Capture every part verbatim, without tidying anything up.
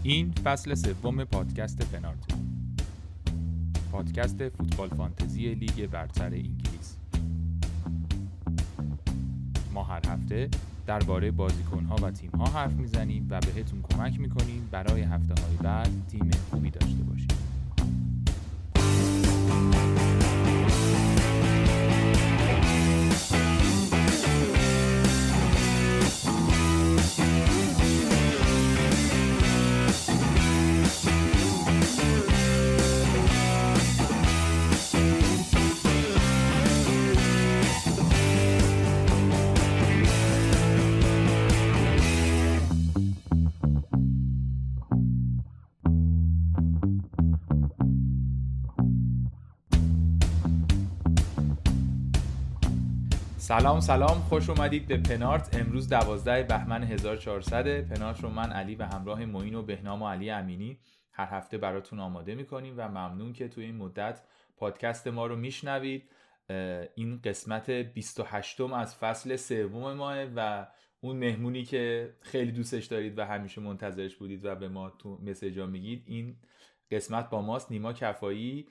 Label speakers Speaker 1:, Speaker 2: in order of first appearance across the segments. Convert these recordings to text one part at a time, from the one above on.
Speaker 1: این فصل سوم پادکست پنارت، پادکست فوتبال فانتزی لیگ برتر انگلیس. ما هر هفته درباره بازیکن‌ها و تیم‌ها حرف میزنیم و بهتون کمک میکنیم برای هفته‌های بعد تیم خوبی داشته باشید. سلام سلام خوش اومدید به پنارت. امروز دوازده بهمن هزار و چهارصد. پنارت رو من علی و همراه معین و بهنام و علی امینی هر هفته براتون آماده میکنیم و ممنون که توی این مدت پادکست ما رو میشنوید. این قسمت بیست و هشتم از فصل سوم ماه و اون مهمونی که خیلی دوستش دارید و همیشه منتظرش بودید و به ما تو مسیجا میگید، این قسمت با ماست نیما کفایی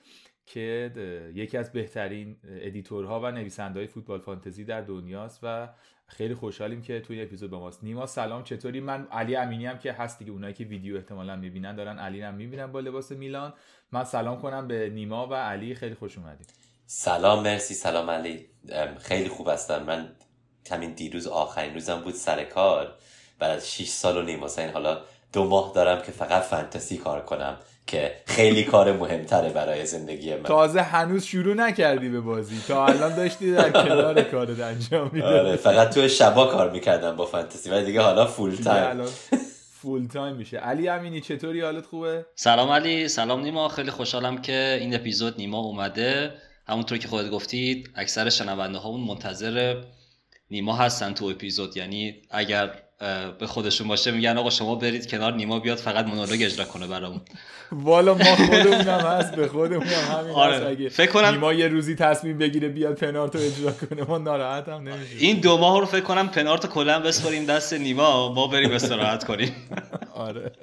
Speaker 1: که یکی از بهترین ادیتورها و نویسنده‌های فوتبال فانتزی در دنیاست و خیلی خوشحالیم که توی اپیزود با ماست. نیما سلام، چطوری؟ من علی امینی هم که هست دیگه، اونایی که ویدیو احتمالاً میبینن دارن علی رو میبینن با لباس میلان. من سلام کنم به نیما و علی، خیلی خوش اومدید.
Speaker 2: سلام، مرسی. سلام علی، خیلی خوب هستم. من همین دیروز آخرین روزم بود سر کار بعد از شش سال و نیم، واسه این حالا دو ماه دارم که فقط فانتزی کار کنم که خیلی کار مهمتره برای زندگی من.
Speaker 1: تازه هنوز شروع نکردی به بازی، تا الان داشتی در کنار کارت انجام میدادی.
Speaker 2: آره، فقط تو شبا کار میکردم با فانتزی ولی دیگه حالا فول تایم
Speaker 1: فول تایم میشه. علی امینی چطوری، حالت خوبه؟
Speaker 3: سلام علی، سلام نیما. خیلی خوشحالم که این اپیزود نیما اومده. همونطور که خودت گفتید اکثر شنونده هامون منتظر نیما هستن تو اپیزود، یعنی اگر به خودشون باشه میگن آقا شما برید کنار نیما بیاد فقط مونولوگ اجرا کنه برامون.
Speaker 1: والا ما خودمونم هست، به خودمون هم همین
Speaker 3: آره.
Speaker 1: هست. اگه
Speaker 3: فکر کنم
Speaker 1: نیما یه روزی تصمیم بگیره بیاد پنارتو اجرا کنه ما ناراحت هم نمیشیم.
Speaker 3: این دو ماه رو فکر کنم پنارتو کلا بسپاریم دست نیما، ما بریم استراحت کنیم.
Speaker 1: آره.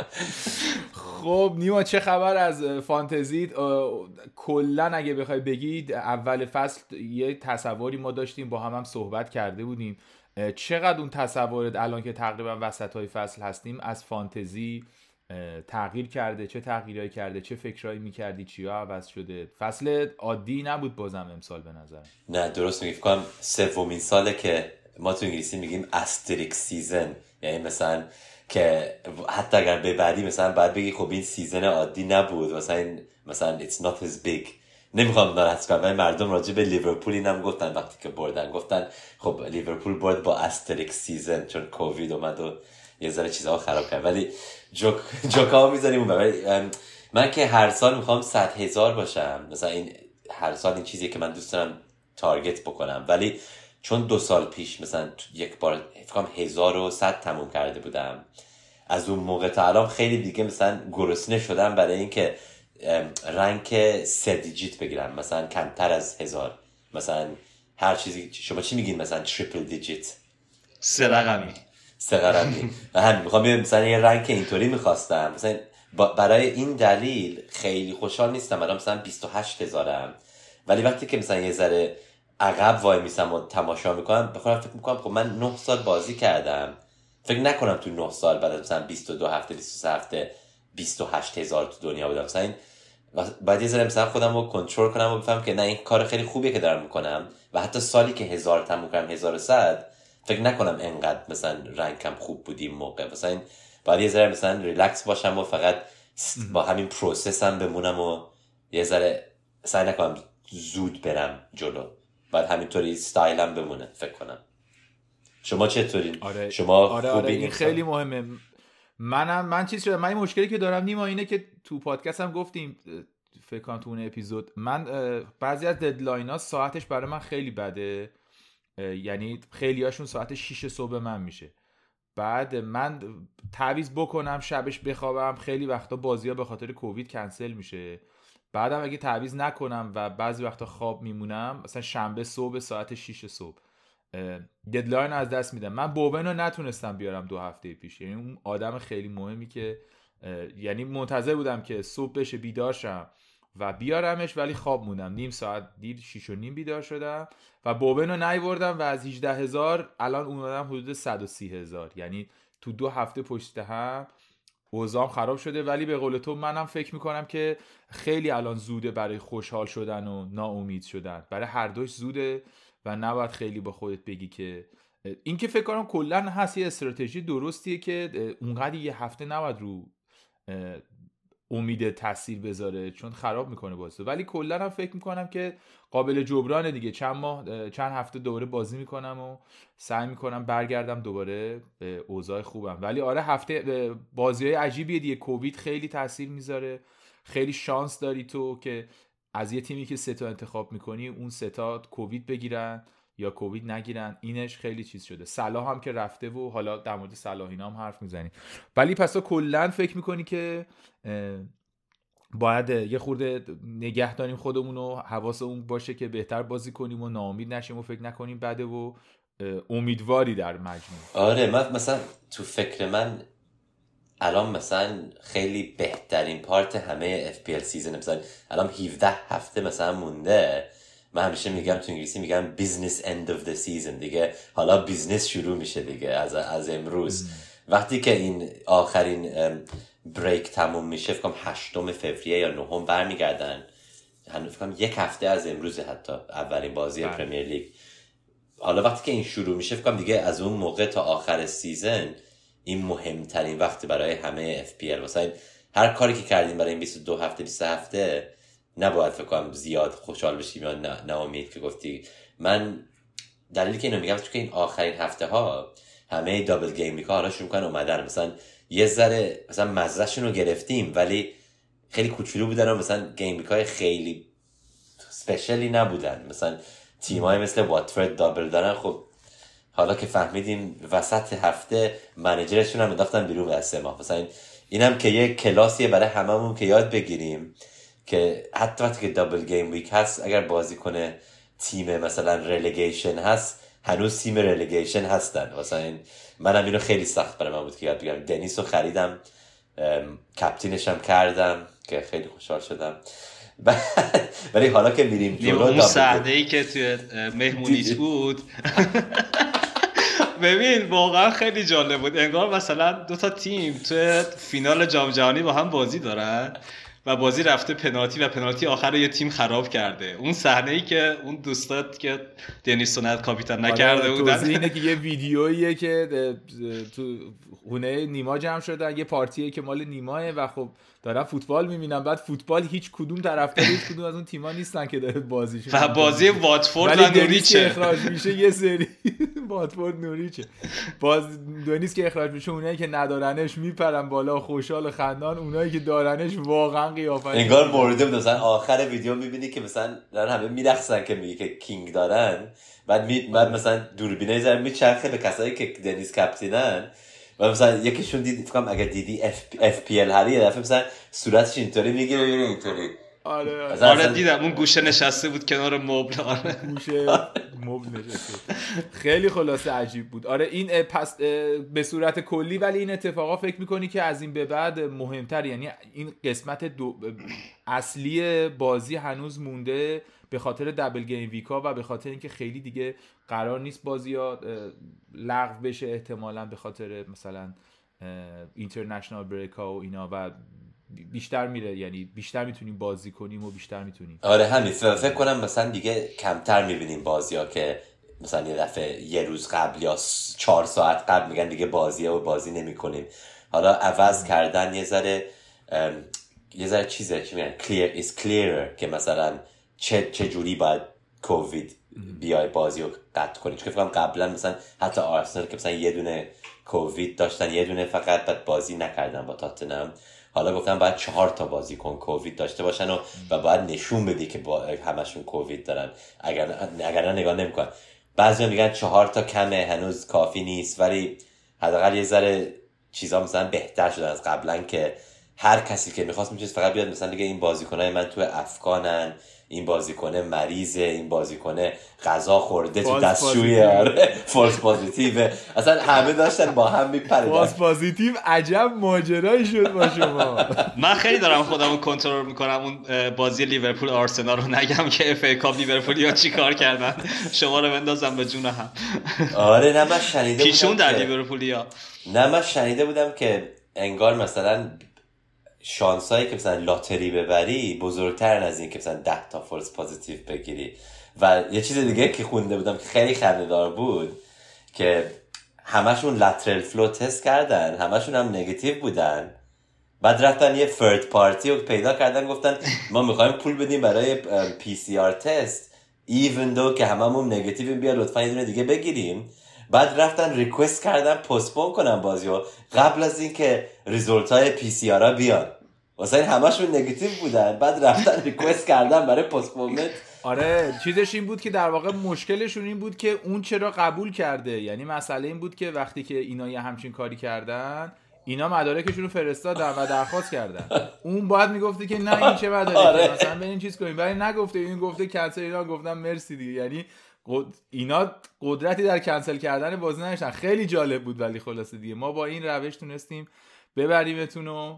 Speaker 1: خب نیما چه خبر از فانتزیت؟ کلا اگه بخوای بگید اول فصل یه تصوری ما داشتیم، با هم هم صحبت کرده بودیم. چقدر اون تصورت الان که تقریبا وسطای فصل هستیم از فانتزی تغییر کرده؟ چه تغییرایی کرده؟ چه فکرایی میکردی؟ چیا عوض شده؟ فصل عادی نبود بازم امسال به نظر.
Speaker 2: نه درست میگی، فکر کنم سومین ساله که ما تو انگلیسی میگیم استریک سیزن، یعنی مثلا که حتی اگر ببری مثلا بعد بگی خب این سیزن عادی نبود، مثلا این مثلا it's not as big. نمیخوام ناراحت کنم ولی مردم راجع به لیورپول اینم گفتن وقتی که بردن، گفتن خب لیورپول برد با استریک سیزن چون کووید اومد و یه ذره چیزها خراب کرد. ولی جوک جوکا میذاریم اون. من که هر سال میخوام صد هزار باشم، مثلا این هر سال این چیزیه که من دوست دارم تارگت بکنم، ولی چون دو سال پیش مثلا یک بار فکر کنم هزار و صد تموم کرده بودم، از اون موقع تا الان خیلی دیگه مثلا گرسنه شدم برای اینکه رنک سه دیجیت بگیرم، مثلا کمتر از هزار، مثلا هر چیزی. شما چی میگین؟ مثلا تریپل دیجیت،
Speaker 3: سه رقمی
Speaker 2: سه رقمی. من میخوام مثلا یه رنک اینطوری میخواستم، مثلا برای این دلیل خیلی خوشحال نیستم الان مثلا بیست و هشت هزارم، ولی وقتی که مثلا یه ذره عقب وای میسم و تماشا میکنم بخورم فکر میکنم خب من نه سال بازی کردم، فکر نکنم تو نه سال بعد از مثلا بیست و دو هفته بیست و سه هفته بیست و هشت هزار تو دنیا بودم. مثلا این بعد یه ذره مثلا خودم رو کنترل کنم و بفهم که نه این کار خیلی خوبیه که دارم میکنم و حتی سالی که هزار تموم کردم هزار و صد فکر نکنم انقدر مثلا رنکم خوب بود این موقع. مثلا این بعد یه ذره مثلا ریلکس باشم و فقط با همین پروسسم بمونم و یه ذره سعی نکنم زود برم جلو، بعد همینطوری استایلم بمونه فکر کنم. شما چطورین؟
Speaker 1: آره.
Speaker 2: شما
Speaker 1: آره آره این خیلی مهمه. منم من چیز شده، من این مشکلی که دارم نیما اینه که تو پادکست هم گفتیم فکر کنم تو اون اپیزود، من بعضی از ددلاین ها ساعتش برای من خیلی بده، یعنی خیلی هاشون ساعت شیش صبح من میشه، بعد من تعویض بکنم شبش بخوابم، خیلی وقتا بازی ها به خاطر کووید کنسل میشه، بعدم اگه تعویض نکنم و بعضی وقتا خواب میمونم مثلا شنبه صبح ساعت شیش صبح ددلاین از دست میدم. من بوون رو نتونستم بیارم دو هفته پیش، یعنی اون آدم خیلی مهمی که یعنی منتظر بودم که صبح بشه بیدار شم و بیارمش، ولی خواب موندم، نیم ساعت دیر شیش و نیم بیدار شدم و بوبن رو نیوردم و از هجده هزار الان اومدم حدود صد و سی هزار، یعنی تو دو هفته پشت هم اوضاعم خراب شده. ولی به قول تو منم فکر میکنم که خیلی الان زوده برای خوشحال شدن و ناامید شدن، برای هر دوش زوده و نباید خیلی با خودت بگی که این که فکر کنم کلا هست یه استراتژی درستیه که اونقدر یه هفته نباید رو امید تاثیر بذاره چون خراب میکنه بازی، ولی کلا هم فکر میکنم که قابل جبرانه دیگه. چند ماه چند هفته دوباره بازی میکنم و سعی میکنم برگردم دوباره به اوضاع خوبم. ولی آره هفته بازیای عجیبیه دیگه، کووید خیلی تاثیر میذاره. خیلی شانس داری تو که از یه تیمی که سه تا انتخاب میکنی اون سه تا کووید بگیرن یا کووید نگیرن، اینش خیلی چیز شده. صلاح هم که رفته و حالا در مورد صلاح اینا هم حرف میزنی، ولی پس تو کلا فکر میکنی که باید یه خورده نگه داریم خودمون و حواسمون باشه که بهتر بازی کنیم و ناامید نشیم و فکر نکنیم بده و امیدواری در مجموع.
Speaker 2: آره من مثلا تو فکر من الان مثلا خیلی بهترین پارت همه اف پی ال سیزن، مثلا الان هفده هفته مثلا مونده. من همیشه میگم تو انگلیسی میگم business end of the season دیگه، حالا بیزنس شروع میشه دیگه از از امروز. ام. وقتی که این آخرین بریک تموم میشه، فکر کنم هشتم فوریه یا نهم برمیگردن، هنوز فکر کنم یک هفته از امروز حتی اولین بازی بله. پرمیر لیگ. حالا وقتی که این شروع میشه فکر کنم دیگه از اون موقع تا آخر سیزن این مهمترین وقت برای همه اف پی ال. مثلا هر کاری که کردیم برای این بیست و دو هفته بیست هفته نباید فکر کنم زیاد خوشحال بشیم یا ناامید که گفتی. من دلیلی که اینو میگم چون که این آخرین هفته ها همه دابل گیم ویک ها حالا شروع کردن اومدن، مثلا یه ذره مثلا مزهشون رو گرفتیم ولی خیلی کوچولو بودن و مثلا گیم ویک های خیلی اسپشیالی نبودن. مثلا تیمای مثل واتفورد دابل دارن، خب حالا که فهمیدیم وسط هفته منیجرشون هم انداختن بیرون از سه ماه. مثلا اینم که یه کلاسیه برای هممون که یاد بگیریم که حتی وقتی که دابل گیم ویک هست اگر بازی کنه تیم مثلا ریلیگیشن هست هنوز تیم ریلیگیشن هستن. مثلا منم اینو خیلی سخت برای من بود که یاد بگیرم. دنیس رو خریدم، کپتینشم کردم که خیلی خوشحال شدم. ولی حالا که میریم جلو
Speaker 3: اون صحنه‌ای که توی مهمونیش بود ببین واقعا خیلی جالب بود. انگار مثلا دو تا تیم توی فینال جام جهانی با هم بازی دارن و بازی رفته پنالتی و پنالتی آخر یه تیم خراب کرده. اون صحنه‌ای که اون دوستات که دنیس سونت کاپیتان نکرده بودن،
Speaker 1: توضیح اینه که یه ویدیوییه که تو خونه نیما جمع شدن، یه پارتیه که مال نیماه و خب دارن فوتبال میبینن. بعد فوتبال هیچ کدوم طرفدار هیچ کدوم از اون تیم‌ها نیستن که داره بازیشون
Speaker 3: و بازی واتفورد و نوریچه
Speaker 1: اخراج میشه یه سری واتفورد نوریچه باز دنیس که اخراج میشه، اونایی که ندارنش میپرن بالا خوشحال و خندان، اونایی که دارنش واقعا قیافه
Speaker 2: انگار مرده بود. مثلا آخر ویدیو میبینی که مثلا دارن همه میرقصن که میگه که کینگ دارن، بعد می بعد مثلا دوربینای زر میچرخه به کسایی که دنیس کاپیتانن و مثلا یکیشون دید فکر کنم اگه دیدی اف, اف پی ال هری یه دفعه مثلا صورتش اینطوری میگیره اینطوری.
Speaker 1: آره
Speaker 3: آره دیدم اون گوشه نشسته بود کنار مبل. آره
Speaker 1: گوشه مبل نشسته. خیلی خلاصه عجیب بود. آره این پس به صورت کلی ولی این اتفاقا فکر میکنی که از این به بعد مهمتر، یعنی این قسمت دو اصلی بازی هنوز مونده به خاطر دابل گیم ویکا و به خاطر اینکه خیلی دیگه قرار نیست بازی‌ها لغو بشه احتمالاً به خاطر مثلا اینترنشنال بریکا و اینا و بیشتر میره، یعنی بیشتر میتونیم بازی کنیم و بیشتر میتونیم.
Speaker 2: آره همین فکر کنم مثلا دیگه کمتر میبینیم بازی‌ها که مثلا یه دفعه یه روز قبل یا چهار ساعت قبل میگن دیگه بازیه و بازی نمی‌کنیم. حالا عوض کردن یه ذره یه ذره چیزه چی میگن clear is clearer که مثلا چه چه جوری باید کووید بیای بازی رو قطع کنی. چون فکر کنم قبلا مثلا حتی آرسنال که مثلا یه دونه کووید داشتن یه دونه فقط بعد بازی نکردن با تاتنهام، حالا گفتن باید چهار تا بازیکن کووید داشته باشن و و باید نشون بدی که با همشون کووید دارن. اگر اگر نگاه نمیکنن بعضیا میگن چهار تا کمه هنوز کافی نیست، ولی حداقل یه ذره چیزا مثلا بهتر شده از قبلا که هر کسی که میخواست میتونست فقط بیاد مثلا دیگه این بازیکنای من تو افغانن این بازیکنه مریضه، این بازیکنه غذا خورده تو دستشویی، آره فالس پوزیتیو، اصلا همه داشتن با هم میپریدن.
Speaker 1: فالس پوزیتیو عجب ماجرایی شد با شما.
Speaker 3: من خیلی دارم خودمو کنترل میکنم اون بازی لیورپول آرسنال رو نگم که اف ای کاپ لیورپولیا چیکار کردن، شما رو بندازم به جون هم.
Speaker 2: آره نه من شنیده بودم
Speaker 3: پیشون در لیورپولیا،
Speaker 2: نه من شنیده بودم که انگار مثلا شانسایی که مثلا لاتری ببری بزرگترن از این که مثلا ده تا فالس پوزیتیو بگیری. و یه چیز دیگه که خونده بودم که خیلی خنده‌دار بود که همشون لترال فلو تست کردن، همشون هم نگاتیو بودن، بعد رفتن یه فرد پارتی رو پیدا کردن گفتن ما میخوایم پول بدیم برای پی سی آر تست ایون دو که هممون نگاتیو، بیا لطفا یه دونه دیگه بگیریم. بعد رفتن ریکوست کردن پستپون کنن بازیو قبل از اینکه ریزولت های پی سی آر ها بیان، واسه این همشون نگاتیو بودن، بعد رفتن ریکوست کردن برای پستپونمنت.
Speaker 1: آره چیزش این بود که در واقع مشکلشون این بود که اون چرا قبول کرده، یعنی مسئله این بود که وقتی که اینا یه همچین کاری کردن اینا مدارکشون رو فرستادن و درخواست کردن، اون باید میگفته که نه این چه مدارکی آره. مثلا به این چیز کنیم، ولی نگفته، این گفته کنسل، اینا گفتن مرسی دیگه. یعنی اینا قدرتی در کنسل کردن بازی نداشتن. خیلی جالب بود. ولی خلاصه دیگه ما با این روش تونستیم ببریمتون و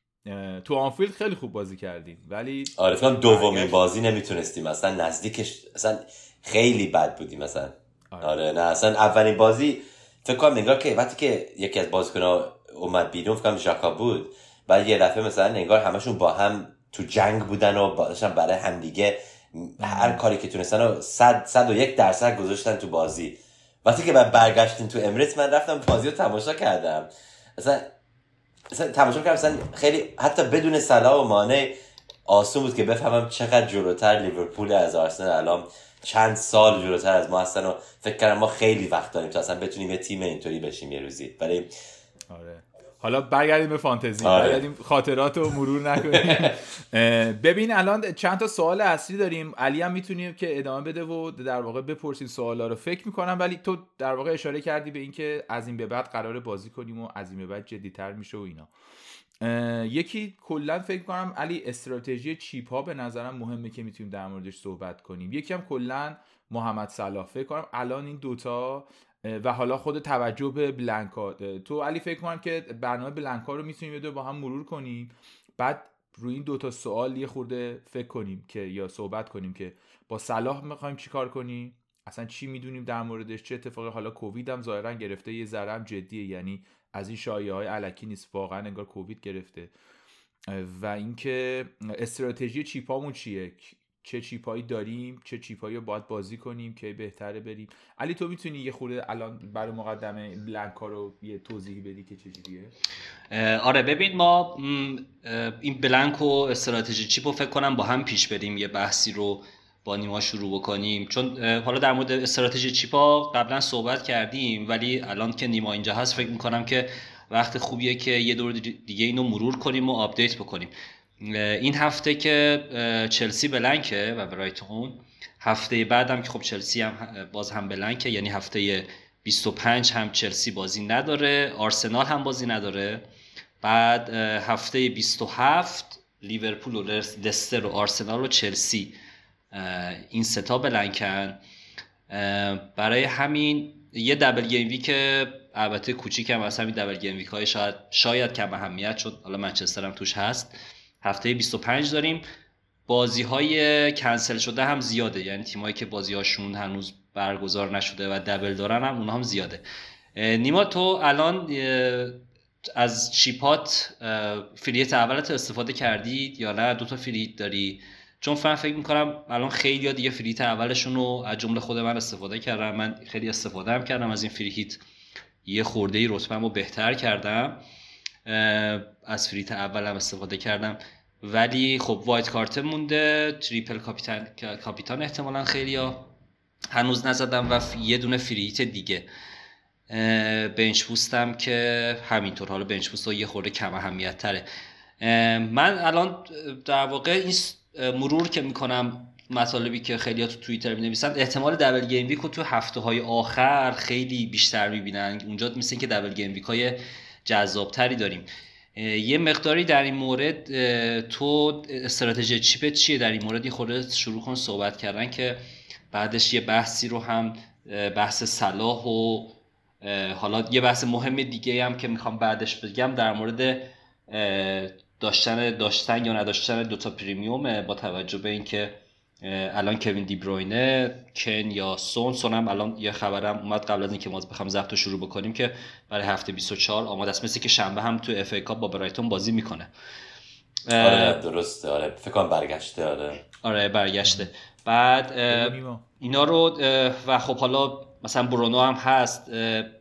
Speaker 1: تو آنفیلد خیلی خوب بازی کردیم. ولی
Speaker 2: آره فکر کنم دومین بازی نمیتونستیم، اصلا نزدیکش، اصلا خیلی بد بودیم مثلا. آره. آره نه اصلا اولین بازی فکر کنم انگار که وقتی که یکی از بازیکن‌ها اومد بیرون فکر کنم ژاکا بود، بعد یه دفعه مثلا انگار همشون با هم تو جنگ بودن و داشتن برای همدیگه هر کاری که تونستن و صد صد و یک درصد گذاشتن تو بازی. وقتی که بعد برگشتیم تو امریت من رفتم بازی رو تماشا کردم، اصلا اصلا تماشا کردم، اصلا خیلی حتی بدون صلاح و مانع آسون بود که بفهمم چقدر جلوتر لیورپول از آرسنال، الان چند سال جلوتر از ما هستن و فکر کردم ما خیلی وقت داریم تا اصلا بتونیم یه تیم اینطوری بشیم یه روزی. ولی
Speaker 1: آره حالا برگردیم به فانتزی.
Speaker 2: آره.
Speaker 1: برگردیم خاطرات رو مرور نکنیم. ببین الان چند تا سوال اصلی داریم، علی هم میتونیم که ادامه بده و در واقع بپرسیم سوالا رو. فکر میکنم ولی تو در واقع اشاره کردی به این که از این به بعد قراره بازی کنیم و از این به بعد جدی‌تر میشه و اینا. یکی کلا فکر کنم علی استراتژی چیپ ها به نظرم مهمه که میتونیم در موردش صحبت کنیم. یکی هم کلا محمد صلاح، فکر کنم الان این دوتا و حالا خود توجه به بلانکا. تو علی فکر کنم که برنامه بلانکا رو میتونیم یه دو با هم مرور کنیم، بعد روی این دوتا سوال یه خورده فکر کنیم که یا صحبت کنیم که با صلاح میخوایم چی کار کنیم، اصلا چی میدونیم در موردش، چه اتفاقی. حالا کووید هم ظاهرا گرفته، یه ذره هم جدیه، یعنی از این شایعه های الکی نیست، واقعا انگار کووید گرفته. و اینکه استراتژی چیپامون چیه، چه چیپایی داریم، چه چیپایی رو باید بازی کنیم که بهتره بریم. علی تو میتونی یه خورده الان برای مقدمه بلانکا رو یه توضیح بدی که چه جوریه؟
Speaker 3: آره ببین ما این بلانک و استراتژی چیپ رو فکر کنم با هم پیش بریم، یه بحثی رو با نیما شروع بکنیم، چون حالا در مورد استراتژی چیپا قبلا صحبت کردیم ولی الان که نیما اینجا هست فکر میکنم که وقت خوبیه که یه دور دیگه اینو مرور کنیم و آپدیت بکنیم. این هفته که چلسی بلانکه و برایتون، هفته بعدم که خب چلسی هم باز هم بلانکه، یعنی هفته بیست و پنج هم چلسی بازی نداره، آرسنال هم بازی نداره، بعد هفته بیست و هفت لیورپول و لستر و آرسنال و چلسی این سه تا بلانکن. برای همین یه دبل گیم ویک البته کوچیک هم هست، همین دبل گیم ویک های شاید شاید کم اهمیت، چون حالا منچستر هم توش هست. هفته بیست و پنج داریم، بازی های کنسل شده هم زیاده، یعنی تیمایی که بازی هاشون هنوز برگزار نشده و دبل دارن هم اونها هم زیاده. نیما تو الان از چیپات فریت اولت استفاده کردی یا نه؟ دوتا فریت داری؟ چون من فکر میکنم الان خیلی ها دیگه فریت اولشون رو از جمله خود من استفاده کردم، من خیلی استفاده هم کردم از این فریت، یه خورده ای رتبه‌مو رو بهتر کردم، از فریت اولم استفاده کردم، ولی خب وایت کارت مونده، تریپل کاپیتان کاپیتان احتمالاً خیلیا هنوز نزدم و یه دونه فریت دیگه بنچ بوستم که همینطور، حالا بنچ بوست یه خورده کم اهمیت تره. من الان در واقع این مرور که میکنم مطالبی که خیلی‌ها تو توییتر می‌نویسن، احتمال دبل گیم ویک رو تو هفته‌های آخر خیلی بیشتر می‌بینن، اونجا مثل اینکه دبل گیم ویک‌های جذاب‌تری داریم. یه مقداری در این مورد تو استراتژی چیپت چیه در این مورد؟ یه خورده شروع کن صحبت کردن که بعدش یه بحثی رو هم بحث صلاح و حالا یه بحث مهم دیگه هم که میخوام بعدش بگم در مورد داشتن داشتن یا نداشتن دوتا پریمیوم، با توجه به اینکه الان کوین دی بروینه، کن یا سون سون هم الان یه خبرم اومد قبل از اینکه ما بخوام ضبط شروع بکنیم که برای هفته بیست و چهار آماده است، مثل که شنبه هم تو اف ای کاپ با برایتون بازی میکنه.
Speaker 2: آره درسته، آره فکر کنم برگشته. آره
Speaker 3: آره برگشته. بعد اینا رو و خب حالا مثلا برونو هم هست.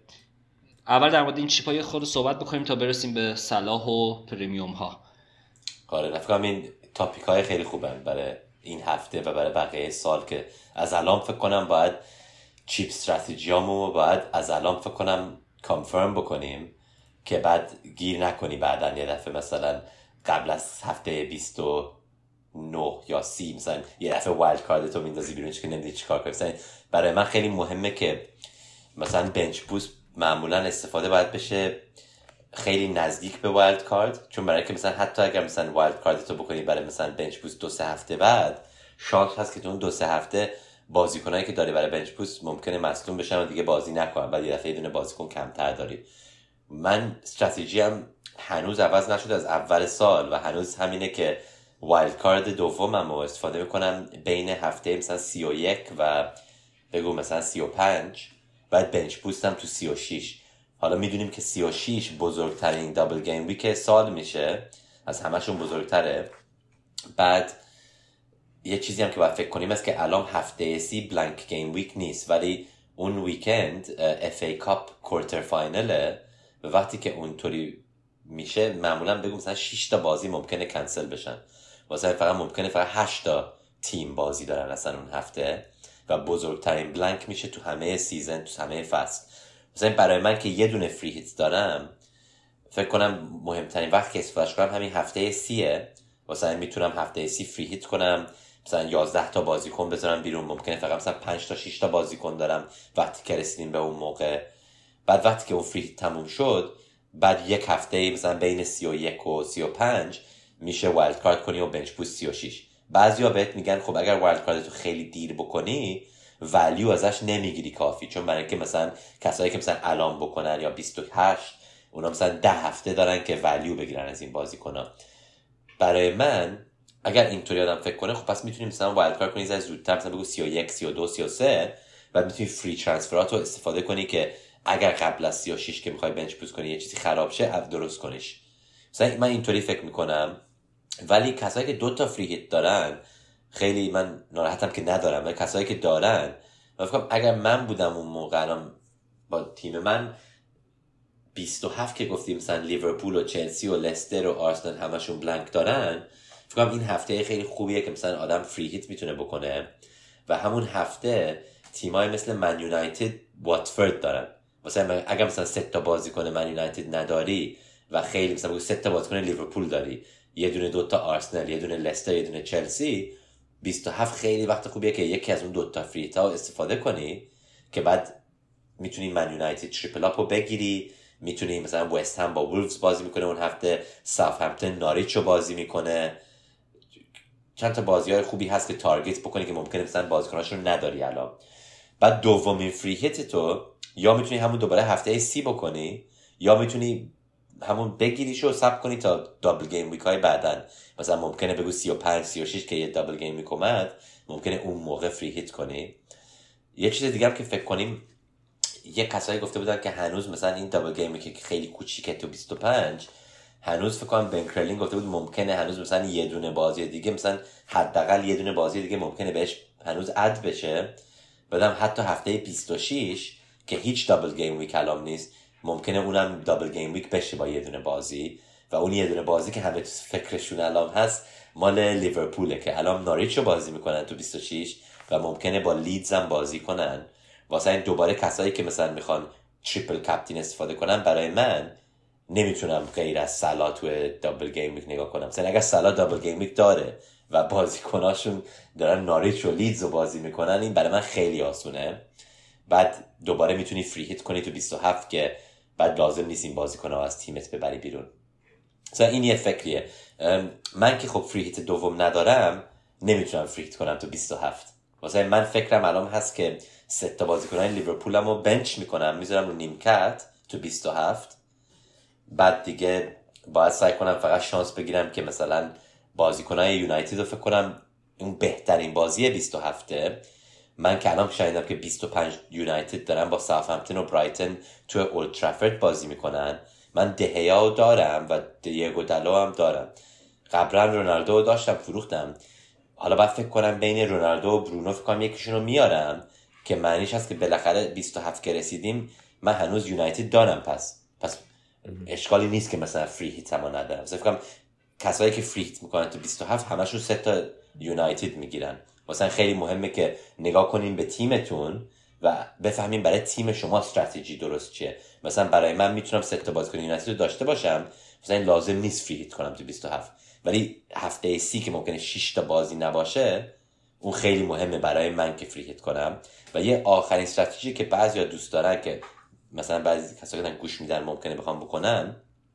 Speaker 3: اول در مورد این چیپ‌ها خود صحبت بکنیم تا برسیم به صلاح و پریمیوم ها.
Speaker 2: آره فکر کنم این تاپیک های خیلی خوبن برای این هفته و برای بقیه سال که از الان فکر کنم باید چیپ استراتژیامو باید از الان فکر کنم کانفرم بکنیم که بعد گیر نکنی بعدن یه دفعه مثلا قبل از هفته بیست و نه یا سی مثلا یه دفعه وایلد کارت تو میندازی بیرون چون نمیدونی چیکار کنی. مثلا برای من خیلی مهمه که مثلا بنچ بوست معمولا استفاده باید بشه خیلی نزدیک به وایلد کارت، چون برای که مثلا حتی اگر مثلا وایلد کارت تو بکنی برای مثلا بنچ بوست دو سه هفته بعد، شانس هست که تو اون دو سه هفته بازیکنایی که داری برای بنچ بوست ممکنه مصدوم بشن و دیگه بازی نکنن، بعد یه دفعه یه دونه بازیکن کمتر داری. من استراتژیم هنوز عوض نشده از اول سال و هنوز همینه که وایلد کارت دومم رو استفاده میکنم بین هفته مثلا سی و یک و بگو مثلا سی و پنج، بعد بنچ بوستم تو سی و شش. حالا میدونیم که سی و شش بزرگترین دابل گیم ویک سال میشه، از همشون بزرگتره. بعد یه چیزی هم که باید فکر کنیم است که الان هفته سی بلانک گیم ویک نیست، ولی اون ویکند اف ای کاپ کوارتر فایناله و وقتی که اونطوری میشه معمولا بگو مثلا شش تا بازی ممکنه کنسل بشن، واسه فقط ممکنه فقط هشت تا تیم بازی دارن اصلا اون هفته و بزرگترین بلانک میشه تو همه سیزن، تو همه فصل. مثلا برای من که یه دونه فری هیت دارم فکر کنم مهمترین وقت که استفاده کنم همین هفته سیه. واسه میتونم هفته سی فری هیت کنم، مثلا یازده تا بازیکن بذارم بیرون، ممکنه فقط مثلا پنج تا شش تا بازیکن دارم وقتی که رسیدیم به اون موقع. بعد وقتی که اون فری هیت تموم شد، بعد یک هفته مثلا بین سی و یک و سی و پنج میشه وایلد کارت کنی و بنچ بوست سی و شش. بعضیا بهت میگن خب اگر وایلد کارت رو خیلی دیر بکنی ولیو ازش نمیگیری کافی، چون برای اینکه مثلا کسایی که مثلا الان بکنن یا بیست و هشت اونا مثلا ده هفته دارن که ولیو بگیرن از این بازیکن‌ها. برای من اگر اینطوری آدم فکر کنه خب پس میتونیم مثلا وایلد کارت کنی زای زودتر، مثلا بگو سی و یک سی و دو سی و سه، بعد میتونی فری ترانسفرات رو استفاده کنی که اگر قبل از سی و شش که میخوای بنچ بوست کنی یه چیزی خراب شه درست کنیش. مثلا من اینطوری فکر میکنم. ولی کسایی که دو تا فری هیت دارن خیلی من ناراحتم که ندارم، ولی کسایی که دارن من فکر کنم اگر من بودم اون موقع الان با تیم من بیست و هفت که گفتیم مثلا لیورپول و چلسی و لستر و آرسنال همشون بلانک دارن، فکر کنم این هفته خیلی خوبیه که مثلا آدم فری هیت میتونه بکنه و همون هفته تیمای مثل من یونایتد واتفورد دارن. مثلا اگر مثلا سه تا بازیکن من یونایتد نداری و خیلی مثلا بگو سه تا بازیکن لیورپول داری، یه دونه دو تا آرسنال، یه دونه لستر، یه دونه چلسی، بیست و هفت خیلی وقت خوبیه که یکی از اون دو تا فری تا استفاده کنی که بعد میتونی من یونایتد تریپل اپ رو بگیری، میتونی مثلا وست هم با وولفز بازی میکنه اون هفته، ساوثهمپتون ناریچ رو بازی میکنه، چند تا بازی‌های خوبی هست که تارگت بکنی که ممکنه مثلا بازیکناشو رو نداری الان. بعد دومین فری هیت تو یا میتونی همون دوباره هفته سی بکنی یا میتونی همون بگیریش و ساب کنی تا دابل گیم ویک های بعدن، مثلا ممکنه بگو سی و پنج سی و شش که یه دابل گیم ویک اومد ممکنه اون موقع فری هیت کنی. یه چیز دیگه هم که فکر کنیم، یه کسایی گفته بودن که هنوز مثلا این دابل گیم ویک که خیلی کوچیکه تو بیست و پنج، هنوز فکر کنم بن کرلین گفته بود ممکنه هنوز مثلا یه دونه بازی دیگه، مثلا حداقل یه دونه بازی دیگه ممکنه بهش هنوز اد بشه. بعدم حتی هفته بیست و شش که هیچ دابل گیم ویک الان نیست ممکنه اونم دابل گیم ویک بشه با یه دونه بازی و اون یه دونه بازی که همه فکرشون الان هست مال لیورپوله که الان ناریچ رو بازی میکنن تو بیست و شش و ممکنه با لیدز هم بازی کنن. واسه این دوباره کسایی که مثلا میخوان تریپل کاپتین استفاده کنن، برای من نمیتونم غیر از سلا تو دابل گیم ویک نگاه کنم. مثلا اگر سلا دابل گیم ویک داره و بازیکناشون دارن ناریچ و لیدز رو بازی میکنن، این برای من خیلی آسونه. بعد دوباره میتونی فری هیت کنی تو بیست و هفت که بعد لازم نیست این بازیکن‌ها از تیمت ببری بیرون. مثلا این یه فکریه. من که خب فری هیت دوم ندارم نمیتونم فری هیت کنم تو بیست و هفت. مثلا من فکرم الان هست که سه تا بازیکنان لیورپولمو بنچ میکنم میذارم رو نیمکت تو بیست و هفت، بعد دیگه باید سعی کنم فقط شانس بگیرم که مثلا بازیکنای یونایتد رو فکر کنم اون بهترین بازی بیست و هفته. من که الان شنیدم که بیست و پنج یونایتد دارن با ساوثهمپتون و برایتن تو اولد ترافورد بازی میکنن. من دهیا دارم و دیگو دالو هم دارم. قبلا رونالدو داشتم فروختم، حالا باید فکر کنم بین رونالدو و برونو فکر کنم یکیشون رو میارم که معنیش هست که بالاخره بیست و هفت که رسیدیم من هنوز یونایتد دارم. پس پس اشکالی نیست که مثلا فری هیت هم ندارم. مثلا فکر کنم کسایی که فری هیت میکنن تو بیست و هفت همشون سه تا یونایتد میگیرن. مثلا خیلی مهمه که نگاه کنین به تیمتون و بفهمین برای تیم شما استراتژی درست چیه. مثلا برای من میتونم سه تا بازیکن یونایتد رو داشته باشم، مثلا لازم نیست فری هیت کنم تو بیست و هفت، ولی هفته سی که ممکنه شش تا بازی نباشه اون خیلی مهمه برای من که فری هیت کنم. و یه آخرین استراتژی که بعضیا دوست دارن که مثلا بعضی کسایی که گوش میدن ممکنه بخوام بکنن،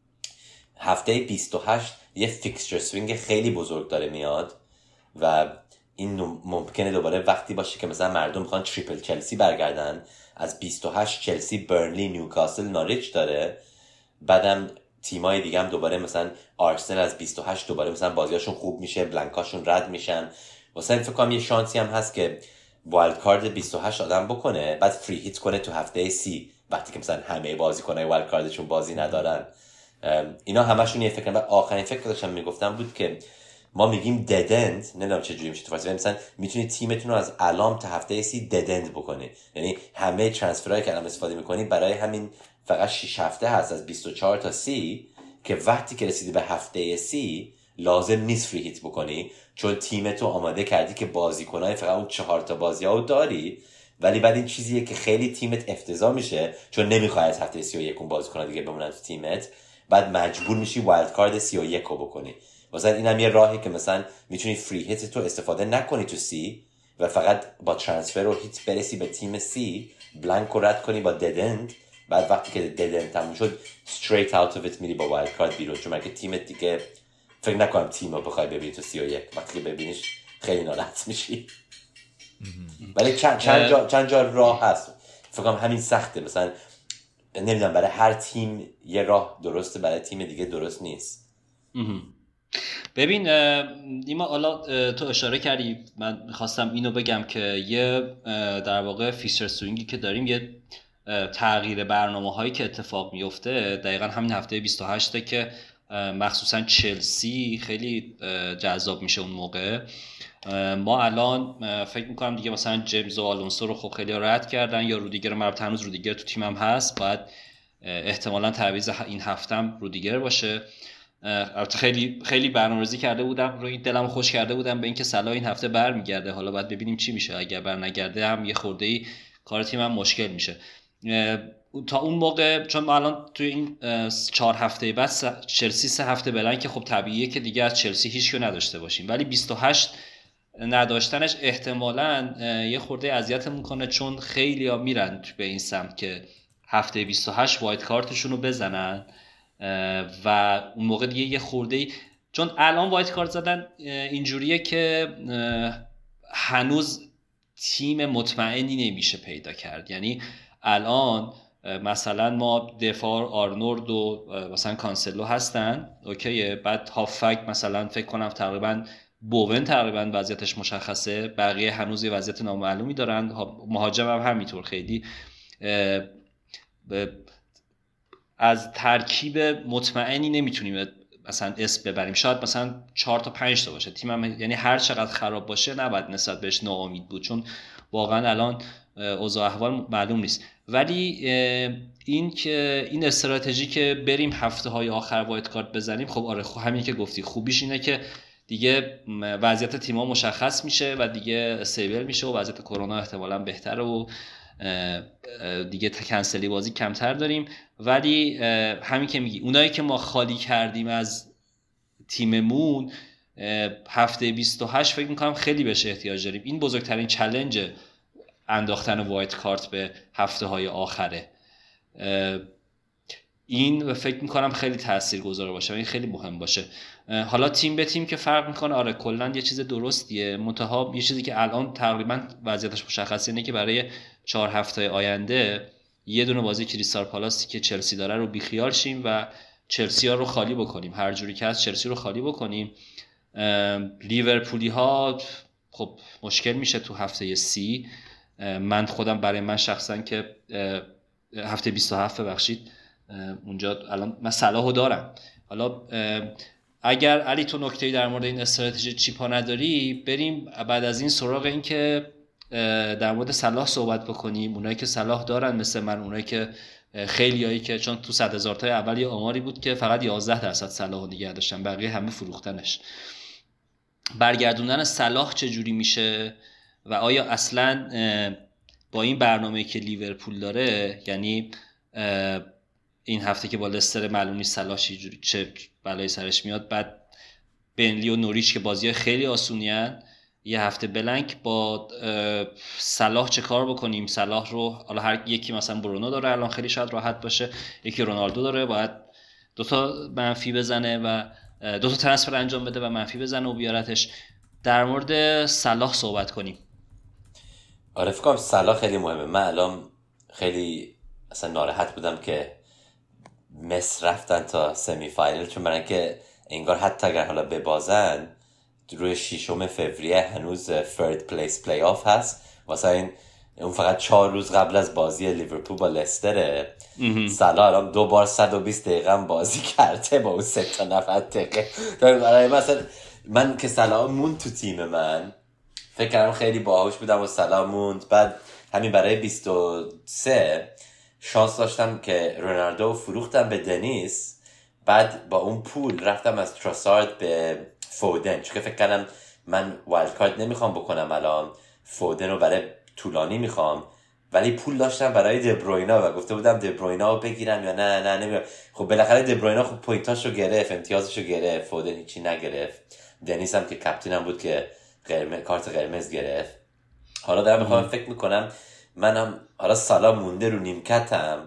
Speaker 2: هفته بیست و هشت یه فیکسچر سوینگ خیلی بزرگ داره میاد و این ممکنه دوباره وقتی باشه که مثلا مردم میخوان تریپل چلسی برگردن. از بیست و هشت چلسی، برنلی، نیوکاسل، ناریچ داره، بعدم تیمای دیگه هم دوباره مثلا آرسنال از بیست و هشت دوباره مثلا بازیاشون خوب میشه، بلنکاشون رد میشن. مثلا فکر کنم یه شانسی هم هست که وایلد کارت بیست و هشت آدم بکنه بعد فری هیت کنه تو هفته سی وقتی که مثلا همه بازیکنای وایلد کارتشون بازی ندارن. اینا همشون یه فکر. و آخرین فکر که داشتم میگفتم بود که ما میگیم ددند، نمیدونم چه جوری میشه تو فارسی، مثلا میتونید تیمتون رو از الان تا هفته سی ددند بکنید، یعنی همه ترانسفرایی که الان استفاده میکنید برای همین فقط شش هفته هست از بیست و چهار تا سی که وقتی که رسیدی به هفته سی لازم نیست فری هیت بکنی چون تیمتو آماده کردی که بازیکنای فقط اون چهار تا بازی‌ها رو داری. ولی بعد این چیزیه که خیلی تیمت افتضاح میشه چون نمیخوای از هفته سی و یک اون بازیکن دیگه بمونن تو تیمت، بعد مجبور میشی وایلد کارت سی و یک رو بکنی. مثلا اینم یه راهی که مثلا میتونی فری هیت تو استفاده نکنی تو سی و فقط با ترانسفر و هیت برسی به تیم سی، بلانک رو رد کنی با ددند، بعد وقتی که ددند تموم شد straight out of it میری با وایلد کارت بیرون. چون مگه تیمت دیگه فکر نکنم تیم رو بخوای ببینی تو سی و یک، وقتی که ببینیش خیلی ناراحت میشی. ولی چند, چند, جا, چند جا راه هست، فکر کنم همین سخته. مثلا نمیدونم برای هر تیم یه راه درسته برای تیم دیگه درست نیست.
Speaker 3: ببین نیما حالا تو اشاره کردی، من خواستم اینو بگم که یه در واقع فیچر سوینگی که داریم، یه تغییر برنامه هایی که اتفاق میفته دقیقا همین هفته بیست و هشت که مخصوصا چلسی خیلی جذاب میشه. اون موقع ما الان فکر میکنم دیگه مثلا جیمز و آلونسو رو خب خیلی رد کردن، یا رودیگر مربوط هنوز رودیگر تو تیمم هست، باید احتمالاً تعویض این هفتم رودیگر باشه. البته خیلی خیلی برنامه‌ریزی کرده بودم، روی دلم خوش کرده بودم به اینکه صلاح این هفته برمیگرده. حالا باید ببینیم چی میشه. اگر برنگرده هم یه خورده‌ای کار تیمم مشکل میشه. تا اون موقع چون ما الان توی این چهار هفته بعد چلسی سه هفته بلند که خب طبیعیه که دیگه از چلسی هیچ کیو نداشته باشیم، ولی بیست و هشت نداشتنش احتمالاً یه خورده اذیتمون کنه چون خیلی‌ها میرن به این سمت که هفته بیست و هشت وایلد کارتشون رو بزنن و اون موقع دیگه یه خورده، چون الان وایلد کارت زدن اینجوریه که هنوز تیم مطمئنی نمیشه پیدا کرد. یعنی الان مثلا ما دفاع آرنولد و مثلا کانسلو هستن اوکیه، بعد هافک مثلا فکر کنم تقریبا بوون تقریبا وضعیتش مشخصه، بقیه هنوز یه وضعیت نامعلومی دارن. مهاجم هم همینطور خیلی از ترکیب مطمئنی نمیتونیم مثلا اسم ببریم. شاید مثلا چهار تا پنج تا باشه تیمم، یعنی هر چقدر خراب باشه نباید نسبت بهش ناامید بود چون واقعا الان اوضاع احوال معلوم نیست. ولی این که این استراتژی که بریم هفته های آخر وایلد کارت بزنیم، خب آره خب همین که گفتی خوبیش اینه که دیگه وضعیت تیم‌ها مشخص میشه و دیگه استیبل میشه و وضعیت کرونا احتمالاً بهتره و دیگه کنسلی بازی کمتر داریم. ولی همین که میگی اونایی که ما خالی کردیم از تیممون هفته بیست و هشت فکر میکنم خیلی بهش احتیاج داریم. این بزرگترین چالش انداختن وایلد کارت به هفته های آخره. این فکر میکنم خیلی تاثیرگذار باشه و این خیلی مهم باشه. حالا تیم به تیم که فرق میکنه، آره کلا یه چیز درستیه، منتها یه چیزی که الان تقریبا وضعیتش مشخصه اینه که برای چهار هفته آینده یه دونه بازی کریستال پالاسی که چلسی داره رو بیخیال شیم و چلسی ها رو خالی بکنیم، هر جوری که هست چلسی رو خالی بکنیم. لیورپولی ها خب مشکل میشه تو هفته سی. من خودم برای من شخصا که هفته بیست و هفت ببخشید اونجا الان من صلاحو دارم. حالا اگر علی تو نکته‌ای در مورد این استراتژی چیپا نداری، بریم بعد از این سراغ این که در مورد صلاح صحبت بکنیم. اونایی که صلاح دارن مثل من، اونایی که خیلیایی که چون تو صد هزار تا اول یه آماری بود که فقط یازده درصد صلاحو نگه داشتن، بقیه همه فروختنش. برگردوندن صلاح چجوری میشه و آیا اصلا با این برنامه‌ای که لیورپول داره، یعنی این هفته که با لستر معلوم نیست صلاح چجوری چه بلایی سرش میاد، بعد بنلی و نوریچ که بازی خیلی آسونی هن، یه هفته بلنک، با صلاح چه کار بکنیم؟ صلاح رو حالا هر یکی مثلا برونو داره الان خیلی شاید راحت باشه، یکی رونالدو داره باید دوتا منفی بزنه و دوتا ترنسفر انجام بده و منفی بزنه و بیارتش. در مورد صلاح صحبت کنیم.
Speaker 2: آره فکر کنم صلاح خیلی مهمه. من الان خیلی اصلا ناراحت بودم که مصر رفتن تا سمی فاینال، چون برای که انگار حتی اگر حالا ببازن روی ششم فوریه هنوز فرد پلیس پلی آف هست، واسه این اون فقط چهار روز قبل از بازی لیورپول با لستره. صلاح الان دو بار صد و بیست دقیقه بازی کرده با اون سه تا نفت دقیقه. برای مثلا من که صلاح موند تو تیم من فکر کردم خیلی باهوش بودم و صلاح موند. بعد همین برای بیست و سه شانس داشتم که رونالدو فروختم به دنیس، بعد با اون پول رفتم از تروسارد به فودن، چون فکر کردم من وایلد کارت نمیخوام بکنم الان، فودن رو برای طولانی میخوام، ولی پول داشتم برای دبروینا و گفته بودم دبروینا رو بگیرم یا نه نه نمیگم. خب بالاخره دبروینا خب پوینتاشو گرفت، امتیازشو گرفت، فودن هیچی نگرفت. دنیس هم که کاپیتانم بود که قرمز کارت قرمز گرفت. حالا دارم میخوام فکر میکنم منم حالا سالا مونده رو نیمکتم،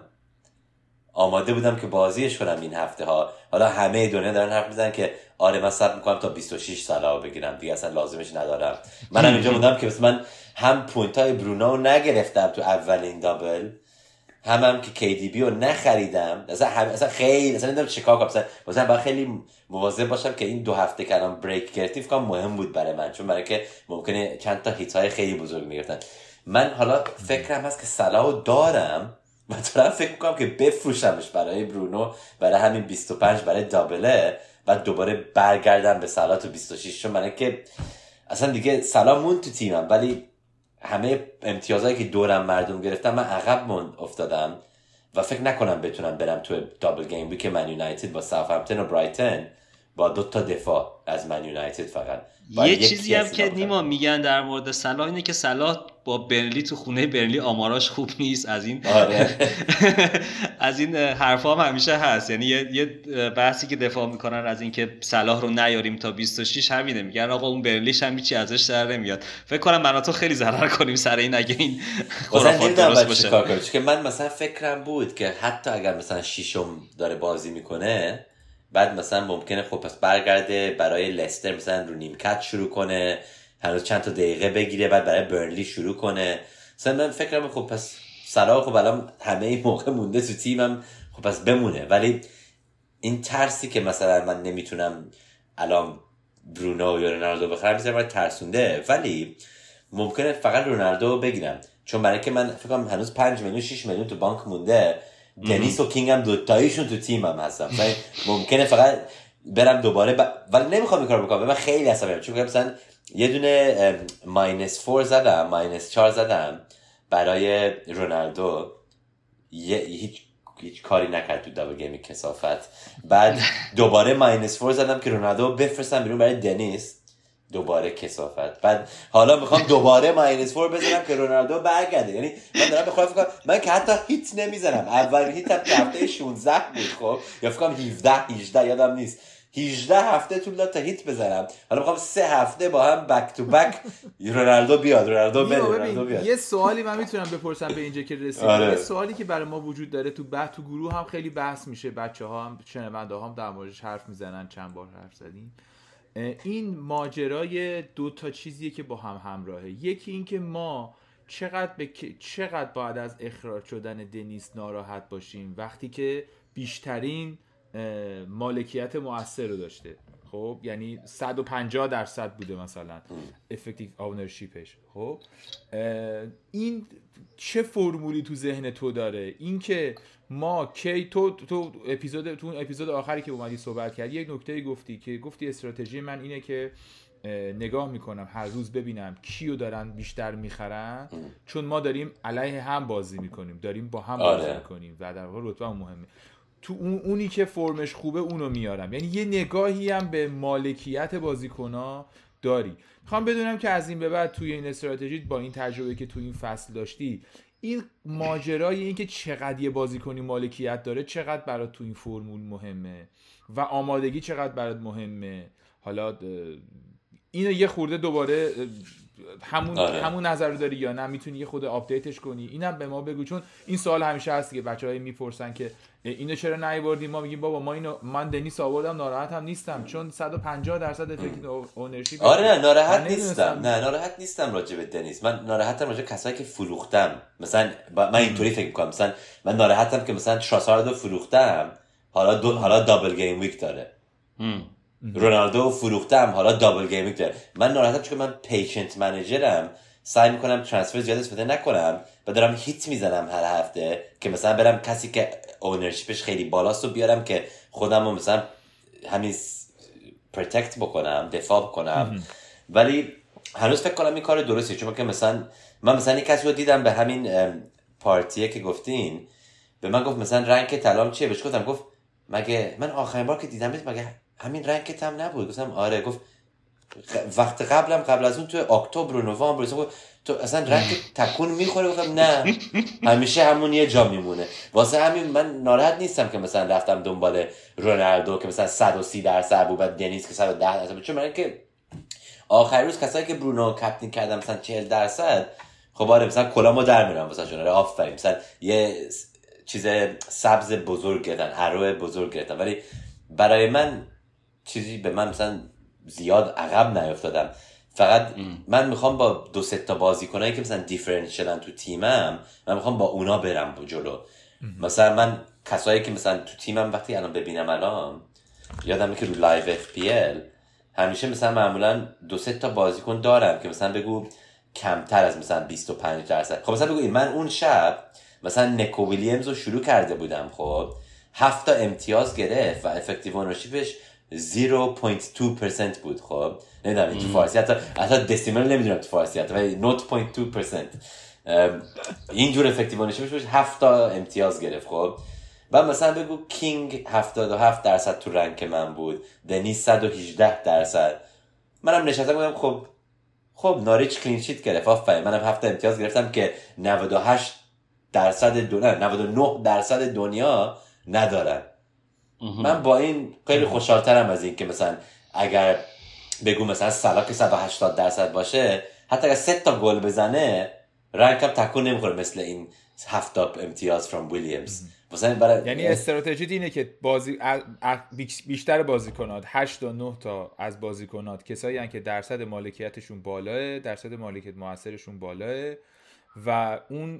Speaker 2: آماده بودم که بازیش کنم این هفته ها. حالا همه دنیا دارن حرف میزنن که آره من صبر میکنم تا بیست و شش سالا بگیرم دیگه، اصلا لازمش ندارم. منم اینجا موندم که من هم پوینت های برونو نگرفتم تو اولین دابل، هم هم که کی دی بی رو نخریدم. اصلا هم اصلا خیلی اصلا نمیدونم چیکار کنم. مثلا باید خیلی مواظب باشم که این دو هفته که الان بریک گرفتیم فکر کنم مهم بود برای من، چون برای که ممکنه چند تا هیت های خیلی بزرگ میگرفتن. من حالا فکرم هست که صلاحو دارم و دارم فکر میکنم که بفروشمش برای برونو، برای همین بیست و پنج برای دابله، بعد دوباره برگردم به صلاح تو بیست و شش، چون برای که اصلا دیگه صلاح موند تو تیمم، ولی همه امتیازهایی که دورم مردم گرفتم من عقب موند افتادم و فکر نکنم بتونم برم تو دابل گیم ویک من یونایتد با ساوثهمپتون و برایتن با دو تا دفاع از من یونایتد. فقط
Speaker 3: یه چیزی هم که نیما میگن در مورد صلاح اینه که صلاح با برنلی تو خونه برنلی آماراش خوب نیست. از این
Speaker 2: آره.
Speaker 3: از این حرفا هم همیشه هست، یعنی یه, یه بحثی که دفاع میکنن از این که صلاح رو نیاریم تا بیست و شش همینه، میگن آقا اون برنلیش هم هیچی ازش در نمیاد. فکر کنم من و تو خیلی ضرر کنیم سر این اگه این خرافات درست باشه.
Speaker 2: چون که من مثلا فکرم بود که حتی اگر مثلا ششم داره بازی میکنه بعد مثلا ممکنه خب پس برگرده برای لستر مثلا رو نیمکت شروع کنه، هنوز چند تا دقیقه بگیره، بعد برای برنلی شروع کنه. مثلا من فکرم خب پس صلاح خب الان همه این موقع مونده تو تیمم، خب پس بمونه. ولی این ترسی که مثلا من نمیتونم الان برونو یا رونالدو بخرم میذاره من ترسونده، ولی ممکنه فقط رونالدو بگیرم، چون برای که من فکر کنم هنوز پنج میلیون شش میلیون تو بانک مونده. دنیس و کینگ هم دوتاییشون تو تیمم هستم، مثلا ممکنه فقط برم دوباره ب... ولی نمیخوام این کارو بکنم. من خیلی عصبیم چون مثلا یه دونه ماینس چهار زدم، ماینس چهار زدم برای رونالدو، یه هیچ هیچ کاری نکرد تو دابل گیم کثافت. بعد دوباره ماینس چهار زدم که رونالدو بفرستم بیرون برای دنیس، دوباره کثافت. بعد حالا میخوام دوباره ماینس چهار بزنم که رونالدو برگرده. یعنی من دارم بخوام فکر کنم من که حتی هیت نمیزنم. اول هیتم هفته شانزده بود خب، یا فکر کنم هفده هجده یادم نیست. هجده هفته طول داد تا هیت بزنم، حالا میخوام سه هفته با هم بک تو بک رونالدو بیاد رونالدو بره رونالدو بیاد.
Speaker 1: یه سوالی من میتونم بپرسم به اینجا که رسیدیم. آره. یه سوالی که برای ما وجود داره تو بحث تو گروه هم خیلی بحث میشه، بچه‌ها هم شنونده ها هم در موردش حرف میزنن، چند بار حرف زدیم. این ماجرای دو تا چیزیه که با هم همراهه. یکی این که ما چقدر به چقدر باید از اخراج شدن دنیس ناراحت باشیم وقتی که بیشترین مالکیت مؤثر رو داشته. خب یعنی صد و پنجاه درصد بوده مثلا افکتیو اونرشیپش. خب این چه فرمولی تو ذهن تو داره؟ این که ما کی تو تو اپیزود تو اپیزود آخری که اومدی صحبت کردی یک نکته گفتی که گفتی استراتژی من اینه که نگاه میکنم هر روز ببینم کیو دارن بیشتر میخرن، چون ما داریم علیه هم بازی میکنیم، داریم با هم بازی
Speaker 2: آره.
Speaker 1: میکنیم و در واقع رتبه مهمه. تو اون اونی که فرمش خوبه اونو میارم. یعنی یه نگاهی هم به مالکیت بازیکن‌ها داری. میخوام بدونم که از این به بعد توی این استراتژی با این تجربه که تو این فصل داشتی، این ماجرای این که چقدر یه بازیکنی مالکیت داره چقدر برات تو این فرمول مهمه و آمادگی چقدر برات مهمه. حالا اینو یه خورده دوباره همون آره. همون نظر رو داری یا نه میتونی یه خود آپدیتش کنی؟ اینم به ما بگو، چون این سوال همیشه هست که بچه‌ها میپرسن که اینو چرا نیاوردیم. ما میگیم بابا ما اینو من دنیس آوردم ناراحتم نیستم چون صد و پنجاه درصد افکتیو اونرشیپ.
Speaker 2: آره نه ناراحت نیستم، نه ناراحت نیستم راجع به دنیس. من ناراحتم راجع به کسایی که فروختم. مثلا من اینطوری فکر می‌کنم، مثلا من ناراحتم که مثلا تراساردو فروختم حالا دو حالا دابل گیم ویک داره. رونالدو فروختم حالا دابل گیم ویک داره. من ناراحتم چون من پیشنت منیجرم، سعی میکنم ترانسفر زیاد استفاده نکنم و دارم هیت میزنم هر هفته که مثلا برم کسی که اونرشیپش خیلی بالاست رو بیارم که خودم رو مثلا همین پروتکت بکنم، دفاع بکنم. ولی هنوز فکر کنم این کار درسته، چون که مثلا من مثلا یک کسی رو دیدم به همین پارتیه که گفتین، به من گفت مثلا رنگ طلام چیه؟ بهش گفتم گفت مگه من آخرین بار که دیدمت مگه همین رنگت هم نبود؟ گفتم آره. گفت وقت قبلم قبل از اون تو اکتبر و نوامبر تو اصلا رنگ تکون میخوره. گفتم نه همیشه همون یه جا میمونه. واسه همین من ناراحت نیستم که مثلا رفتم دنبال رونالدو که مثلا صد و سی درصد بود، بعد دنیس که صد و ده درصد بود، چون من که آخر روز کسایی که برونو کاپیتان کردم مثلا چهل درصد، خب آره مثلا کلامو در میارم واسه شون. آره آفرین، مثلا یه چیز سبز بزرگ گرفتن، ارو بزرگ گرفتن، ولی برای من چیزی به من مثلا زیاد عقب نیافتادم. فقط ام. من میخوام با دو سه تا بازیکنایی که مثلا دیفرنشیلن تو تیمم، من میخوام با اونا برم جلو. ام. مثلا من کسایی که مثلا تو تیمم وقتی الان ببینم، الان یادمه که رو لایو اف پی ال همیشه مثلا معمولا دو سه تا بازیکن دارم که مثلا بگو کمتر از مثلا بیست و پنج درصد. خب مثلا بگو من اون شب مثلا نیکو ویلیامز رو شروع کرده بودم، خب هفت تا امتیاز گرفت و افکتیو اونرشیپش صفر و دو درصد بود. خب نمیدونم این تو فارسی حتی حتی دسیمل نمیدونم تو فارسی حتی، ولی صفر و دو درصد اینجور افکتیو اونرشیپش هفت تا امتیاز گرفت. خب بعد مثلا بگو کینگ هفتاد و هفت درصد تو رنک من بود، دنیس صد و هجده درصد. منم نشستم بودم خب خب ناریچ کلین شیت گرفت، آفرین منم هفت امتیاز گرفتم که نود و هشت درصد دنیا نود و نه درصد دنیا ندارن. من با این خیلی خوشحالترم از این که مثلا اگر بگو مثلا صلاح که صد و هشتاد درصد باشه، حتی اگر سه تا گل بزنه رنکم تکون نمیخوره مثل این هفت امتیاز فرام ویلیامز. برای...
Speaker 1: یعنی استراتژی اینه که بازی بیشتر بازیکنات هشت تا نه تا از بازیکنات کسایی هستن که درصد مالکیتشون بالاه، درصد مالکیت موثرشون بالاه و اون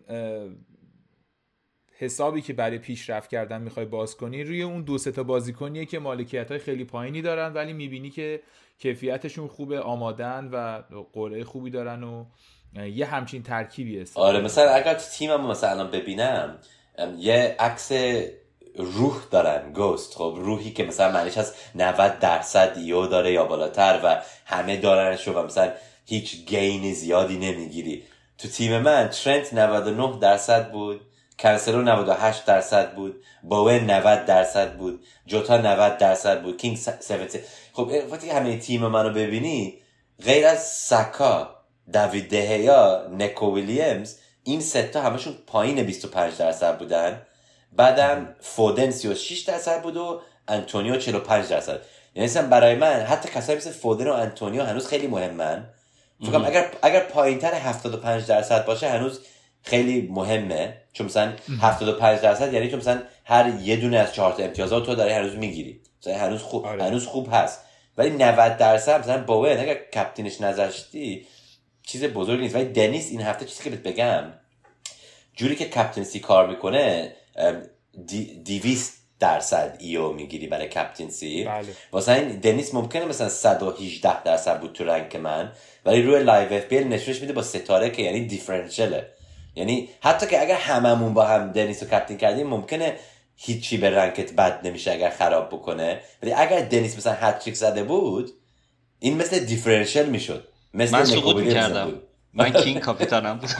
Speaker 1: حسابی که برای پیشرفت کردن میخوای باز کنی روی اون دو سه تا بازیکنیه که مالکیت‌های خیلی پایینی دارن ولی میبینی که کیفیتشون خوبه، آمادن و قرعه خوبی دارن و یه همچین ترکیبی است.
Speaker 2: آره مثلا اگر تو تیمم مثلا ببینم یه عکس روح دارن، گوست. خب روحی که مثلا معنیش از نود درصد ایو داره یا بالاتر و همه دارنشو و مثلا هیچ گین زیادی نمیگیری. تو تیم من ترنت نود و نه درصد بود، کانسلو نود و هشت درصد بود، باون نود درصد بود، جوتا نود درصد بود، کینگ هفتاد. خب وقتی همه تیم منو ببینی غیر از ساکا، دیوید دهیا، نیکو ویلیامز، این سه تا همشون پایین بیست و پنج درصد بودن. بعدم فودن سی و شش درصد بود و انتونیو چهل و پنج درصد. یعنی مثلا برای من حتی کسایی مثل فودن و انتونیو هنوز خیلی مهمن. فکر کنم اگر اگر پایینتر هفتاد و پنج درصد باشه هنوز خیلی مهمه، چون مثلا هفتاد و پنج درصد یعنی تو مثلا هر یه دونه از چهار تا امتیازات تو داری هنوز میگیری، مثلا هنوز خوب آره. هنوز خوب هست. ولی نود درصد مثلا باور اگر کاپیتانش نذاشتی چیز بزرگی نیست. ولی دنیس این هفته چیزی که بهت بگم جوری که کاپیتانسی کار میکنه دی، دویست درصد ایو میگیری برای کاپیتانسی. بله. واسه این دنیس ممکنه مثلا صد و هجده درصد بود تو رنک من، ولی روی لایو اف بی ال نشونش میده با ستاره که یعنی دیفرنشیاله. یعنی حتی که اگر هممون با هم دنیس رو کاپیتان کردیم ممکنه هیچی به رنکت بد نمیشه اگر خراب بکنه، ولی اگر دنیس مثلا هتریک زده بود این مثل دیفرنشیال میشد. مثل
Speaker 3: من سقوط میکردم، من کینگ کاپیتانم بود.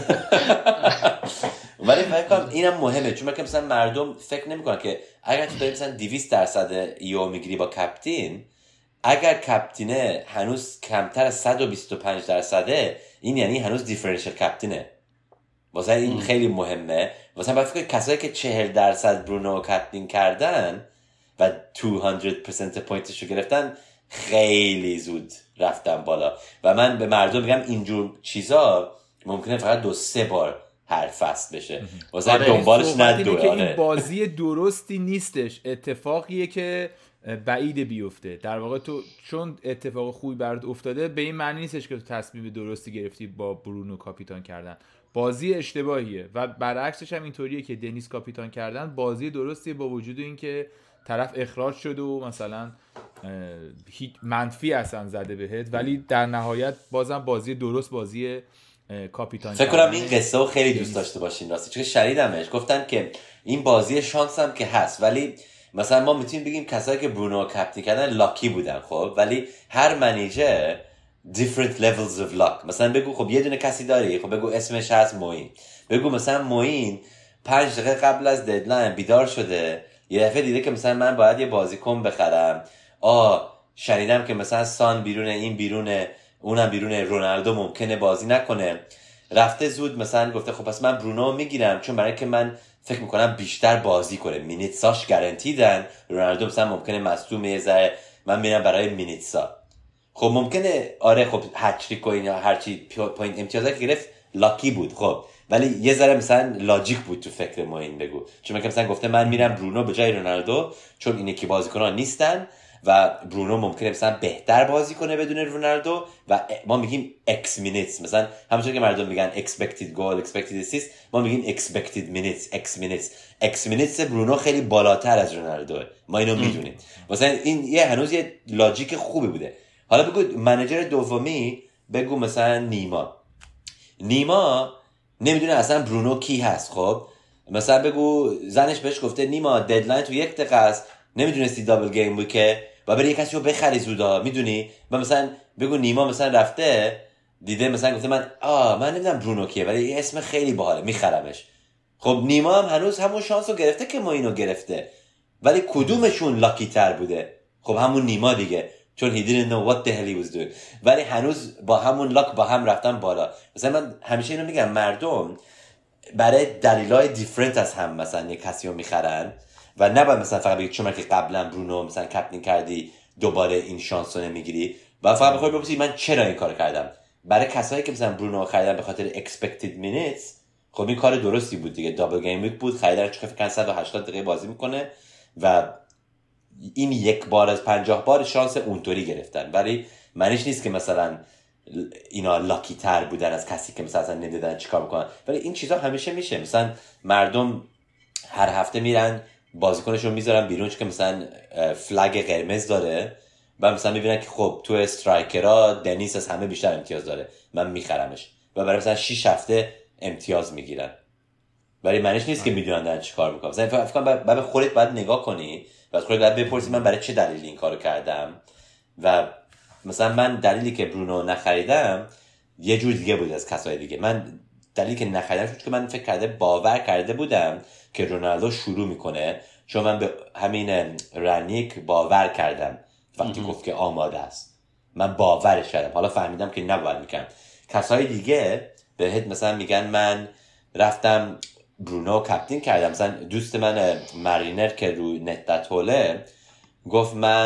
Speaker 2: ولی فکر کنم اینم مهمه، چون مثلا مردم فکر نمیکنن که اگر تو داری مثلا دویست درصد ایو میگیری با کاپیتان، اگر کاپیتانه هنوز کمتر از صد و بیست و پنج درصده این یعنی هنوز دیفرنشیال کاپیتانه. واسه این ام. خیلی مهمه. واسه من فکر کنم کسایی که چهل درصد برونو کاپیتان کردن و دویست درصد پوینتش رو گرفتن خیلی زود رفتن بالا. و من به مردم میگم اینجور چیزا ممکنه فقط دو سه بار هر فصل بشه، واسه آره دنبالش ندوه.
Speaker 1: که این بازی درستی نیستش، اتفاقیه که بعید بیفته در واقع. تو چون اتفاق خوبی برات افتاده به این معنی نیستش که تو تصمیم درستی گرفتی با برونو کاپیتان کردن. بازی اشتباهیه و برعکسش هم اینطوریه که دنیس کاپیتان کردن بازی درستیه، با وجود اینکه طرف اخراج شده و مثلا هیچ منفی اصلا زده بهت، ولی در نهایت بازم بازی درست، بازی کاپیتان.
Speaker 2: فکر کنم این قصه رو خیلی دوست داشته باشین راستی، چون شنیدمش گفتن که این بازی شانس هم که هست، ولی مثلا ما میتونیم بگیم کسایی که برونو کاپیتان کردن لاکی بودن. خب ولی هر منیجر different levels of luck. مثلا بگو خب یه دونه کسی داری، خب بگو اسمش هست موین، بگو مثلا موین پنج دقیقه قبل از ددلاین بیدار شده یه دفعه دیده که مثلا من باید یه بازیکن بخرم، آه شنیدم که مثلا سان بیرونه، این بیرونه، اونم بیرونه، رونالدو ممکنه بازی نکنه، رفته زود مثلا گفته خب پس من برونو میگیرم چون برای که من فکر میکنم بیشتر بازی کنه، مینیتساش گارانتیدن، رونالدو مثلا ممکنه مصدومه یه ذره، من میرم برای مینیتسا. خب ممکنه آره خب هتریک و اینا هرچی پوینت امتیازی که گرفت لاکی بود، خب ولی یه ذره مثلا لاجیک بود تو فکر ما این بگو، چون مثلا گفته من میرم برونو به جای رونالدو چون این یکی بازیکنان نیستن و برونو ممکنه مثلا بهتر بازی کنه بدون رونالدو و ما میگیم x minutes، مثلا همونطور که مردم میگن expected goal expected assist ما میگیم expected minutes x minutes x minutes برونو خیلی بالاتر از رونالدو، ما اینو میدونیم. مثلا این یه هنوز یه لاجیک خوبی بوده. حالا بگو منیجر دومی، بگو مثلا نیما نیما نمیدونه اصلا برونو کی هست. خب مثلا بگو زنش بهش گفته نیما ددلاین تو یک دقیقه است، نمیدونستی دابل گیم بود که و بری یک کسی رو بخری زودا، میدونی؟ و مثلا بگو نیما مثلا رفته دیده مثلا گفته من آه من نمیدونم برونو کیه ولی این اسم خیلی باحاله میخرمش. خب نیما هم هنوز همون شانس رو گرفته که ما اینو گرفته، ولی کدومشون لاکی تر بوده؟ خب همون نیما دیگه، چون he didn't know what the hell he was doing، ولی هنوز با همون لاک با هم رفتن بالا. مثلا من همیشه اینو میگم مردم برای دلایل دیفرنت از هم مثلا یک کسی رو میخرن و نباید مثلا فقط بگید چون که قبلا برونو مثلا کاپیتان کردی دوباره این شانس رو نمیگیری و فقط بخوای بپرسی من چرا این کارو کردم. برای کسایی که مثلا برونو خریدن به خاطر expected minutes، خب این کار درستی بود دیگه، دابل گیم ویک بود خریدن، چون فکر کنم صد و هشتاد دقیقه بازی میکنه و این یک بار از پنجاه بار شانس اونطوری گرفتن، ولی معنیش نیست که مثلا اینا لاکی تر بودن از کسی که مثلا نمیدونن چیکار بکنن. ولی این چیزا همیشه میشه، مثلا مردم هر هفته میرن بازیکنشون میذارن بیرون چون که مثلا فلگ قرمز داره و مثلا میبینن که خب تو استرایکرها دنیس از همه بیشتر امتیاز داره من میخرمش و برای مثلا شش هفته امتیاز میگیرن، ولی معنیش نیست که میدونن دارن چیکار میکنن. مثلا فکر کنم بعد خودت باید نگاه کنی و خودت باید بپرسی من برای چه دلیلی این کارو کردم. و مثلا من دلیلی که برونو نخریدم یه جور دیگه بود از کسای دیگه. من دلیلی که نخریدم چون که من فکر کرده باور کرده بودم که رونالدو شروع میکنه، چون من به همین رانیک باور کردم وقتی گفت که آماده است، من باورش کردم. حالا فهمیدم که نباید میکنم. کسای دیگه بهت مثلا میگن من رفتم برونو کاپیتان کردم. مثلا دوست من مارینر که رو نت داتوله گفت من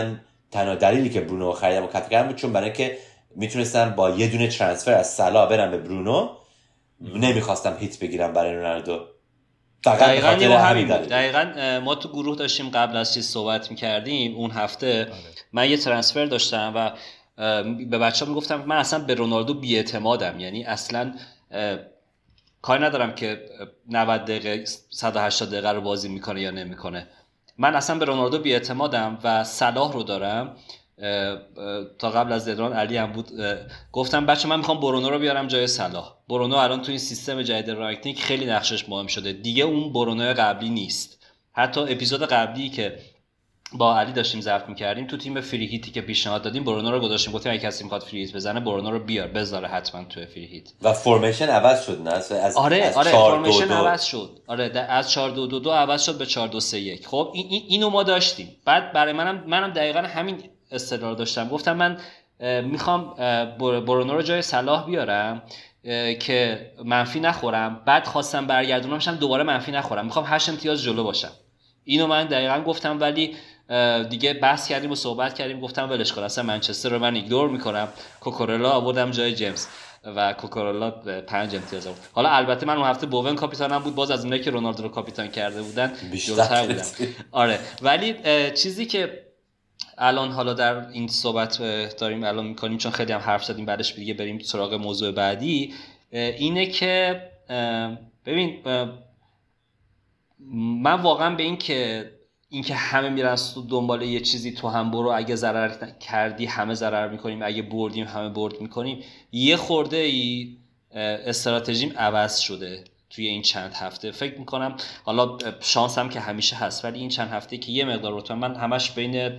Speaker 2: تنها دلیلی که برونو خریدم و کات کردم بود چون برای که میتونستم با یه دونه ترانسفر از صلاح برم به برونو، نمیخواستم هیت بگیرم برای رونالدو.
Speaker 3: دقیقاً همین بود. دقیقاً ما تو گروه داشتیم قبل از چیز صحبت میکردیم اون هفته. من یه ترانسفر داشتم و به بچه‌ها میگفتم من اصلا به رونالدو بی‌اعتمادم، یعنی اصلا کاری ندارم که نود دقیقه صد و هشتاد دقیقه رو بازی میکنه یا نمیکنه، من اصلا به رونالدو بی‌اعتمادم و صلاح رو دارم. تا قبل از ددران علی هم بود گفتم بچه من میخوام برونو رو بیارم جای صلاح. برونو الان تو این سیستم جدید رانگنیک خیلی نقشش مهم شده دیگه، اون برونو قبلی نیست. حتی اپیزود قبلی که با علی داشتیم ضبط می‌کردیم تو تیم فری هیتی که پیشنهاد دادیم برونو رو گذاشتیم، گفتیم اگه کسی می‌خواد فری هیت بزنه برونو رو بیار بذاره حتما تو فری هیت.
Speaker 2: و فرمیشن عوض شد نه از
Speaker 3: آره
Speaker 2: از
Speaker 3: آره فرمیشن عوض شد. آره از چهار دو دو دو عوض شد به چهار دو سه یک. خب این این اینو ما داشتیم. بعد برای منم منم دقیقاً همین استدلال داشتم، گفتم من میخوام برونو رو جای صلاح بیارم که منفی نخورم، بعد خواستم برگردونمشم دوباره منفی نخورم، میخوام هشت امتیاز جلو باشم. اینو من دقیقاً گفتم، ولی دیگه بحث کردیم و صحبت کردیم، گفتم ولش کن اصلا منچستر رو من ایگنور میکنم، کوکورلا آوردم جای جیمز و کوکورلا پنج امتیاز آورد. حالا البته من اون هفته بوون کاپیتانم بود، باز از اونایی که رونالدو رو کاپیتان کرده بودن جلوتر بودم. آره ولی چیزی که الان حالا در این صحبت داریم الان میکنیم چون خیلی هم حرف زدیم بعدش دیگه بریم سراغ موضوع بعدی، اینه که ببین من واقعا به این که اینکه همه میرن دنبال یه چیزی تو هم برو، اگه ضرر کردی همه ضرر میکنیم، اگه بردیم همه برد میکنیم، یه خورده ای استراتژیم عوض شده توی این چند هفته. فکر میکنم حالا شانس هم که همیشه هست، ولی این چند هفته که یه مقدار رو من همش بین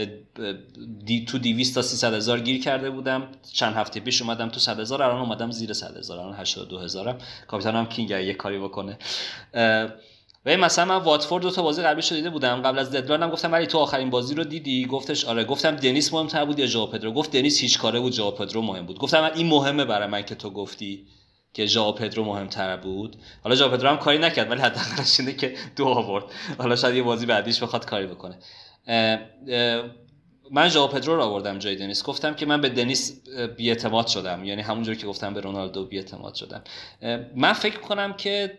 Speaker 3: دی تو دویست تا سیصد هزار گیر کرده بودم، چند هفته پیش اومدم تو صد هزار، الان اومدم زیر صد هزار، الان هشتاد و دو هزارم. کاپیتانم کینگ یه کاری بکنه. و مثلا من واتفورد دو تا بازی قبلی شو دیده بودم، قبل از ددلاین هم گفتم ولی تو آخرین بازی رو دیدی؟ گفتش آره. گفتم دنیس مهمتر بود یا ژائو پدرو؟ گفت دنیس هیچ کاره بود، ژائو پدرو مهم بود. گفتم این مهمه برای من که تو گفتی که ژائو پدرو مهمتر بود. حالا ژائو پدرو هم کاری نکرد ولی حداقلش اینه که دو آورد. حالا شاید یه بازی بعدیش بخواد کاری بکنه. اه اه من ژائو پدرو رو آوردم جای دنیس. گفتم که من به دنیس بی‌اعتماد شدم، یعنی همونجوری که گفتم به رونالدو بی‌اعتماد شدم. من فکر کنم که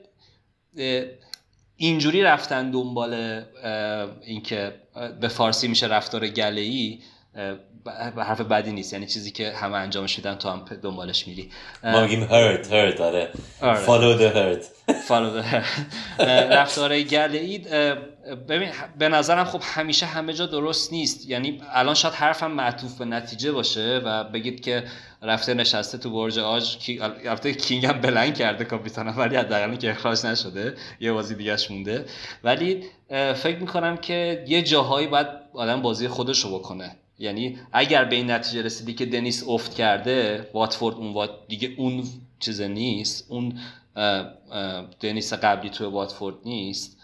Speaker 3: اینجوری رفتن دنبال اینکه به فارسی میشه رفتار گله‌ای، به حرف بدی نیست، یعنی چیزی که همه انجامش میدن تو هم دنبالش میری.
Speaker 2: ما میگیم hurt hurt آره follow the hurt
Speaker 3: follow the hurt. رفتار گله‌ای ببین به نظرم خب همیشه همه جا درست نیست، یعنی الان شاید حرفم معطوف به نتیجه باشه و بگید که رفته نشسته تو برج آج، البته کینگ هم بلند کرده کاپیتانم ولی حداقل که اخراج نشده، یه بازی دیگه‌اش مونده، ولی فکر میکنم که یه جاهایی باید آدم بازی خودش رو بکنه. یعنی اگر به این نتیجه رسیدی که دنیس افت کرده، واتفورد اون وات دیگه اون چیز نیست، اون اه اه دنیس قبلی توی واتفورد نیست،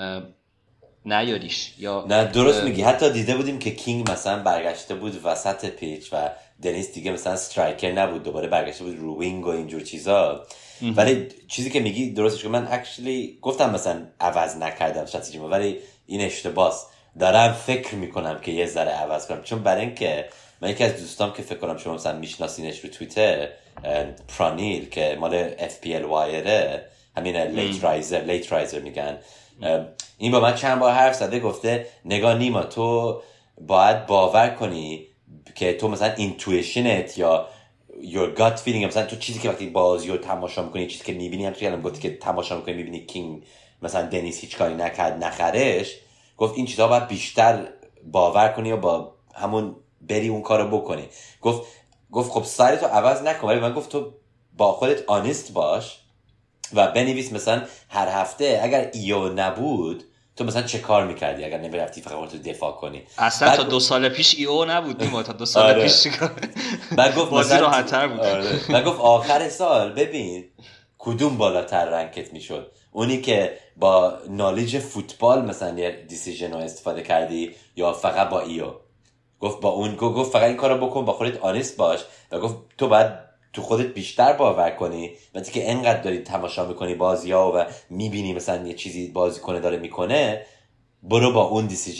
Speaker 3: نیاریش. یا
Speaker 2: نه درست میگی، حتی دیده بودیم که کینگ مثلا برگشته بود وسط پیچ و دنیس دیگه مثلا استرایکر نبود، دوباره برگشته بود رو وینگ و اینجور چیزا. ولی چیزی که میگی درستش که من اکچولی گفتم مثلا عوض نکردم استراتژیمو، ولی این اشتباهه. دارم فکر میکنم که یه ذره عوض کنم، چون برای اینکه من یکی از دوستام که فکر کنم شما مثلا میشناسینش رو توییتر، پرانیل که مال اف پی ال وایره، همین لیت رایزر لیت رایزر میگن، این با من چند بار حرف زده، گفته نگاه نیما تو باید باور کنی که تو مثلا اینتویشنت یا your gut feeling، مثلا تو چیزی که وقتی بازی رو تماشا میکنی، چیزی که میبینی، هم توی الان گفتی که تماشا میکنی میبینی کینگ مثلا دنیس هیچ کاری نکرد نخرش، گفت این چیزها باید بیشتر باور کنی و با همون بری اون کارو بکنی. گفت گفت خب سایتو عوض نکن، ولی من گفت تو با خودت آنست باش و بنویس مثلا هر هفته اگر ایو نبود تو مثلا چه کار میکردی اگر نمیرفتی فقط خودت دفاع کنی.
Speaker 3: اصلا تا دو سال پیش ایو نبود نیما، تا دو سال
Speaker 2: آره.
Speaker 3: پیش چیکار
Speaker 2: بعد گفت
Speaker 3: بازی راحت‌تر بود.
Speaker 2: آره. بعد گفت آخر سال ببین کدوم بالاتر رنکت میشد، اونی که با نالج فوتبال مثلا یه دیسیژن رو استفاده کردی یا فقط با ایو. گفت با اون گفت فقط این کارو بکن، با خودت آنست باش و گفت تو باید تو خودت بیشتر باور کنی، وقتی که انقدر داری تماشا میکنی بازی‌ها و میبینی مثلا یه چیزی بازی کنه داره میکنه، برو با اون دیسیژن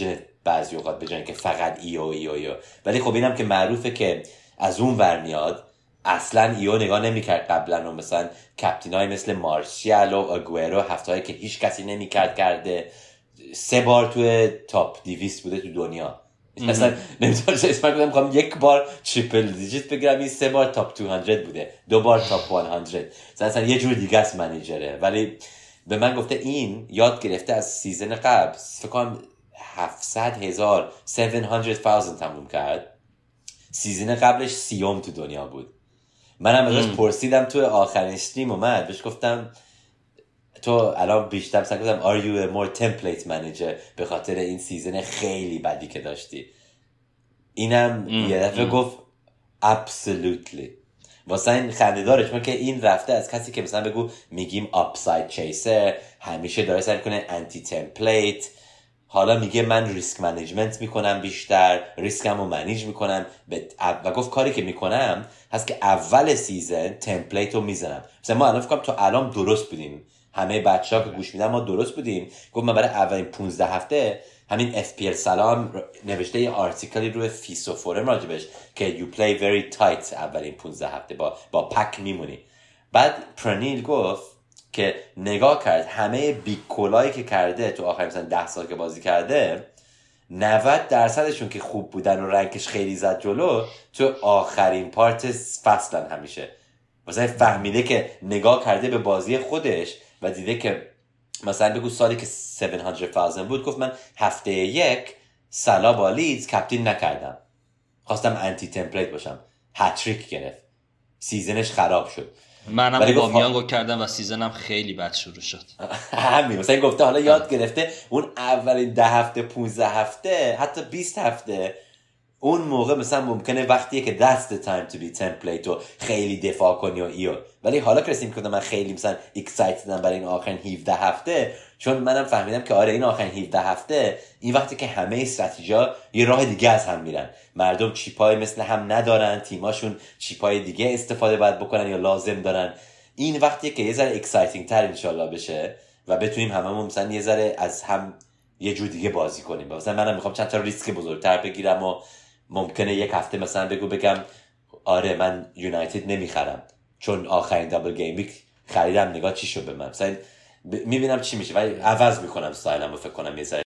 Speaker 2: بعضی اوقات به جای اینکه فقط ایو ایو ایو. ولی خب اینم که معروفه که از اون ور میاد، اصلا ایو نگاه نمیکرد قبلا، و مثلا کپتینای مثل مارشال و اگوئرو هفته‌ای که هیچ کسی نمیکرد کرده، سه بار توی تاپ دویست بوده تو دنیا. مثلا نمیتونم اسم کنم، میخوام یک بار تریپل دیجیت بگیرم، این سه بار تاپ دویست بوده، دو بار تاپ صد. مثلا یه جور دیگه است منیجره. ولی به من گفته این یاد گرفته از سیزن قبل، فکر کنم هفتصد هزار هفتصد تموم کرد، سیزن قبلش سیوم تو دنیا بود. منم ازش پرسیدم تو آخرین استریم اومد، بهش گفتم تو الان بیشتر مثلا گفتم are you a more template manager به خاطر این سیزن خیلی بدی که داشتی. اینم یه دفعه گفت absolutely. واسه این خنده داره، چون که این رفته از کسی که مثلا بگو میگیم upside chaser، همیشه داره سعی کنه anti template، حالا میگه من ریسک منیجمنت میکنم، بیشتر ریسکم رو منیج میکنم و گفت کاری که میکنم هست که اول سیزن تمپلیت رو میزنم. مثلا ما الان فکر کنم تو الان درست بودیم، همه بچه‌ها که گوش میدن ما درست بودیم. گفت من برای اولین پانزده هفته همین اف پی ال سلام نوشته یه آرتیکلی روی فیسو فورم راجبش که you play very tight اولین پانزده هفته با با پک میمونی. بعد پرنیل گفت که نگاه کرد همه بیگ کولایی که کرده تو آخر مثلا ده سال که بازی کرده، نود درصدشون که خوب بودن و رنکش خیلی زد جلو تو آخرین پارت فصلن همیشه. مثلا فهمیده که نگاه کرده به بازی خودش و دیده که مثلا بگو سالی که هفتصد هزار بود، گفت من هفته یک سلا با لیدز کپتین نکردم، خواستم انتی تمپلیت باشم، هتریک گرفت، سیزنش خراب شد.
Speaker 3: منم با میانگو کردم و سیزنم خیلی بد شروع شد.
Speaker 2: همین مثلا گفته حالا یاد گرفته اون اولین ده هفته پونزده هفته حتی بیست هفته اون موقع مثلا ممکنه وقتیه که that's the time to be template و خیلی دفاع کنی و ایو. ولی حالا که رسیم کنم من خیلی مثلا اکسایتدم برای این آخرین هفده هفته، چون منم فهمیدم که آره این آخرین هفده هفته این وقتی که همه استراتژی‌ها یه راه دیگه از هم میرن، مردم چیپای مثل هم ندارن، تیماشون چیپای دیگه استفاده باید بکنن یا لازم دارن. این وقتیه که یه ذره اکسایتینگ تر انشالله بشه و بتونیم هممون مثلا یه ذره از هم یه جور دیگه بازی کنیم. مثلا منم میخوام چند تا ریسک بزرگتر بگیرم و ممکنه یک هفته مثلا بگو بگم آره من یونایتد نمیخرم چون آخرین دابل گیم ویک خریدم، نگاه چی شد به من، مثلا ب... میبینم چی میشه ولی عوض میکنم استایلم رو، فکر کنم یه ذره.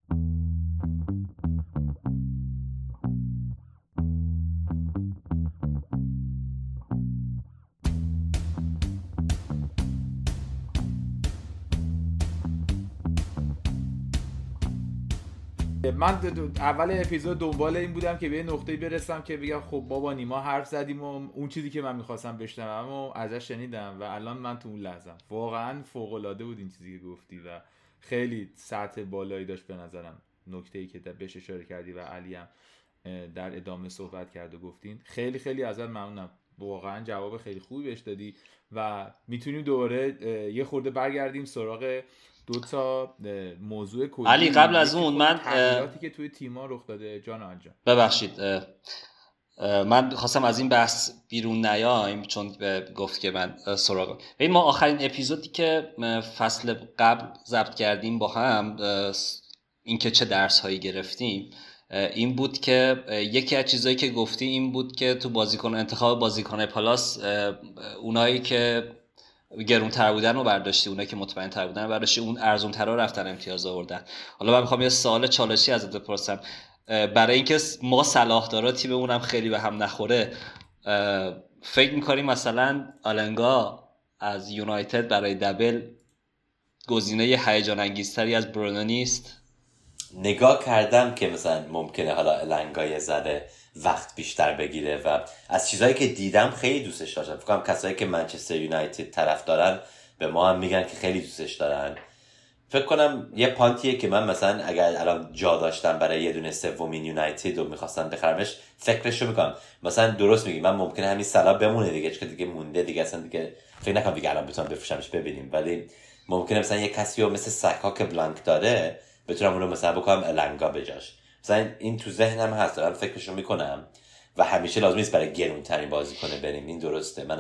Speaker 1: من اول اپیزود دنبال این بودم که به نقطه‌ای برسم که بگم خب بابا نیما حرف زدیم و اون چیزی که من میخواستم بشنوم و ازش شنیدم و الان من تو اون لحظم. واقعا فوق‌العاده بود این چیزی که گفتی و خیلی سطح بالایی داشت به نظرم. نکته‌ای که بهش اشاره کردی و علی هم در ادامه صحبت کرد و گفتین، خیلی خیلی ازت ممنونم. واقعا جواب خیلی خوبی بهش دادی و میتونیم دوباره یه خورده برگردیم سراغ دو تا موضوع کلی.
Speaker 3: علی قبل از اون من
Speaker 1: تغییراتی که توی تیم‌ها رخ داده جان آنجا
Speaker 3: ببخشید من خواستم از این بحث بیرون نیایم چون گفت که من سراغ ببین ما آخرین اپیزودی که فصل قبل ضبط کردیم با هم، این که چه درس هایی گرفتیم، این بود که یکی از چیزایی که گفتی این بود که تو بازیکن انتخاب بازیکن پلاس اونایی که گرون تر بودن رو برداشتی، اونایی که مطمئن تر بودن رو برداشتی، اون ارزون تر رو رفتن امتیاز آوردن. حالا من میخوام یه سوال چالشی ازت بپرسم، برای اینکه ما صلاح‌دارا تیممون هم خیلی به هم نخوره، فکر می‌کنی مثلا آلنگا از یونایتد برای دبل گزینه هیجان انگیزتری از برونو نیست؟
Speaker 2: نگاه کردم که مثلا ممکنه حالا آلنگا یه ذره وقت بیشتر بگیره و از چیزایی که دیدم خیلی دوستش داشتم. فکر کنم کسایی که منچستر یونایتد طرف دارن به ما هم میگن که خیلی دوستش دارن. فکر کنم یه پانتیه که من مثلا اگر الان جا داشتم برای یه دونه سومین یونایتد و میخواستم بخرمش فکرشو میکنم. مثلا درست میگی، من ممکنه همین سالا بمونه دیگه، چون دیگه مونده دیگه، اصلا دیگه فکر نکنم دیگه الان بتونم بفروشمش ببینیم، ولی ممکنه مثلا یه کسی رو مثل ساکا که بلانک داره بتونم اون رو مثلا بکنم الانگا بجاش. مثلا این تو ذهنم هست، دارم فکرشو میکنم و همیشه لازم نیست برای گرون ترین بازیکن بریم، این درسته. منم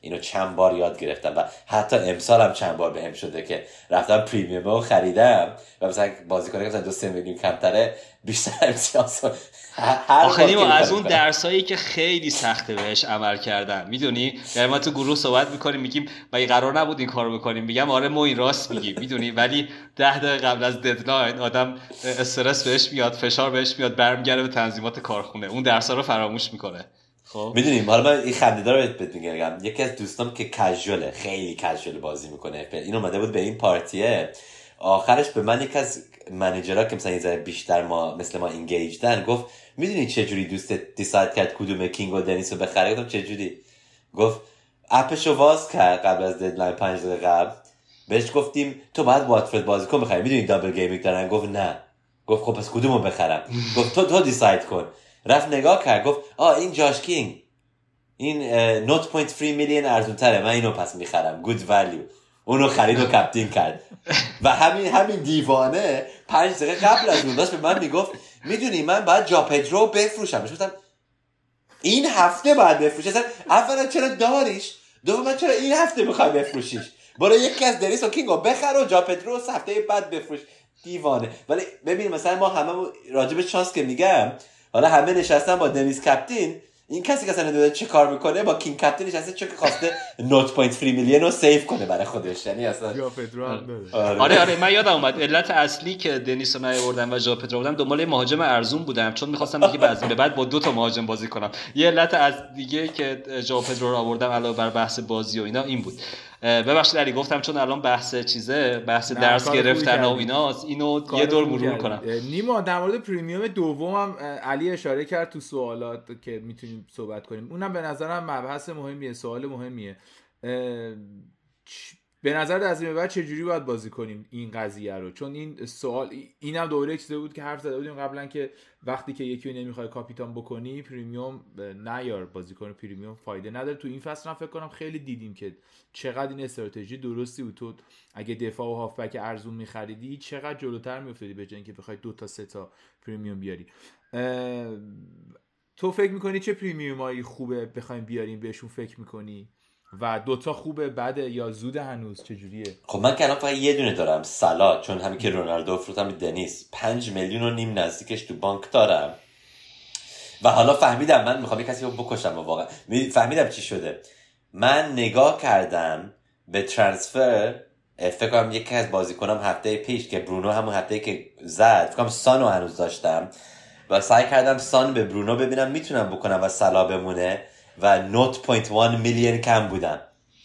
Speaker 2: اینو چند بار یاد گرفتم و حتی امسال هم چند بار بهم شده که رفتم پریمیوم رو خریدم و مثلا بازیکن مثلا دو سه میلیون کمتره بیشتر امتیاز
Speaker 3: آخه نیما از اون درسایی که خیلی سخته بهش عمل کردن میدونی، یعنی ما تو گروه صحبت میکنیم میگیم مگه قرار نبود این کارو بکنیم، میگم آره ما این راست میگی میدونی، ولی ده دقیقه قبل از ددلاین آدم استرس بهش میاد، فشار بهش میاد، برمیگره به تنظیمات کارخونه، اون درسا رو فراموش میکنه. خب
Speaker 2: میدونیم حالا من این خنده‌دار رو بهت میگم، یکی از دوستام که کژوال خیلی کژوال بازی میکنه، این اومده بود به این پارتیه، آخرش به من یک از منیجرها که مثلا یه ذره بیشتر ما مثل ما اینگیجدن گفت میدونی چه جوری دوستت دیساید کرد کدوم کینگ و دنیس رو بخره؟ گفتم چه جوری؟ گفت اپشو واز کرد قبل از ددلاین پنج دقیقه قبل، بهش گفتیم تو باید واتفورد بازیکن بخری، میدونی دابل گیمینگ دارن؟ گفت نه. گفت خب پس کدومو بخرم؟ گفت تو تو دیساید کن. رفت نگاه کرد گفت آ این جاش کینگ، این نود و سه میلیون ارزون تره، من اینو پس میخرم، گود ولیو. اونو خرید و کپتین کرد و همین همین دیوانه پنج دقیقه قبل از اون داشت به من میگفت میدونی من باید جا پدرو بفروشم. گفتم این هفته باید بفروشی، اصلا اولا چرا داریش، دوما چرا این هفته میخوای بفروشیش؟ برو یکی از دنیس و کینگو بخر و جا پدرو هفته بعد بفروش. دیوانه. ولی ببین مثلا ما همه راجب شانس که میگم، حالا همه نشستن با دنیس کپتین، این کسی که اصلا نمیدونه چه کار میکنه با کینگ کپتین نشسته چون که خواسته نود و سه میلیون رو سیو کنه برای خودش، یعنی اصلا
Speaker 1: جا پدرو هم
Speaker 3: آره. آره آره من یادم اومد علت اصلی که دنیس رو نیاوردم و جا پدرو بودم دنبال مهاجم ارزون بودم، چون می‌خواستم دیگه بعد به بعد با دو تا مهاجم بازی کنم. یه علت از دیگه که جا پدرو رو آوردم علاوه بر بحث بازی و اینا این بود. ببخشید علی گفتم چون الان بحث چیزه، بحث درس گرفتن و ایناست، اینو یه دور مرور کنم.
Speaker 1: نیما در مورد پریمیوم دومم علی اشاره کرد تو سوالات که میتونیم صحبت کنیم، اونم به نظرم مبحث مهمیه، سوال مهمیه. به نظر از این بعد چه جوری باید بازی کنیم این قضیه رو؟ چون این سوال اینم دوره چیزی بود که حرف زده بودیم قبلا که وقتی که یکی رو نمیخوای کاپیتان بکنی پریمیوم نیار، بازیکن پریمیوم فایده نداره. تو این فصل هم فکر کنم خیلی دیدیم که چقدر این استراتژی درستی بود. تو اگه دفاع و هافبک ارزون می‌خریدی چقدر جلوتر می‌افتادی به جای اینکه بخوای دو تا سه تا پریمیوم بیاری. تو فکر می‌کنی چه پریمیومایی خوبه بخوایم بیاریم بهشون فکر می‌کنی؟ و دوتا خوبه بعده یا زود هنوز چجوریه؟
Speaker 2: خب من که الان فقط یه دونه دارم، سلا، چون همین که رونالدو فروختم به دنیس پنج میلیون و نیم نزدیکش تو بانک دارم و حالا فهمیدم من میخوام یه کسی رو بکشم و واقعا فهمیدم چی شده. من نگاه کردم به ترانسفر، فکر کنم یکی از بازیکنام هفته پیش که برونو همون هفته که زد فکر کنم سانو هنوز داشتم و سعی کردم سان به برونو ببینم میتونم بکنم و سلا بمونه و نود و یک میلیون کم بودم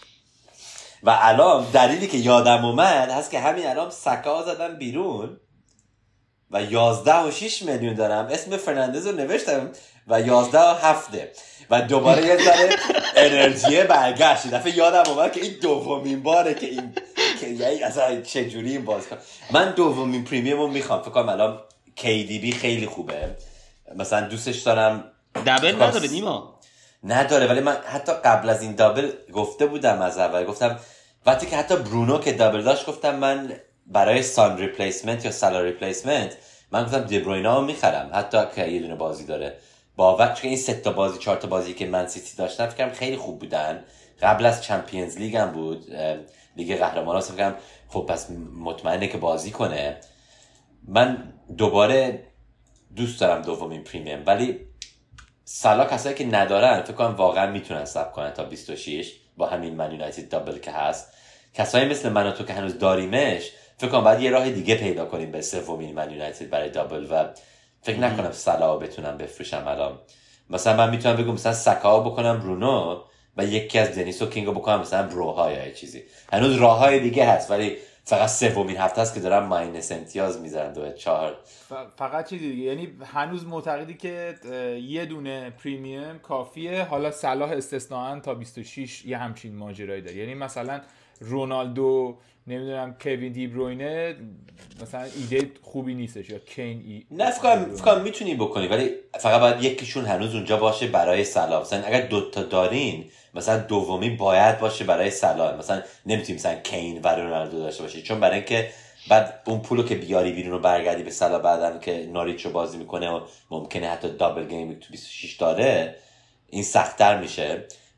Speaker 2: و الان دلیلی که یادم اومد هست که همین الان سکا زدم بیرون و یازده و شش میلیون دارم، اسم فرناندز رو نوشتم و یازده و هفته و دوباره یه ذره انرژی برگشت. دفعه یادم اومد که این دومین باره که این که یعنی اصلا چجوری این باز کنم. من دومین پریمیوم رو میخوام، فکر کنم الان کی دی بی خیلی خوبه، مثلا دوستش دارم.
Speaker 3: دبل نداره نیما؟
Speaker 2: نداره، ولی من حتی قبل از این دابل گفته بودم از اول، گفتم وقتی که حتی برونو که دابل داشت گفتم من برای سان ریپلیسمنت یا سالا ریپلیسمنت من گفتم دیبروینا رو میخرم حتی که یه دونه بازی داره. باور که این سه تا بازی چهار تا بازی که من سیتی داشتم فکرم خیلی خوب بودن، قبل از چمپیونز لیگ هم بود، لیگ قهرمانان، فکرم خب پس مطمئنه که بازی کنه. من دوباره دوست دارم دومین پریمیوم، ولی سالا کسایی که ندارن فکر کنم واقعا میتونن صبر کنن تا بیست و شش با همین من یونایتد دابل که هست. کسایی مثل من و تو که هنوز داریمش فکر کنم باید یه راه دیگه پیدا کنیم به سومین من یونایتد برای دابل و فکر نکنم سالا بتونم بفروشم الان. مثلا من میتونم بگم مثلا سکا بکنم برونو و یکی از دنیس و کینگو بکنم مثلا روها یا چیزی. هنوز راههای دیگه هست ولی فقط سومین هفته است که دارم ماینس امتیاز میذارن دو چهار.
Speaker 1: فقط چیزی دیگه، یعنی هنوز معتقدی که یه دونه پریمیوم کافیه، حالا صلاح استثناءً تا بیست و شش یه همچین ماجرایی داره. یعنی مثلا رونالدو، نمیدونم کوین دی بروینه مثلا ایده خوبی نیستش یا کین ای
Speaker 2: نه فکرم فکرم میتونی بکنی ولی فقط باید یکیشون هنوز اونجا باشه برای صلاح. مثلا اگر دوتا دارین مثلا دومی باید باشه برای صلاح، مثلا نمیتونی مثلا کین و رونالدو داشته باشی چون برای اینکه بعد اون پولو که بیاری بیرون رو برگردی به صلاح بعدن که نوریچو بازی میکنه و ممکنه حتی دابل گیم تو بیست و شش داره این سخت‌تر میشه.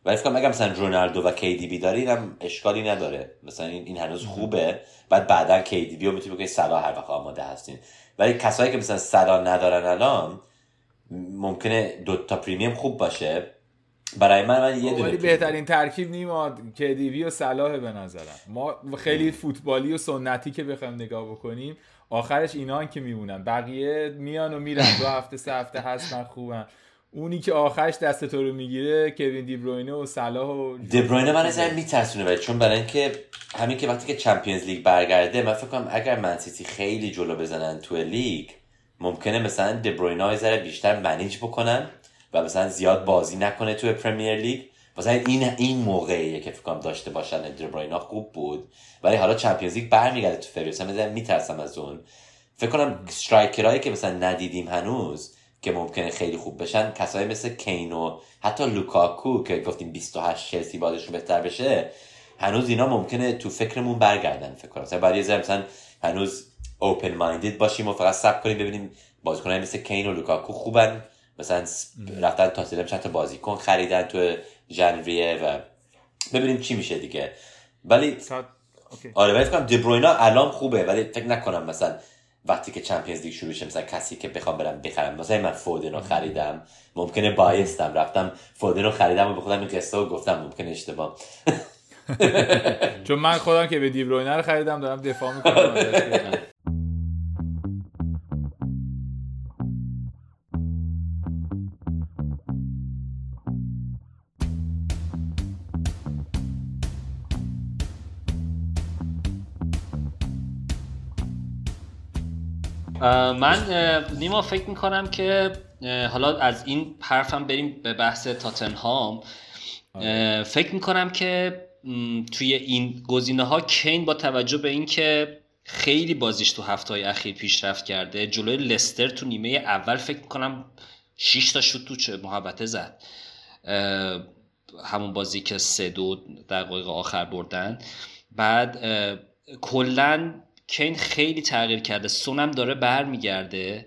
Speaker 2: ولی فکر کنم اگه مثلا رونالدو و کی دی بی داری هم اشکالی نداره، مثلا این این هنوز خوبه، بعد بعدا کی دی بی رو میتونی بگی صلاح هر وقت آماده هستین. ولی کسایی که مثلا صلاح ندارن الان ممکنه دو تا پریمیوم خوب باشه. برای من من یه دونه
Speaker 1: ولی بهترین ترکیب نیما کی دی بی و صلاح به نظرم. ما خیلی فوتبالی و سنتی که بخوایم نگاه بکنیم آخرش اینا که میمونن، بقیه میان و میرن، دو هفته سه هفته هستن خوبن، اونی که آخرش دست تو رو میگیره کوین دی بروینه و صلاح و
Speaker 2: دی بروینه من از این میترسونه، ولی چون برای اینکه همین که وقتی که چمپیونز لیگ برگرده من فکر کنم اگر من سیتی خیلی جلو بزنن تو لیگ ممکنه مثلا دی بروینه ها ذره بیشتر منیج بکنن و مثلا زیاد بازی نکنه تو پرمیر لیگ. مثلا این این موقعیه که فکر کنم داشته باشن. دی بروینه خوب بود ولی حالا چمپیونز لیگ برمیگرده تو فریوس، مثلا میترسم از اون. فکر کنم استرایکرایی که مثلا ندیدیم هنوز که ممکنه خیلی خوب بشن، کسایی مثل کین و حتی لوکاکو که گفتیم بیست و هشت چلسی بازیشون بهتر بشه، هنوز اینا ممکنه تو فکرمون برگردن. فکر کنم مثلا بعد یه ذره مثلا هنوز اوپن مایندد باشیم و فقط صبر کنیم ببینیم بازیکنای مثل کین و لوکاکو خوبن، مثلا رفتن تاتنهام چند تا بازیکن خریدن تو ژانویه و ببینیم چی میشه دیگه. ولی آره ولی فکر کنم دی بروینه الان خوبه، ولی فکر نکنم مثلا وقتی که چمپیونز لیگ شروع شه مثلا کسی که بخوام برم بخرم، مثلا من فودن رو خریدم، ممکنه بایستم رفتم فودن رو خریدم و به خودم این قصه رو گفتم ممکنه اشتباه
Speaker 1: چون من خودم که به دی بروینه رو خریدم دارم دفاع میکنم.
Speaker 3: من نیما فکر میکنم که حالا از این حرفم بریم به بحث تاتنهام. فکر میکنم که توی این گزینه ها کین با توجه به این که خیلی بازیش تو هفته‌های اخیر پیشرفت کرده، جلوی لستر تو نیمه اول فکر میکنم شش تا شوت تو چه محوطه زد، همون بازی که سه دو دقایق آخر بردن. بعد کلن کین خیلی تغییر کرده، سونم داره برمیگرده.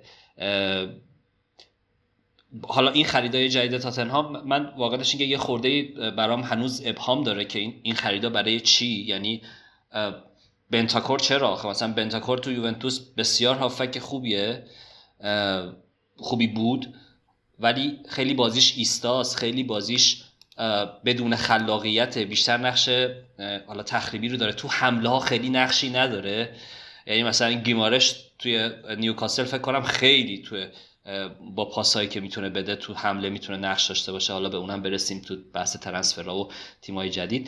Speaker 3: حالا این خریدای جدید تاتنهام من واقعاش اینکه یه خورده برام هنوز ابهام داره که این این خریدا برای چی، یعنی بنتاکور چرا؟ خب مثلا بنتاکور تو یوونتوس بسیار هافک خوبیه، خوبی بود، ولی خیلی بازیش ایستاست، خیلی بازیش بدون خلاقیت، بیشتر نقش حالا تخریبی رو داره، تو حمله ها خیلی نقشی نداره. یعنی مثلا گیمارش توی نیوکاسل فکر کنم خیلی توی با پاسایی که میتونه بده تو حمله میتونه نقش داشته باشه، حالا به اونم برسیم تو بحث ترنسفرها و تیمای جدید.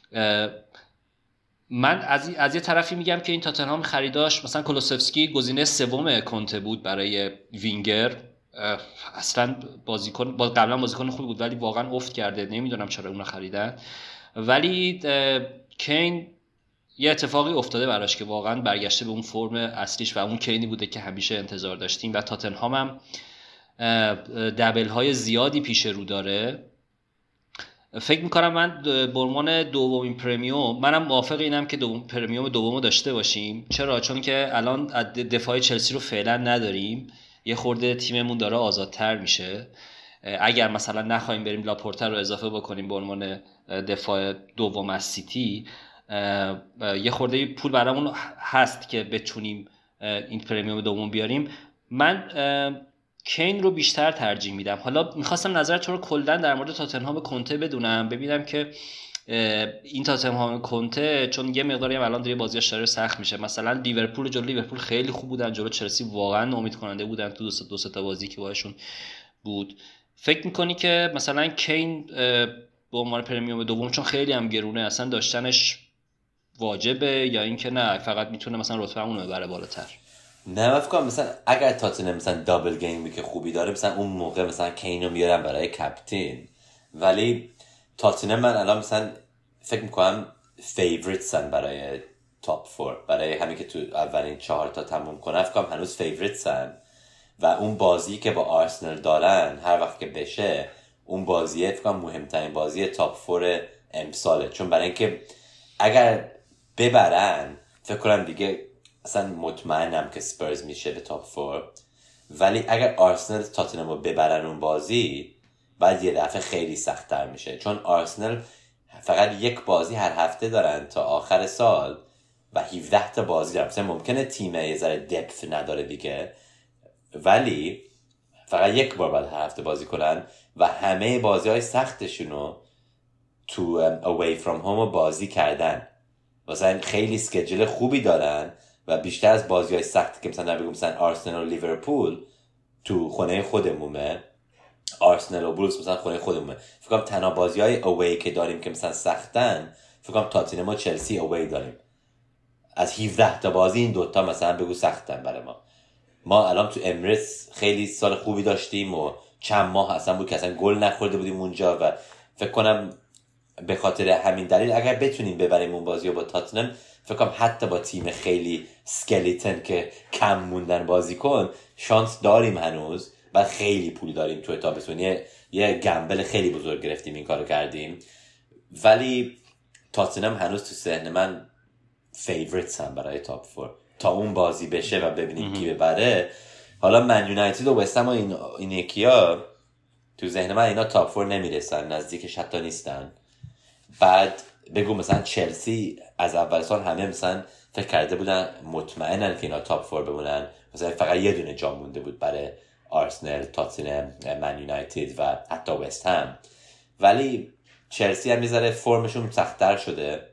Speaker 3: من از از یه طرفی میگم که این تاتنهام خریداش، مثلا کولوسفسکی گزینه سوم کنته بود برای وینگر، اصلا بازیکن با قبلا بازیکن خوبی بود ولی واقعا افت کرده، نمیدونم چرا اون رو خریدن. ولی کین یه اتفاقی افتاده براش که واقعا برگشته به اون فرم اصلیش و اون کینی بوده که همیشه انتظار داشتیم. و تاتنهام هم دبل های زیادی پیش رو داره. فکر میکنم من به عنوان دومین پرمیوم، منم موافق اینم که دوم پرمیوم دومو داشته باشیم. چرا؟ چون که الان دفاع چلسی رو فعلا نداریم، یه خورده تیممون داره آزادتر میشه. اگر مثلا نخوایم بریم لاپورتا رو اضافه بکنیم به عنوان دفاع دوم از سیتی، یه خورده پول برامون هست که بتونیم این پرمیوم دوم بیاریم. من کین رو بیشتر ترجیح میدم. حالا میخواستم نظر تو رو کلا در مورد تاتنهام کنته بدونم، ببینم که این تاتنهام کنته چون یه مقداری هم الان دیگه بازیاش داره سخت میشه، مثلا لیورپول جلو لیورپول خیلی خوب بودن، جلو چلسی واقعا امید کننده بودن تو دو سه تا بازی که باهاشون بود. فکر میکنی که مثلا کین به عنوان پرمیوم دوم چون خیلی هم گرونه اصلا داشتنش واجبه، یا اینکه نه فقط میتونه مثلا رتبه‌مون رو ببره بالاتر؟
Speaker 2: نه من فکر کنم مثلا اگر تاتنهام مثلا دابل گیمی که خوبی داره مثلا اون موقع مثلا کینو میارن برای کاپیتان، ولی تاتنهام من الان مثلا فکر میکنم فیوریتسن برای تاپ فور، برای همین که تو اولین چهار تا تموم کنه فکر کنم هنوز فیوریتسن و اون بازی که با آرسنال دارن هر وقت که بشه اون بازیه فکر کنم مهمترین بازی تاپ فور امساله، چون برای اینکه اگر ببرن فکر کنم دیگه اصلا مطمئنم که سپرز میشه به تاپ فور، ولی اگر آرسنال تاتنهام رو ببرن اون بازی بعد یه دفعه خیلی سخت‌تر میشه، چون آرسنال فقط یک بازی هر هفته دارن تا آخر سال و هفده تا بازی دارن. مثلا ممکنه تیم یه ذره دپث نداره دیگه، ولی فقط یک بار باید هر هفته بازی کنن و همه بازی‌های سختشونو تو away from home بازی کردن. مثلا خیلی اسکیجول خوبی دارن و بیشتر از بازی‌های سختی که مثلا بگم مثلا آرسنال و لیورپول تو خونه خودمونه، آرسنال و بولز مثلا خونه خودمونه، فکر کنم تنها بازی‌های away که داریم که مثلا سختن، فکر کنم تاتنهام و چلسی away داریم. از هفده تا بازی این دوتا مثلا بگو سختن برای ما. ما الان تو امریتس خیلی سال خوبی داشتیم و چند ماه اصلا بود که اصلا گل نخورده بودیم اونجا و فکر کنم به خاطر همین دلیل اگر بتونیم ببریم اون بازی رو با تاتنهام، فکر کنم حتی با تیم خیلی سکلیتن که کم موندن بازیکن شانس داریم هنوز. بعد خیلی پول داریم تو تابستون، یه یه گمبل خیلی بزرگ گرفتیم این کارو کردیم، ولی تاتنهام هنوز تو ذهن من فیوریتس هم برای تاپ فور تا اون بازی بشه و ببینیم کی ببره. حالا من یونایتد و وست هم و این این یکیا تو ذهن من اینا تاپ فور نمیرسن، نزدیکش حتی نیستن. بعد بگو مثلا چلسی از اول سال همه مثلا فکر کرده بودن مطمئنن که اینا تاپ فور بمونن، مثلا فقط یه دونه جا مونده بود برای آرسنال، تاتنهام، من یونایتد و حتی وست هم. ولی چلسی هم میذاره فرمشون سخت‌تر شده،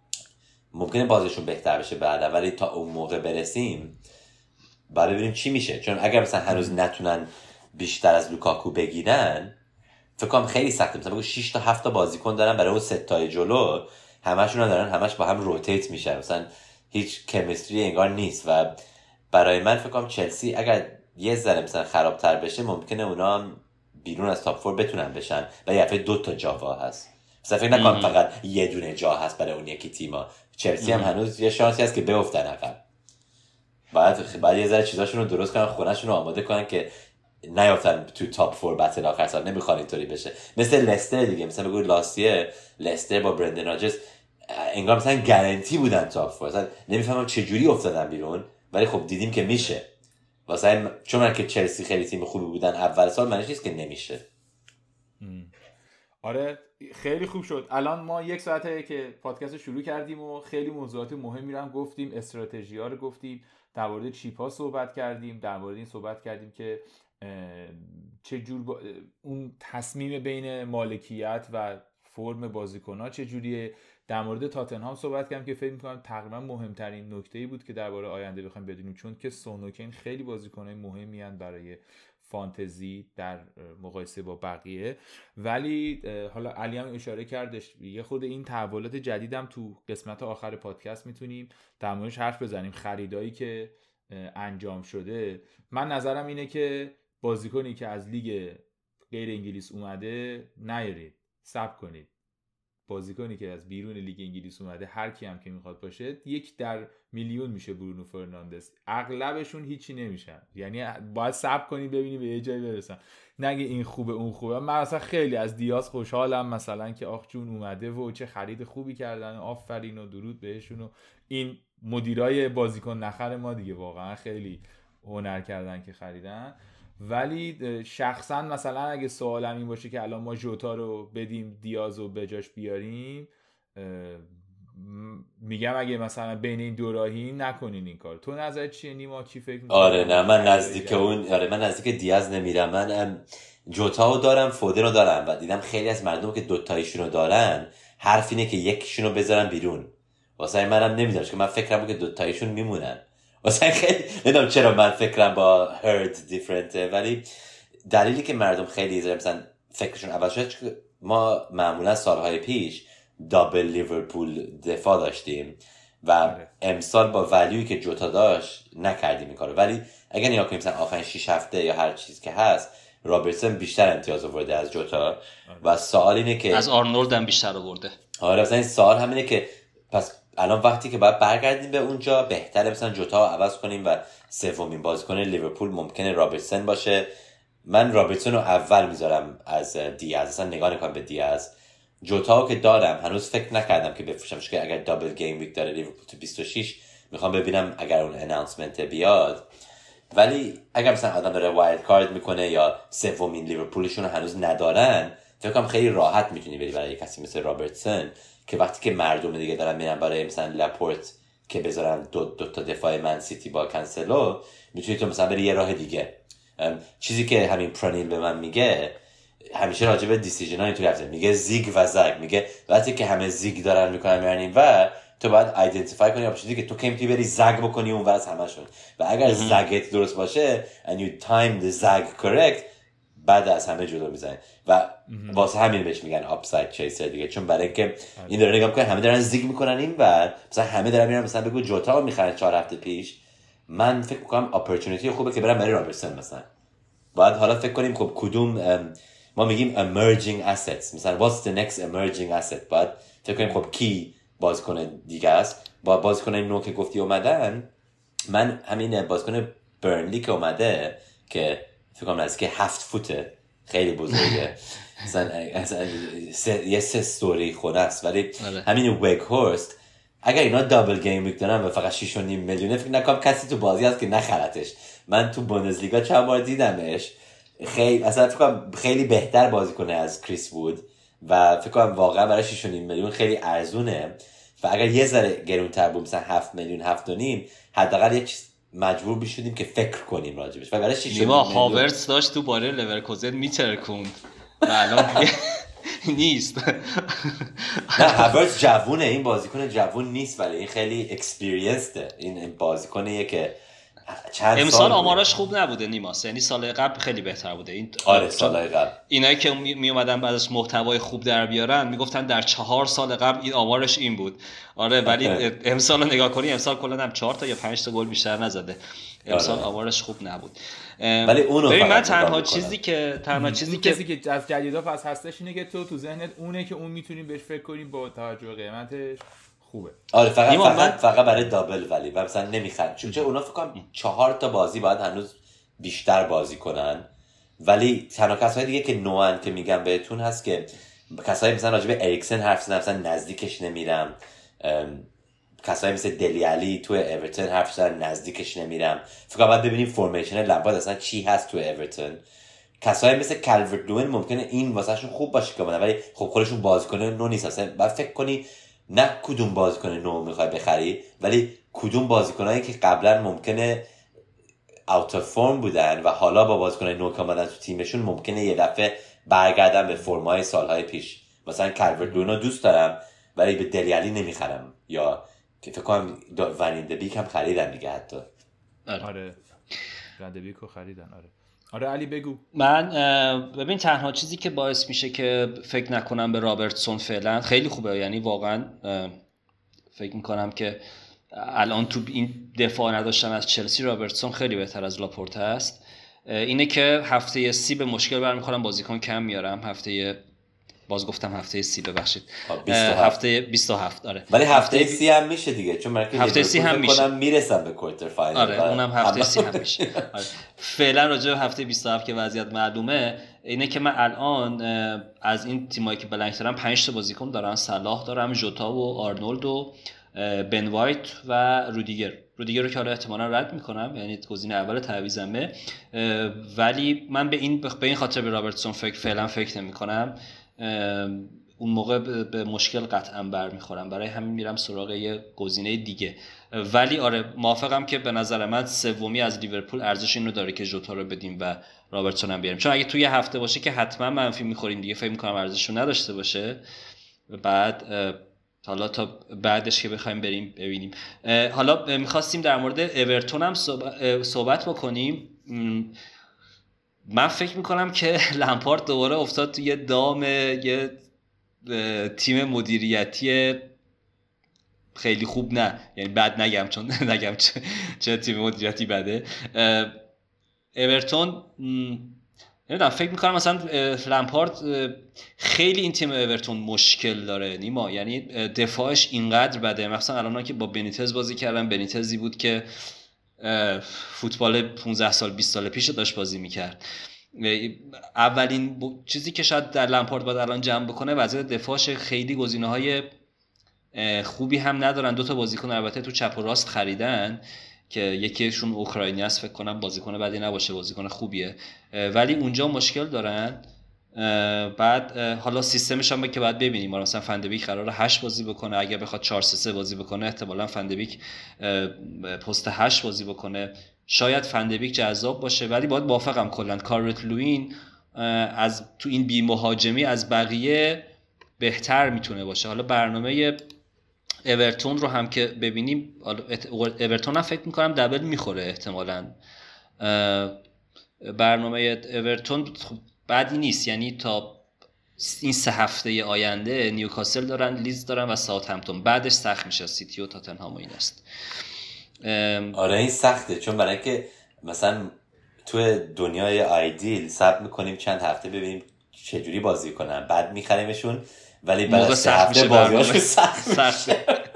Speaker 2: ممکنه بازیشون بهتر بشه بعدا، ولی تا اون موقع برسیم بعد ببینیم چی میشه. چون اگر مثلا هنوز نتونن بیشتر از لوکاکو بگیرن، فکر کنم خیلی سخته. مثلا بگو شش تا هفت تا بازیکن دارن برای اون ستای جلو، همشون دارن همش با هم روتیت میشن، مثلا هیچ کمیستری انگار نیست. و برای من فکر کنم چلسی اگر یه ذره مثلا خرابتر بشه، ممکنه اونا هم بیرون از تاپ فور بتونن بشن و یه دفعه دو تا جاوا هست. مثلا فکر نکنم فقط یه دونه جا هست برای اون یکی تیما. چلسی هم هنوز یه شانسی هست که بیفتن عقب. بعد بعد یه ذره چیزاشون رو درست کنن، خونه‌شون رو آماده کنن که نیافتن تو تاپ فور بتل آخر سال. نمیخوان اینطوری بشه مثل لستر دیگه. مثلا بگو لاستیه لستر با برندن راجرز انگار مثلا گارانتی بودن تاپ فور، مثلا نمیفهمم چه جوری افتادن بیرون، ولی خب دیدیم که میشه. واسه چون من که چلسی خیلی تیم خوبی بودن اول سال، معنیش نیست که نمیشه.
Speaker 1: آره خیلی خوب شد. الان ما یک ساعته که پادکست شروع کردیم و خیلی موضوعات مهمی رو هم گفتیم، استراتژی‌ها رو گفتیم، در مورد چیپ‌ها صحبت کردیم، در مورد این صحبت کردیم که چه جور با... اون تصمیم بین مالکیت و فرم بازیکن‌ها چه جوریه. در مورد تاتنهام صحبت کردیم که فکر می‌کنم تقریبا مهمترین نکته‌ای بود که درباره آینده بخوایم بدونیم، چون که سون و کین خیلی بازیکن‌های مهمی ان برای فانتزی در مقایسه با بقیه. ولی حالا علی هم اشاره کردش یه خود این تحولات جدیدم تو قسمت آخر پادکست میتونیم در موردش حرف بزنیم، خریدایی که انجام شده. من نظرم اینه که بازیکنی که از لیگ غیر انگلیس اومده نیارید، صبر کنید. بازیکنی که از بیرون لیگ انگلیس اومده، هر کی هم که میخواد باشه، یک در میلیون میشه برونو فرناندز. اغلبشون هیچی نمیشن، یعنی باید صبر کنی ببینی به یه جایی برسن، نگه این خوبه اون خوبه. من اصلا خیلی از دیاز خوشحالم مثلا که آخ جون اومده و چه خرید خوبی کردن، آفرین و درود بهشون. و این مدیرای بازیکن نخر ما دیگه واقعا خیلی هنر کردن که خریدن. ولی شخصا مثلا اگه سوالم این باشه که الان ما ژوتا رو بدیم دیاز رو به جاش بیاریم، میگم اگه مثلا بین این دو راهی نکنین این کار. تو نظرت چیه نیما؟ چی فکر می‌کنی؟
Speaker 2: آره نه من نزدیک اون آره من نزدیک دیاز نمیرم. من جوتا رو دارم، فودن رو دارم و دیدم خیلی از مردم که دوتایشون رو دارن حرف اینه که یکیشون رو بذارن بیرون. واسه منم نمیذارم که من فکرم که دوتایشون میمونن. واسه خیلی نمیدونم چرا من فکرم با هرد دیفرنته، ولی دلیلی که مردم خیلی زیاد مثلا فکرشون اول شد که ما معمولا سالهای پیش دابل لیورپول دفاع داشتیم و امسال با ولیوی که جوتا داشت نکردیم این کارو. ولی اگر نگاه کنیم مثلا آخرین شش هفته یا هر چیز که هست، رابرتسون بیشتر امتیاز آورده از جوتا و سوال اینه که
Speaker 3: از آرنولد هم بیشتر آورده.
Speaker 2: آره مثلا این سوال همینه که پس الان وقتی که باید برگردیم به اونجا، بهتره مثلا جوتا رو عوض کنیم و سومین بازیکن لیورپول ممکنه رابرتسون باشه. من رابرتسون رو اول میذارم از دیاز، اصلا نگاه نکنم به دیاز. جوتا رو که دارم هنوز فکر نکردم که بفروشمش، که اگر دابل گیم ویک داره لیورپول تو بیست و شش میخوام ببینم اگر اون اناونسمنت بیاد. ولی اگر مثلا آدم داره وایلد کارت میکنه یا سومین لیورپولشون رو هنوز ندارن، فکر کنم خیلی راحت میتونی بری برای کسی مثل رابرتسون که وقتی که مردم دیگه دارن میرن برای مثلا لاپورت که بذارن دو, دو تا دفاع من سیتی با کانسلو، میتونی تو مثلا بری یه راه دیگه. چیزی که همین پرانیل به من میگه همیشه راجع به دیسیژن ها اینطوری حرف میگه زیگ و زگ. میگه وقتی که همه زیگ دارن میکنن میرن اینور، تو باید ایدنتیفای کنی اپشنی که تو کی میتونی بری زگ بکنی اونور از همشون، و اگر زگت درست باشه and you time the zag correct، بعد از همه جلو میزنی. و واسه همین بهش میگن آپساید چیسر دیگه، چون برای اینکه این داره نگاه میکنه همه دارن زیگ میکنن اینور، مثلا همه دارن میرن مثلا بگو جوتا میخرن چهار هفته پیش، من فکر میکنم اپورتونیتی خوبه که برم برای رابرتسون مثلا. باید حالا فکر کنیم خب کدوم ما میگیم emerging assets، مثلا what's the next emerging asset، باید فکر کنیم خب کی بازیکن دیگه است. با بازیکن نو که گفتی اومدن، من همین بازیکن برنلی که اومده که فکر کنم نزدیک هفت فوته، خیلی بزرگه مثلا یه سه ستوری خونه است، ولی همین ویگ هورست اگر اینا دابل گیم ویک دارن و فقط شش و نیم میلیونه، فکر نکنم کسی تو بازی هست که نخرتش. من تو بوندسلیگا چند بار دیدمش، خیلی اصلا فکر کنم خیلی بهتر بازی کنه از کریس وود و فکر کنم واقعا برای شش و نیم میلیون خیلی ارزونه. و اگر یه ذره گرونتر بود مثلا هفت میلیون هفت و نیم، حداقل یه چیز مجبور میشدیم که فکر کنیم راجبش. و برای شش و نیم
Speaker 3: میلیون هاورتس داشت تو باره لورکوزن میترکوند و الان نیست.
Speaker 2: نه هاورتس جوونه، این بازیکن جوون نیست، ولی این خیلی اکسپریانسده. این بازیکنیه که چند
Speaker 3: امسال آمارش خوب نبوده نیماس، یعنی سال قبل خیلی بهتر بوده. این
Speaker 2: آره سال قبل
Speaker 3: اینایی که می اومدن بعدش محتوای خوب در بیارن میگفتن در چهار سال قبل این آمارش این بود. آره ولی امسال رو نگاه کنی، امسال کلا هم چهار تا یا پنج تا گل بیشتر نزده. امسال آره. آمارش خوب نبود.
Speaker 2: ولی اونو
Speaker 3: ببین من تنها چیزی که تنها چیزی که
Speaker 1: کسی که از جدیدا پس هستش اینه که تو تو ذهنت اونه که اون میتونیم بهش فکر کنیم با توجه به قیمتش خوبه.
Speaker 2: آره فقط فقط, من... فقط برای دابل ولی و مثلا نمیخواد، چون چه اونا فکر کنم چهار تا بازی باید هنوز بیشتر بازی کنن. ولی تنها کسای دیگه که نوان که میگم بهتون هست که کسایی مثلا راجع به اریکسن حرف زدن، مثلا نزدیکش نمیرم. کسایی مثل دلی علی تو اورتون حرف زدن، نزدیکش نمیرم. فکر کنم باید ببینیم فرمیشن لمپارد اصلا چی هست تو اورتون. کسایی مثل کالورت لوین ممکنه این واسهشون خوب باشه که ولی خب خودشون بازیکن نو نیست. اصلا بعد فکر کنی نه کدوم بازیکن نو میخوای بخری، ولی کدوم بازیکنایی که قبلا ممکنه اوت اف فرم بودن و حالا با بازیکن نو که اومدن تو تیمشون ممکنه یه دفعه برگردن به فرمای سالهای پیش. مثلا کالورت لوین رو دوست دارم ولی به دلی علی نمیخرم، یا که فکر کنم وندبیک هم خریدن دیگه حتی.
Speaker 1: آره وندبیک رو خریدن. آره آره علی بگو.
Speaker 3: من ببین تنها چیزی که باعث میشه که فکر نکنم به رابرتسون فعلا خیلی خوبه، یعنی واقعا فکر میکنم که الان تو این دفاع نداشتن از چلسی رابرتسون خیلی بهتر از لاپورته است. اینه که هفته سی به مشکل برمیخورم بازیکن کم میارم. هفته باز گفتم هفته سی ببخشید هفته بیست و هفت. آره
Speaker 2: ولی هفته سی هم میشه دیگه، چون من
Speaker 3: هفته سی هم میشه
Speaker 2: میرسم به کوارتر فاینال.
Speaker 3: آره اونم هفته سی هم میشه. آره. فعلا راجع به هفته بیست و هفت که وضعیت معلومه اینه که من الان از این تیمایی که بلنک دارم پنج تا بازیکن دارم. صلاح دارم، ژوتا و آرنولد و بن وایت و رودیگر. رودیگر رو که حالا احتمالاً رد میکنم، یعنی گزینه اول تعویضمه، ولی من به این به این خاطر به رابرتسون فکر فعلا فکر نمی‌کنم. اون موقع به مشکل قطعا برمیخورم، برای همین میرم سراغ یه گزینه دیگه. ولی آره موافقم که به نظر من سومی از لیورپول ارزش اینو داره که ژوتا رو بدیم و رابرتسون هم بیاریم، چون اگه توی هفته باشه که حتما منفی میخوریم دیگه، فکر میکنم ارزششو نداشته باشه. بعد حالا تا بعدش که بخوایم بریم ببینیم. حالا میخواستیم در مورد اورتون هم صحبت بکنیم. من فکر میکنم که لمپارد دوباره افتاد توی دام یه تیم مدیریتی خیلی خوب، نه یعنی بد نگم چون نگم چه, چه تیم مدیریتی بده. اورتون نمیدونم، فکر میکنم مثلا لمپارد خیلی این تیم اورتون مشکل داره نیما، یعنی دفاعش اینقدر بده. مثلا الان که با بنیتز بازی کردن، بنیتزی بود که فوتبال پانزده سال بیست سال پیش داشت بازی میکرد. اولین ب... چیزی که شاید در لمپارد باید الان جمع بکنه وضعیت دفاعش. خیلی گزینه‌های خوبی هم ندارن. دو تا بازیکن البته تو چپ و راست خریدن که یکیشون اوکراینی است، فکر کنم بازیکن بدی نباشه، بازیکن خوبیه، ولی اونجا مشکل دارن. بعد حالا سیستمش هم که باید ببینیم، مثلا فندبیک قراره هشت بازی بکنه، اگه بخواد چهار سه سه بازی بکنه احتمالاً فندبیک پست هشت بازی بکنه، شاید فندبیک جذاب باشه. ولی باید موافقم کلاً کارلوت لوین از تو این بی مهاجمی از بقیه بهتر میتونه باشه. حالا برنامه اورتون رو هم که ببینیم، اورتون هم فکر میکنم دبل میخوره احتمالاً. برنامه اورتون بعدی نیست، یعنی تا این سه هفته آینده نیوکاسل دارن، لیدز دارن و ساوثهمپتون، بعدش سخت میشه سیتی و تاتنهام و این است.
Speaker 2: آره این سخته، چون برای که مثلا تو دنیای آیدیل صبر میکنیم چند هفته ببینیم چجوری بازی کنن، بعد میخریمشون، ولی بعد از سه هفته بازیاشون سخت.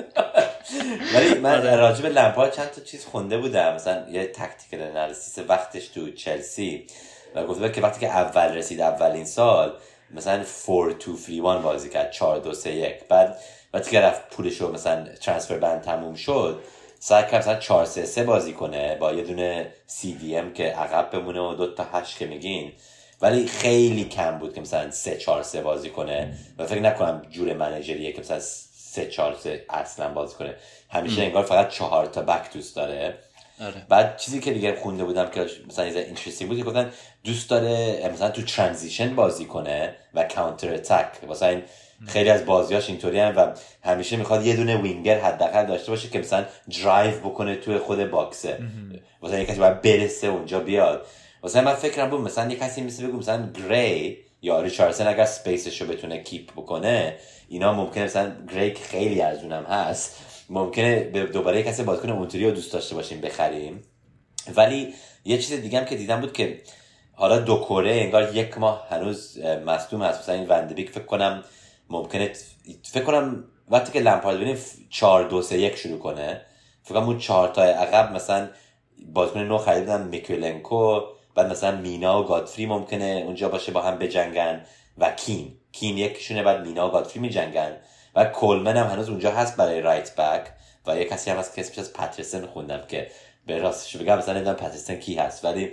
Speaker 2: ولی من راجع به لمپارد چند تا چیز خونده بودم، مثلا یه تاکتیکال انالیسیس وقتش تو چلسی و گفته بود که وقتی که اول رسید اولین سال مثلا چهار دو سه یک بازی کرد، چهار دو سه یک. بعد وقتی که رفت پولشو مثلا ترانسفر بند تموم شد سعی کرد مثلا چهار سه سه بازی کنه با یه دونه سی دی ام که عقب بمونه و دو تا هشت که میگین، ولی خیلی کم بود که مثلا سه چهار سه بازی کنه و فکر نکنم جور منیجریه که مثلا سه چهار سه اصلا بازی کنه، همیشه ام. انگار فقط چهار تا بک دوست داره.
Speaker 3: آره.
Speaker 2: بعد چیزی که دیگه خونده بودم که مثلا یه اینترستینگ بود که گفتن دوست داره مثلا تو ترانزیشن بازی کنه و کانتر اتک. مثلا این خیلی از بازیاش اینطوری ان و همیشه میخواد یه دونه وینگر حداقل داشته باشه که مثلا درایو بکنه توی خود باکسه، مثلا یه کسی باید برسه اونجا بیاد. مثلا من فکرم بود مثلا یه کسی مثل بگم مثلا گری یا ریچاردسون اگر سپیسشو بتونه کیپ بکنه، اینا ممکنه مثلا گری خیلی ارزونم هست، ممکنه دوباره یه کسی بازیکن اونطوری رو دوست داشته باشیم بخریم. ولی یه چیز دیگه هم که دیدم بود که حالا دو کره انگار یک ماه هنوز مصدوم هست، مثلا این وندبیک فکر کنم ممکنه فکر کنم وقتی که لمپارد ببینیم چهار دو سه یک شروع کنه، فکر کنم اون چهار تا عقب مثلا بازیکن نو خریدن میکولنکو، بعد مثلا مینا و گادفری ممکنه اونجا باشه با هم بجنگن و کین کین یکیشونه، بعد مینا و گادفری میجنگن و کولمن هم هنوز اونجا هست برای رایت بک و یک کسی هم هست که اسمش از پاترسن خوندم که به راستش بگم مثلا نمیدونم پاترسن کی هست، ولی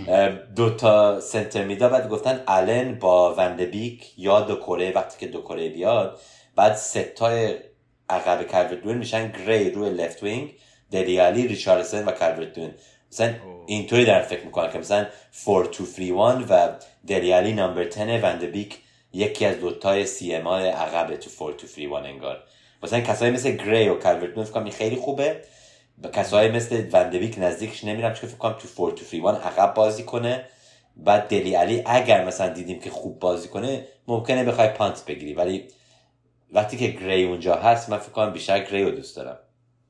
Speaker 2: دو تا سنتر میدا. بعد گفتن آلن با وندبیک یا دو کره، وقتی که دو کره بیاد بعد ستای عقب کالورت لوین میشن گری روی لفت وینگ، دلیالی، ریچاردسون و کالورت لوین. مثلا اینطوری در فکر میکنن که مثلا چهار دو سه یک و دلیالی نمبر ده، وندبیک یکی از دوتای سی ام های عقب تو چهار دو سه یک انگار. مثلا کسایی مثل گری و کالورت لوین فکر کنم خیلی خوبه، به کسایی مثل وندبیک نزدیکش نمیرم چون فکر کنم تو چهار دو سه یک عقب بازی کنه. بعد دلیالی اگر مثلا دیدیم که خوب بازی کنه ممکنه بخوای پانت بگیری، ولی وقتی که گری اونجا هست من فکر کنم بیشتر گری رو دوست دارم.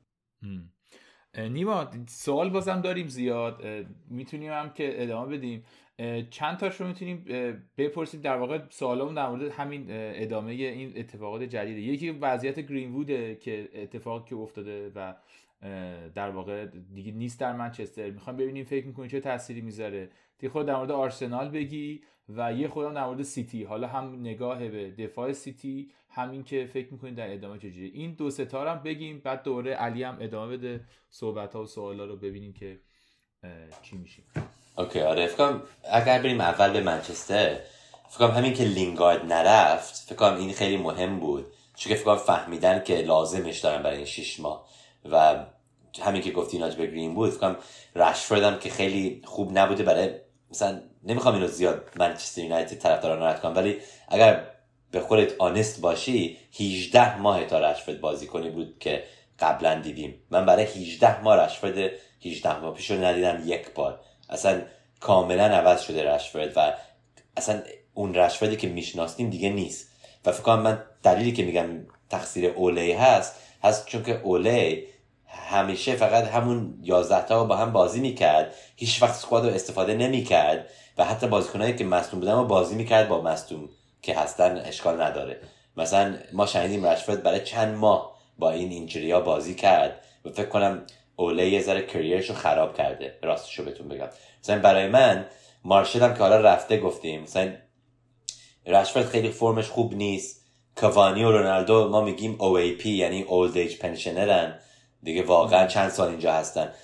Speaker 1: نیما سوال بازم داریم زیاد، میتونیم هم که ادامه بدیم، چند تاش رو میتونیم بپرسیم. در واقع سوالامون در مورد همین ادامه این اتفاقات جدیده. یکی وضعیت گرین ووده که اتفاقی که افتاده و در واقع دیگه نیست در منچستر، میخوام ببینیم فکر میکنی چه تأثیری میذاره. دیگه خود در مورد آرسنال بگی و یه خودم در مورد سیتی، حالا هم نگاه به دفاع سیتی، همین که فکر میکنید در ادامه چجوریه. این دو سه تا هم بگیم، بعد دوره علی هم ادامه بده صحبت‌ها و سوالا رو، ببینیم که چی میشه.
Speaker 2: اوکی آره، فکر کنم اگر بریم اول به منچستر، فکر کنم همین که لینگارد نرفت فکر کنم این خیلی مهم بود، چون که فکر کنم فهمیدن که لازمش دارن برای این شش ماه و همین که گفتی ناج به گرین بود، فکر کنم رشفورد هم که خیلی خوب نبوده برای مثلا، نمیخوام اینو زیاد منچستر یونایتد طرفدارا ناراحت کنم، ولی اگر به خودت آنست باشی هجده ماه تا رشفورد بازی کنی بود که قبلا دیدیم. من برای هجده ماه رشفورد هجده ماه پیش رو ندیدم یک بار، اصلا کاملا عوض شده رشفورد و اصلا اون رشفوردی که میشناسیم دیگه نیست. و فکر کنم من دلیلی که میگم تقصیر اولی هست هست چون که اولی همیشه فقط همون یازده تا با هم بازی میکرد، هیچ وقت سکواد رو استفاده نمیکرد و حتی بازیکنایی که مصدوم بودن رو بازی میکرد با مصدوم که هستن اشکال نداره. مثلا ما شنیدیم رشفورد برای چند ماه با این اینجوریا بازی کرد و فکر کنم اوله یه ذره کریرشو خراب کرده، راستشو بهتون بگم. مثلا برای من مارشل هم که حالا رفته گفتیم، مثلا رشفورد خیلی فرمش خوب نیست، کوانی و رونالدو ما میگیم او ای پی یعنی اولد ایج پنشنرن دیگه، واقعا چند سال اینجا هستن.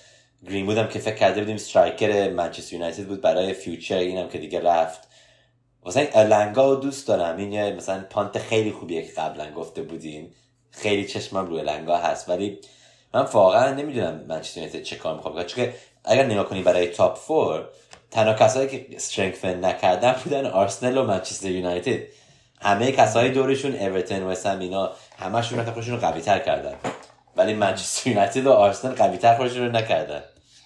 Speaker 2: گرین وود هم که فکر کرده بودیم استرایکر منچستر یونایتد بود برای فیوچر، اینم که دیگه رفت. مثلا النگا رو دوست دارم، این مثلا پانت خیلی خوبیه که قبلا گفته بودین، خیلی چشمم روی النگا هست، ولی من واقعا نمیدونم منچستر یونایتد چه کار میخواد بکنه، چون اگر نگاه کنی برای تاپ فور تنها کسایی که استرنگثن نکردن بودن آرسنال و منچستر یونایتد. همه کسایی دورشون اورتون و وست هم اینا همشون رفتن خودشون رو قوی تر کردن، ولی منچستر یونایتد و آرسنال قوی تر خودشون رو نکردن.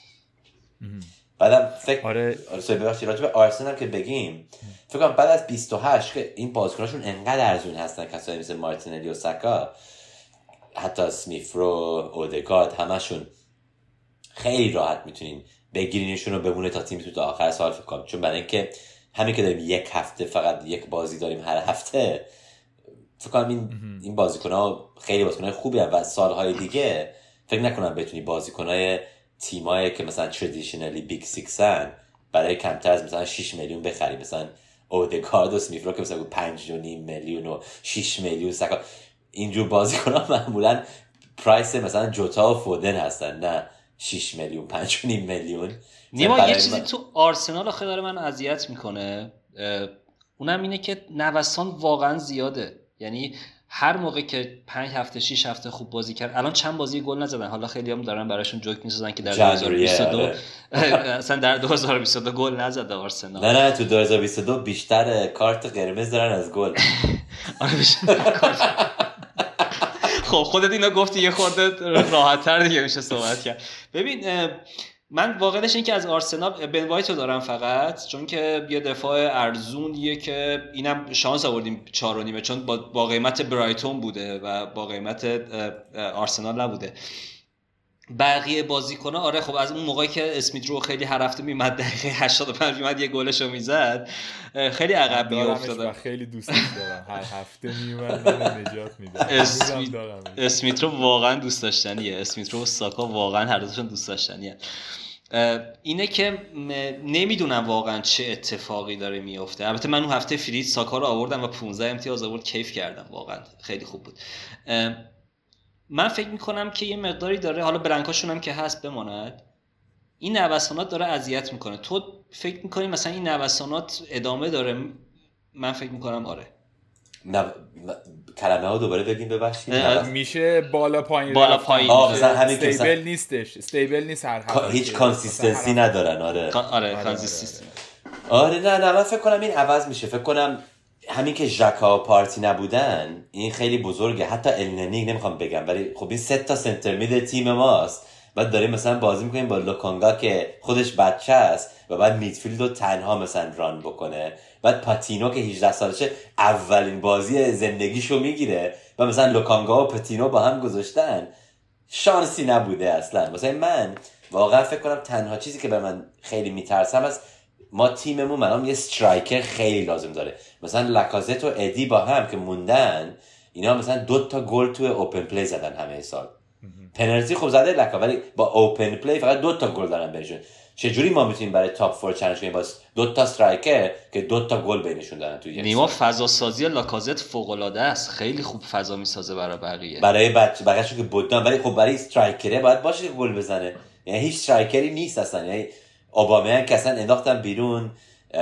Speaker 2: بعدم فکر
Speaker 1: آره
Speaker 2: سوی ببخشید راجع به آرسنال که بگیم، فکر کنم بعد از بیست و هشت که این بازیکناشون انقدر ارزون هستن، کسایی مثل مارتینلی و ساکا، حتی سمیث رو، اودگارد، همشون خیلی راحت میتونین بگیرینشون رو بمونه تا تیمتون تا آخر سال فکر کنم. چون برای اینکه همین که داریم یک هفته فقط یک بازی داریم هر هفته، فکر کنم این این بازیکن‌ها خیلی بازیکن‌های خوبی هستن و سال‌های دیگه فکر نکنم بتونی بازیکن‌های تیمایی که مثلا ترادیشنالی بیگ سیکسن برای کمتر از مثلا شش میلیون بخری، مثلا اودگارد و سمیث رو که مثلا پنج و نیم میلیون و شش میلیون سکا، اینجور بازیکن‌ها معمولاً پرایس مثلا جوتا و فودن هستن، نه شش میلیون پنج و نیم میلیون.
Speaker 3: نیما یه چیزی من... تو آرسنال آخه داره من اذیت میکنه، اونم اینه که نوسان واقعا زیاده. یعنی هر موقع که پنج هفته شش هفته خوب بازی کرد، الان چند بازی گل نزدن، حالا خیلی هم دارن براشون جوک میسازن که در دو هزار و بیست و دو اصلا در دو هزار و بیست و دو گل نزده آرسنال.
Speaker 2: نه نه تو دو هزار و بیست و دو بیشتر کارت قرمز دارن از گل.
Speaker 3: آره بیشتر کارت. خب خودت اینا گفتی یه خورده راحت‌تر دیگه میشه صحبت کرد. ببین من واقعیتش این که از آرسنال بن وایت رو دارم فقط، چون که یه دفاع ارزونیه که اینم شانس آوردیم چهار و نیمه، چون با, با قیمت برایتون بوده و با قیمت آرسنال نبوده. بقیه بازیکن‌ها آره خب از اون موقعی که اسمیت رو خیلی هر هفته میمد دقیقه هشتاد و پنج میمد یه گلشو میزد، خیلی عقب میافتاد.
Speaker 1: خیلی دوستش دارم، هر هفته میومد من نجات میداد.
Speaker 3: اسمیت اسمیت رو واقعا دوست داشتنیه، اسمیت رو و ساکا واقعا هر دوشون دوست داشتنیه. اینه که نمیدونم واقعا چه اتفاقی داره میفته. البته من اون هفته فرید ساکا رو آوردم و پانزده امتیاز آورد، کیف کردم، واقعا خیلی خوب بود. من فکر میکنم که یه مقداری داره، حالا برنکاشون هم که هست بماند، این نوسانات داره اذیت میکنه. تو فکر میکنی مثلا این نوسانات ادامه داره؟ من فکر میکنم آره.
Speaker 2: نو... کلمه ها دوباره بگیم ببخشید.
Speaker 1: میشه بالا پایین
Speaker 3: بالا پایین
Speaker 1: استیبل نیستش، استیبل نیست هر هفته،
Speaker 2: هیچ کانسیستنسی ندارن. آره
Speaker 3: آره کانسیستنسی.
Speaker 2: آره نه نه من فکر کنم این عوض میشه. فکر کنم همین که ژاکا و پارتی نبودن این خیلی بزرگه. حتی النی نمیخوام بگم، ولی خب این سه تا سنتر مید تیم ماست، بعد داریم مثلا بازی میکنیم با لوکانگا که خودش بچه است و بعد میدفیلد رو تنها مثلا ران بکنه، بعد پاتینو که هجده سالشه اولین بازی زندگیشو میگیره و مثلا لوکانگا و پاتینو با هم گذاشتن، شانسی نبوده اصلا. مثلا من واقعا فکر کنم تنها چیزی که به من خیلی میترسم است ما تیممون الان یه استرایکر خیلی لازم داره. مثلا لاکازت و ادی با هم که موندن، اینا مثلا دو تا گل تو اوپن پلی زدن همه سال. پنالتی خوب زده لکا، ولی با اوپن پلی فقط دو تا گل دارن بینشون. چجوری ما میتونیم برای تاپ فور چالش کنیم با دو تا استرایکر که دو تا گل بینشون دارن تو یک
Speaker 3: نیما؟ فضا سازی لاکازت فوق العاده است، خیلی خوب فضا میسازه برای بقیه،
Speaker 2: برای بچه بقیه‌شو که بودن، ولی خب برای استرایکره باید باشه که گل بزنه. یعنی هیچ استرایکری نیست اصلا. یعنی اوبامیان که اصلا انداختن بیرون،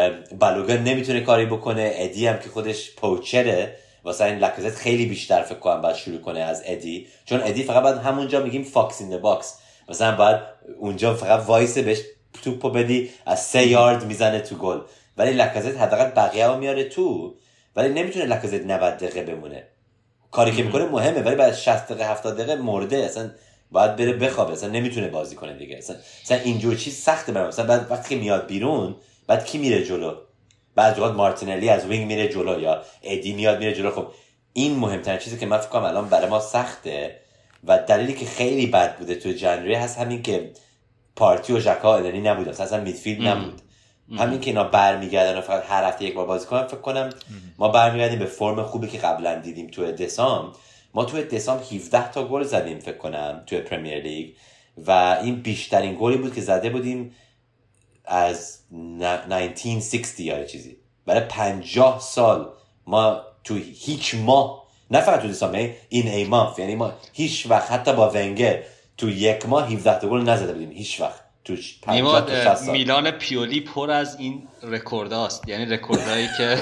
Speaker 2: بالوگن نمیتونه کاری بکنه، ادی هم که خودش پوچره، واسه این لاکازت خیلی بیشتر فکر کنم باید شروع کنه از ادی، چون ادی فقط باید همونجا میگیم فاکس این د باکس، مثلا باید اونجا فقط وایس بهش توپو بدی از سه یارد میزنه تو گل، ولی لاکازت حداقل بقیه رو میاره تو، ولی نمیتونه لاکازت نود دقیقه بمونه. کاری که میکنه مهمه، ولی بعد شصت دقیقه هفتاد دقیقه مرده، اصلا باید بره بخوابه، اصلا نمیتونه بازی کنه دیگه. اصلا مثلا اینجور چیز سخته برام. مثلا بعد وقتی که میاد بیرون، بعد کی میره جلو؟ بعد وقت مارتینلی از وینگ میره جلو یا ادی میاد میره جلو. خب این مهمترین چیزی که من فکر کنم الان برای ما سخته و دلیلی که خیلی بد بوده تو جنری هست همین که پارتی و ژاکا الانی نبودن، اصلا میدفیلد نبود. همین که اینا برمیگردن و فقط هر هفته یک بار بازی کنن، فکر کنم ما برمیگردیم به فرم خوبی که قبلا دیدیم تو دسامبر. ما تو دسامبر هفده تا گل زدیم فکر کنم تو پرمیر لیگ و این بیشترین گلی بود که زده بودیم از هزار و نهصد و شصت یا چیزی. برای پنجاه سال ما تو هیچ ماه، نه فقط تو دسامبر، این ای مانث، یعنی ما هیچ وقت حتی با ونگر تو یک ماه هفده تا گل نزده بودیم هیچ وقت. تو پنجاه تا شصت سال.
Speaker 3: میلان پیولی پر از این رکورداست، یعنی رکوردایی که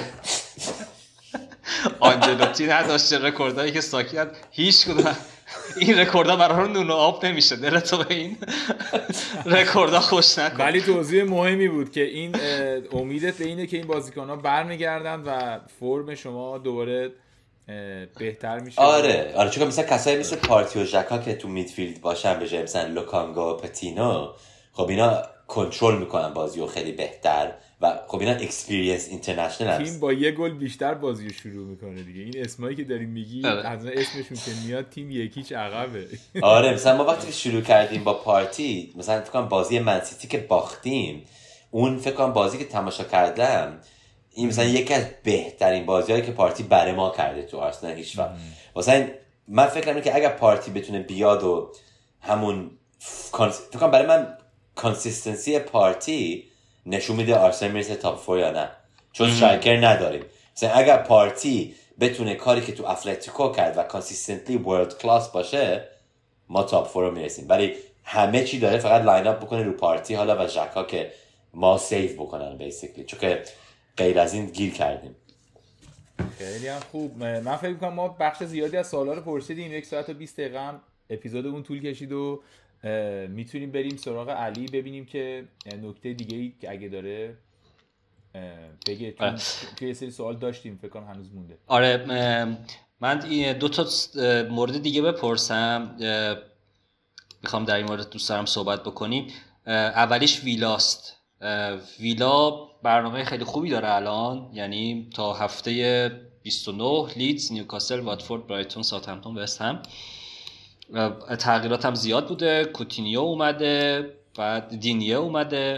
Speaker 3: آنجلوتی نداشته، رکوردایی که ساکی نداشت، هیچ کدوم این رکوردها برای نون و آب نمیشه. دلتو به این رکوردها خوش نکن.
Speaker 1: ولی توضیح مهمی بود که این امیدت به اینه که این بازیکن‌ها برمیگردن و فرم شما دوباره بهتر میشه.
Speaker 2: آره آره چون مثلا کسایی مثل پارتی و ژاکا که تو میدفیلد باشن به جای مثلا لوکانگا و پتینو، خب اینا کنترل میکنن بازیو خیلی بهتر و خب اینا اکسپریانس اینترنشنال هست.
Speaker 1: تیم با یه گل بیشتر بازیو شروع میکنه دیگه. این اسمایی که داریم میگی از اسمشون که میاد تیم یکیچ عقبه.
Speaker 2: آره مثلا ما وقتی شروع کردیم با پارتی، مثلا فکر کنم بازی منسیتی که باختیم، اون فکر کنم بازی که تماشا کردم این مثلا یکی از بهترین بازیایی که پارتی برای ما کرده تو آرسنال هیچ وقت. مثلا من فکر کنم که اگر پارتی بتونه بیاد و همون فکر کنم برای من کانسیستنسی پارتی نشون میده آرسنال میرسه تاپ فور یا نه، چون استرایکر نداریم. مثلا اگر پارتی بتونه کاری که تو اتلتیکو کرد و کانسیستنتلی ورلد کلاس باشه، ما تاپ فور رو میرسیم. ولی همه چی داره فقط لاین اپ بکنه رو پارتی حالا و ژاکا که ما سیو بکنن بیسیکلی، چون که غیر از این گیر کردیم.
Speaker 1: خیلی هم خوب. من فکر می‌کنم ما بخش زیادی از سوالا رو پرسیدیم. یک ساعت و بیست دقیقه هم اپیزود اون طول کشید و میتونیم بریم سراغ علی ببینیم که نکته دیگه‌ای که اگه داره بگه. چون توی سری سوال داشتیم فکر کنم هنوز مونده.
Speaker 3: آره من دو تا مورد دیگه بپرسم، میخوام در این مورد دوست دارم صحبت بکنیم. اولیش ویلاست. ویلا برنامه خیلی خوبی داره الان، یعنی تا هفته بیست و نه لیدز، نیوکاسل، واتفورد، برایتون، ساوثهمپتون، وست هم. تغییرات هم زیاد بوده. کوتینیو اومده، بعد دینیه اومده.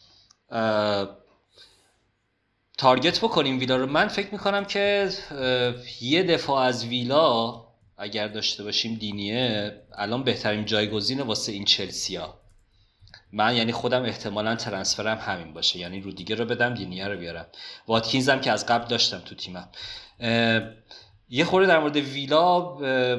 Speaker 3: تارگت بکنیم ویلا رو. من فکر میکنم که یه دفاع از ویلا اگر داشته باشیم، دینیه الان بهترین جایگزینه واسه این چلسیا. من یعنی خودم احتمالاً ترانسفرم همین باشه، یعنی رو دیگه رو بدم دینیه رو بیارم. واتکینز هم که از قبل داشتم تو تیمم. یه خورده در مورد ویلا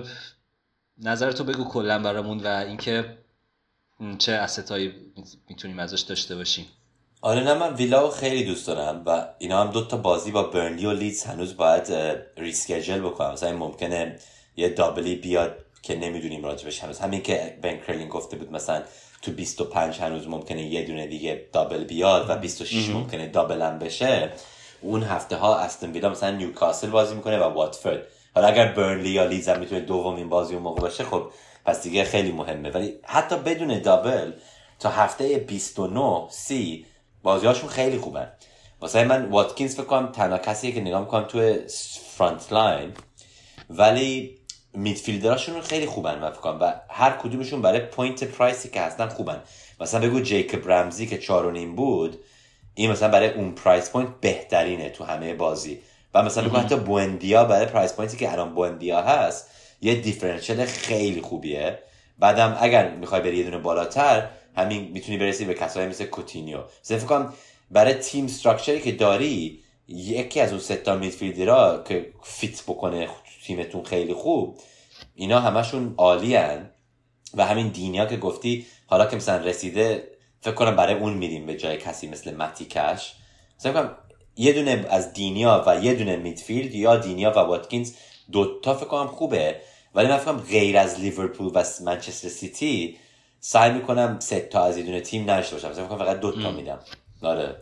Speaker 3: نظرتو بگو کلا برامون و اینکه چه اسطایی میتونیم ازش داشته باشیم.
Speaker 2: آره نه من ویلا خیلی دوست دارم و اینا هم دو تا بازی با برنلی و لیدز هنوز باید ریسکیجل بکنم. مثلا ممکنه یه دابلی بیاد که نمیدونیم راجبش هنوز. همین که بن کرلین گفته بود مثلا تو بیست و پنج هنوز ممکنه یه دونه دیگه دابل بیاد و بیست و شش ممکنه دابل هم بشه. اون هفته ها استون ویلا مثلا نیوکاسل بازی میکنه و واتفورد. حالا اگر برنلی یا لیدز هم میتونه دومین بازی اون موقع باشه خب پس دیگه خیلی مهمه. ولی حتی بدون دابل تا هفته بیست و نه سی بازیاشون خیلی خوبن. واسه من واتکینز فکر کنم تنها کسیه که نگاه میکنم توی فرانت لاین، ولی میدفیلدراشون خیلی خوبن من فکر کنم و هر کدومشون برای پوینت پرایسی که هستن خوبن. مثلا بگو جیکوب رمزی که چهار و نیم بود، این مثلا برای اون پرایس پوینت بهترینه تو همه بازی. و مثلا بگو حتی بوندیا برای پرایس پوینتی که الان بوندیا هست یه دیفرنشیل خیلی خوبیه. بعدم اگر میخوای بری یه دونه بالاتر همین میتونی برسی به کسایی مثل کوتینیو. مثلا فکر کنم برای تیم استراکچری که داری یکی از اون سه تا میدفیلدرها که فیت بکنه تیمتون خیلی خوب، اینا همشون عالی هن. و همین دینیا که گفتی حالا که مثلا رسیده فکر کنم برای اون میریم به جای کسی مثل متی کش. مثلا فکر کنم یه دونه از دینیا و یه دونه میدفیلد یا دینیا و واتکینز دوتا فکر کنم خوبه. ولی من فکر کنم غیر از لیورپول و منچستر سیتی سعی میکنم سه تا از یه دونه تیم نداشته باشم. مثلا فکر کنم فقط دوتا میدم. آره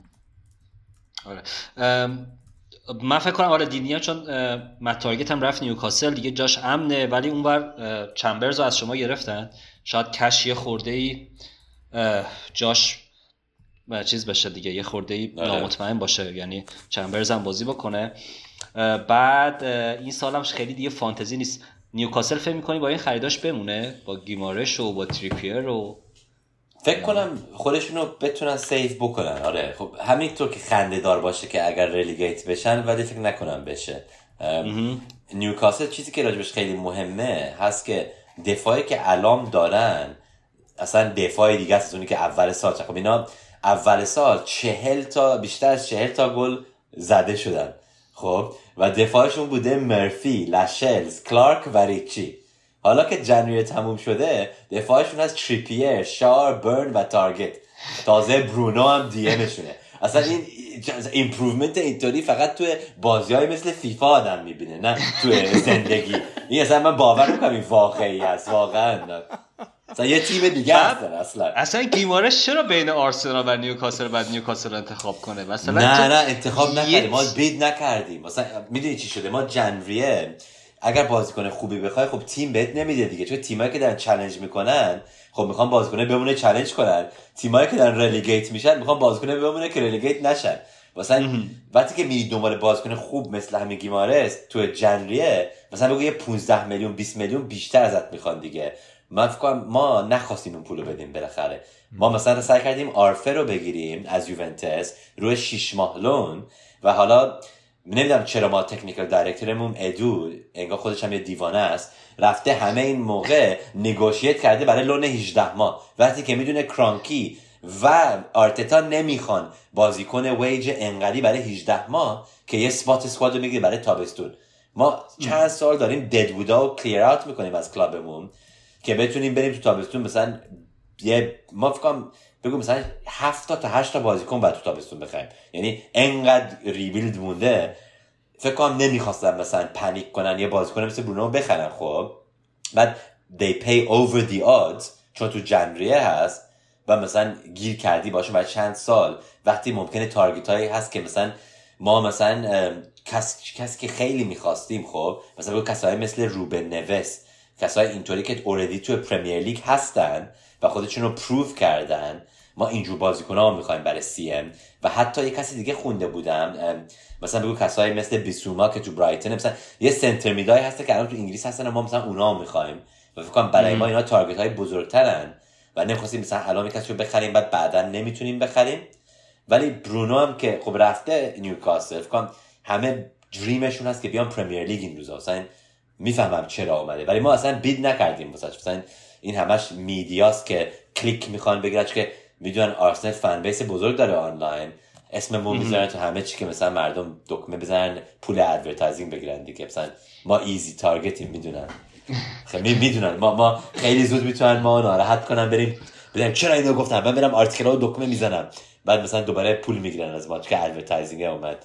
Speaker 3: آره من فکر کنم آره دینیا چون مت تارگت هم رفت نیوکاسل دیگه جاش امنه، ولی اونور چمبرز رو از شما گرفتن. شاید کش یه خورده‌ای جاش چیز بشه دیگه، یه خورده‌ای نامطمئن باشه، یعنی چمبرز هم بازی بکنه. بعد این سالم خیلی دیگه فانتزی نیست. نیوکاسل فکر می‌کنی با این خریداش بمونه با گیمارش و با تریپیر و
Speaker 2: فکر کنم خودشونو بتونن سیف بکنن. آره خب همینطور که خنده دار باشه که اگر ریلیگیت بشن، ولی فکر نکنم بشه. نیوکاسل چیزی که راجبش خیلی مهمه هست که دفاعی که الان دارن اصلا دفاع دیگه است از اونی که اول سال. خب اینا اول سال چهل تا بیشتر از چهل تا گل زده شدن. خب و دفاعشون بوده مرفی، لاشلز، کلارک و ریچی. حالا که جنوری تموم شده دفاعشون از تریپیر، شار، برن و تارگت، تازه برونو هم دی امشونه. اصلا این ایمپروومنت اینطوری فقط توی بازی‌های مثل فیفا آدم میبینه، نه توی زندگی. این اصلا من باور نمی‌کنم این واقعی است واقعا. اصلا یه تیم دیگه هستن اصلا.
Speaker 3: اصلا گیمارش چرا بین آرسنال و نیوکاسل بعد نیوکاسل انتخاب کنه مثلا؟
Speaker 2: نه نه انتخاب نکردیم، ما بید نکردیم. مثلا میدونی چی شده؟ ما جنوریه اگر بازیکن خوبی بخوای خب تیم بهت نمیده دیگه، چون تیمایی که دارن چالش میکنن خب میخوان بازیکن بمونه چالش کنن، تیمایی که دارن رلیگیت میشن میخوان بازیکن بمونه که رلیگیت نشن. مثلا وقتی که میری دنبال بازیکن خوب مثل همین گیمارس تو جنریه، مثلا بگو یه پانزده میلیون بیست میلیون بیشتر ازت میخوان دیگه. من فکر کنم ما نخواستیم اون پولو بدیم بالاخره. ما مثلا سعی کردیم آرفر رو بگیریم از یوونتوس روی شش ماه لون و حالا نمیدونم چرا ما تکنیکال دایرکتورمون ادو انگار خودش هم یه دیوانه است رفته همه این موقع نگوشیت کرده برای لون هجده ماه، وقتی که میدونه کرانکی و آرتتا نمیخوان بازیکن ویج انقدی برای هجده ماه که یه سپات اسکواد رو میگیره برای تابستون. ما چند سال داریم ددوودا و کلیر اوت میکنیم از کلابمون که بتونیم بریم تو تابستون مثلا یه ما فکر کنم بگو مثلا هفت تا هشت تا بازیکن بعد تو تابستون بخریم. یعنی انقدر ریبیلد مونده فکر کنم نمیخواستن مثلا پنیک کنن یه بازیکن مثل برونو بخرن. خب بعد they pay over the odds چون تو جنریه هست و مثلا گیر کردی باشه بعد چند سال وقتی ممکنه تارگت هایی هست که مثلا ما مثلا کس کسی که خیلی میخواستیم، خب مثلا بگو کسایی مثل روبن نوس، کسایی اینطوری که اوردی تو پرمیر لیگ هستن و خودشون رو پروف کردن، ما اینجور بازیکن‌ها رو می‌خوایم برای سی ام. و حتی یه کسی دیگه خونده بودم مثلا بگو کسایی مثل بیسوما که تو برایتون مثلا یه سنتر میدای هست که الان تو انگلیس هستن و ما مثلا اونا رو می‌خوایم و فکر کنم برای ما اینا تارگت‌های بزرگترن و نمی‌خواستیم مثلا الان کسی رو بخریم بعد بعداً نمیتونیم بخریم. ولی برونو هم که خب رفته نیوکاسل، فکر کنم همه دریمشون هست که بیان پرمیر لیگ این روزا. مثلا میفهمم چرا اومده ولی ما اصلا بید نکردیم واسه. مثلا این همش میدیاست که کلیک میخوان بگیرن که میدونن آرسنال فن بیس بزرگ داره آنلاین، اسممون میذارن تو همه چی که مثلا مردم دکمه بزنن پول ادورتایزینگ بگیرن دیگه. مثلا ما ایزی تارگتیم میدونن، خیلی میدونن ما ما خیلی زود میتونن ما ناراحت کنن بریم بگیم چرا اینو گفتم، من برم آرتیکل‌ها و دکمه میزنم بعد مثلا دوباره پول میگیرن از ما که ادورتایزینگ اومد.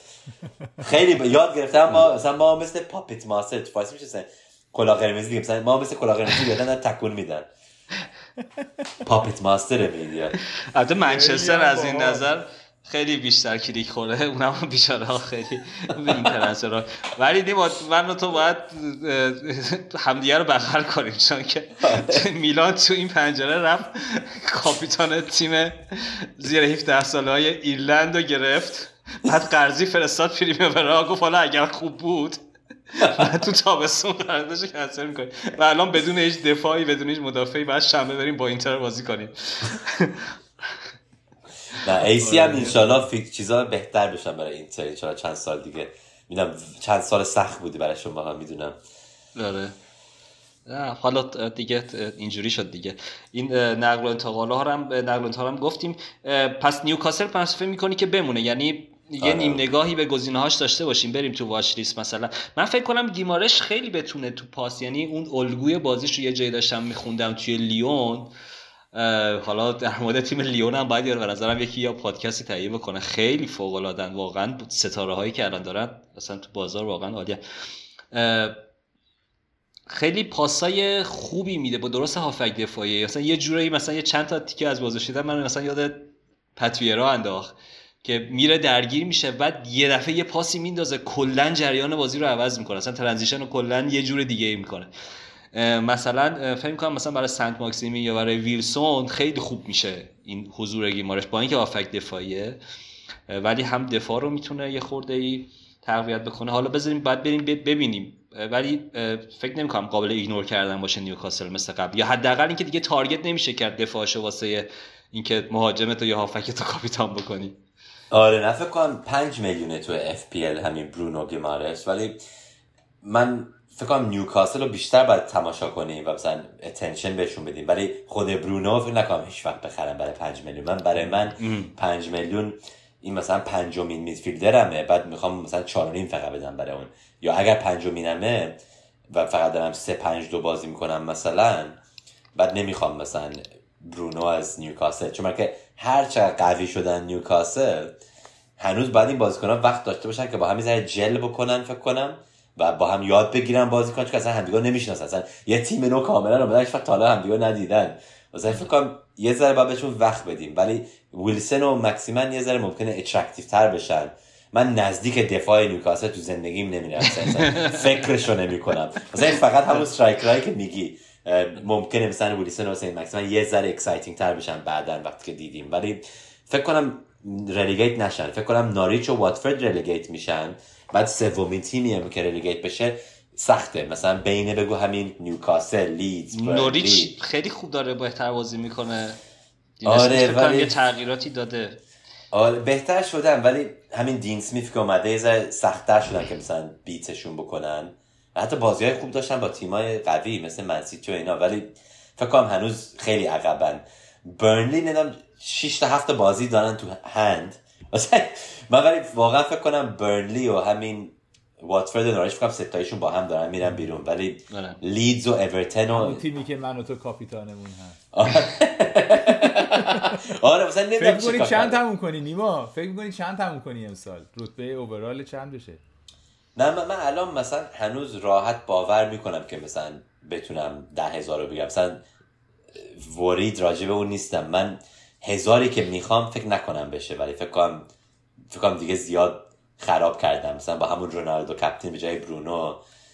Speaker 2: خیلی ب... یاد گرفتم ما مثلا ما مثل پاپت ماستر تو فارسی میشه کلاه قرمز دیگه، مثلا ما مثل کلاه قرمز یادن تکون میدن پاپت ماستر میدیا.
Speaker 3: البته منچستر از این نظر خیلی بیشتر کلیک خورده، اونم بیچاره ها خیلی به این ترنسفر. ولی دیم من و تو باید همدیگه رو بغل کنیم چون که میلان تو این پنجره رفت کاپیتان تیم زیر هفده ساله های ایرلند رو گرفت، بعد قرضی فرستاد پریمیر برا، گفت حالا اگر خوب بود بعد تو تابستون قراردادشو کنسل می‌کنیم و الان بدون هیچ دفاعی بدون هیچ مدافعی بعد شنبه بریم با اینتر بازی کنیم.
Speaker 2: نه ایسی هم انشالله فکر چیزا بهتر بشن برای اینتر انشالله چند سال دیگه. میدونم چند سال سخت بودی برای شما هم میدونم.
Speaker 3: آره نه حالا دیگه اینجوری شد دیگه. این نقل و انتقال ها هم نقل و انتقال هم گفتیم. پس نیوکاسل پس فکر می‌کنی که بمونه، یعنی یه آره. نیم نگاهی به گزینه‌هاش داشته باشیم بریم تو واچ لیست. مثلا من فکر کنم گیمارش خیلی بتونه تو پاس، یعنی اون الگوی بازیش رو یه جایی داشتم میخوندم توی لیون. حالا در مورد تیم لیون هم باید یار به نظرم یکی یا پادکستی تهیه بکنه، خیلی فوق العاده‌ن واقعا، ستاره هایی که الان دارن مثلا تو بازار واقعا عالیه. خیلی پاسای خوبی میده با درست هافک دفاعی، مثلا یه جورایی مثلا یه چند تا تیکه از بازش دیدم من مثلا یاد پتویرا انداخت که میره درگیر میشه بعد یه دفعه یه پاسی میندازه کلا جریان بازی رو عوض میکنه، مثلا ترانزیشن رو کلا یه جور دیگه ای میکنه. مثلا فکر می‌کنم مثلا برای سنت ماکسیمی یا برای ویلسون خیلی خوب میشه این حضور گیمارش با اینکه هافک دفاعیه ولی هم دفاع رو میتونه یه خرده‌ای تقویت بکنه. حالا بذاریم بعد بریم ببینیم، ولی فکر نمی‌کنم قابل ایگنور کردن باشه نیوکاسل مثل قبل، یا حداقل اینکه دیگه تارگت نمیشه کرد دفاعشو واسه اینکه مهاجمت یا هافکت رو کاپیتان بکنی.
Speaker 2: آره نه فکر کنم پنج میلیونه تو اف پی ال همین برونو گیمارش، ولی من فکر کنم نیوکاسل رو بیشتر باید تماشا کنیم و مثلا اتنشن بهشون بدیم، ولی خود برونو فکر نکنم هیچ وقت بخرم برای پنج میلیون. من برای من پنج میلیون این مثلا پنجمین میدفیلدرمه، بعد میخوام مثلا چهار و نیم فقط بدم برای اون، یا اگر پنجمینمه و فقط دارم سه پنج دو بازی میکنم مثلا، بعد نمیخوام مثلا برونو از نیوکاسل، چون که هر چقدر قوی شدن نیوکاسل هنوز باید این بازیکنان وقت داشته باشن که با هم یه ذره جل بکنن فکر کنم و با هم یاد بگیرن بازی کنن، چون اصلا همدیگه نمیشناسن، اصلا یه تیم نو کاملا رو بدنش فقط تا حالا همدیگه ندیدن، مثلا فکر کنم یه ذره باید بهشون وقت بدیم. ولی ویلسون و مکسیمن یه ذره ممکنه اترکتیو تر بشن. من نزدیک دفاع نیوکاسل تو زندگیم نمیرم، مثلا فکرشو نمیکنم، مثلا فقط همون استرایکرایی که میگی ممکنه مثلا ویلسون و حسین مکسیمن یه ذره اکسایتینگ تر بشن بعدن وقتی که دیدیم، ولی فکر کنم رلیگیت نشن. فکر کنم ناریچ و واتفورد رلیگیت میشن، بعد سومین تیمی هم که رلیگیت بشه سخته، مثلا بین بگو همین نیوکاسل، لیدز،
Speaker 3: نوریچ خیلی خوب داره بهتر بازی میکنه.
Speaker 2: آره ولی
Speaker 3: یه تغییراتی داده.
Speaker 2: آره بهتر شدن، ولی همین دین سمیت که اومده یه ذره سخت‌تر شدن که مثلا بیتشون بکنن. حتی بازی‌های خوب داشتن با تیم‌های قوی مثل منسیتی و اینا، ولی فکر کنم هنوز خیلی عقبن. برنلی ندم شش تا هفت بازی دارن تو هند مثلا، من ولی واقعا فکر کنم برنلی و همین واتفورد و نوریچ فکر کنم ستایشون با هم دارن میرن بیرون، ولی لیدز و اورتون و
Speaker 1: تیمی که من و تو کاپیتانمون هست
Speaker 2: آره مثلا نمیدونم
Speaker 1: فکر می‌کنی چند تموم کنی نیما؟ فکر می‌کنی چند تموم کنی امسال؟ رتبه اوورال چند بشه؟
Speaker 2: نه من, من الان مثلا هنوز راحت باور میکنم که مثلا بتونم ده هزار رو بگم، مثلا ورید راجبه اون نیستم. من هزاری که میخوام فکر نکنم بشه، ولی فکر کنم فکر کنم دیگه زیاد خراب کردم. مثلا با همون رونالدو کاپیتان به جای برونو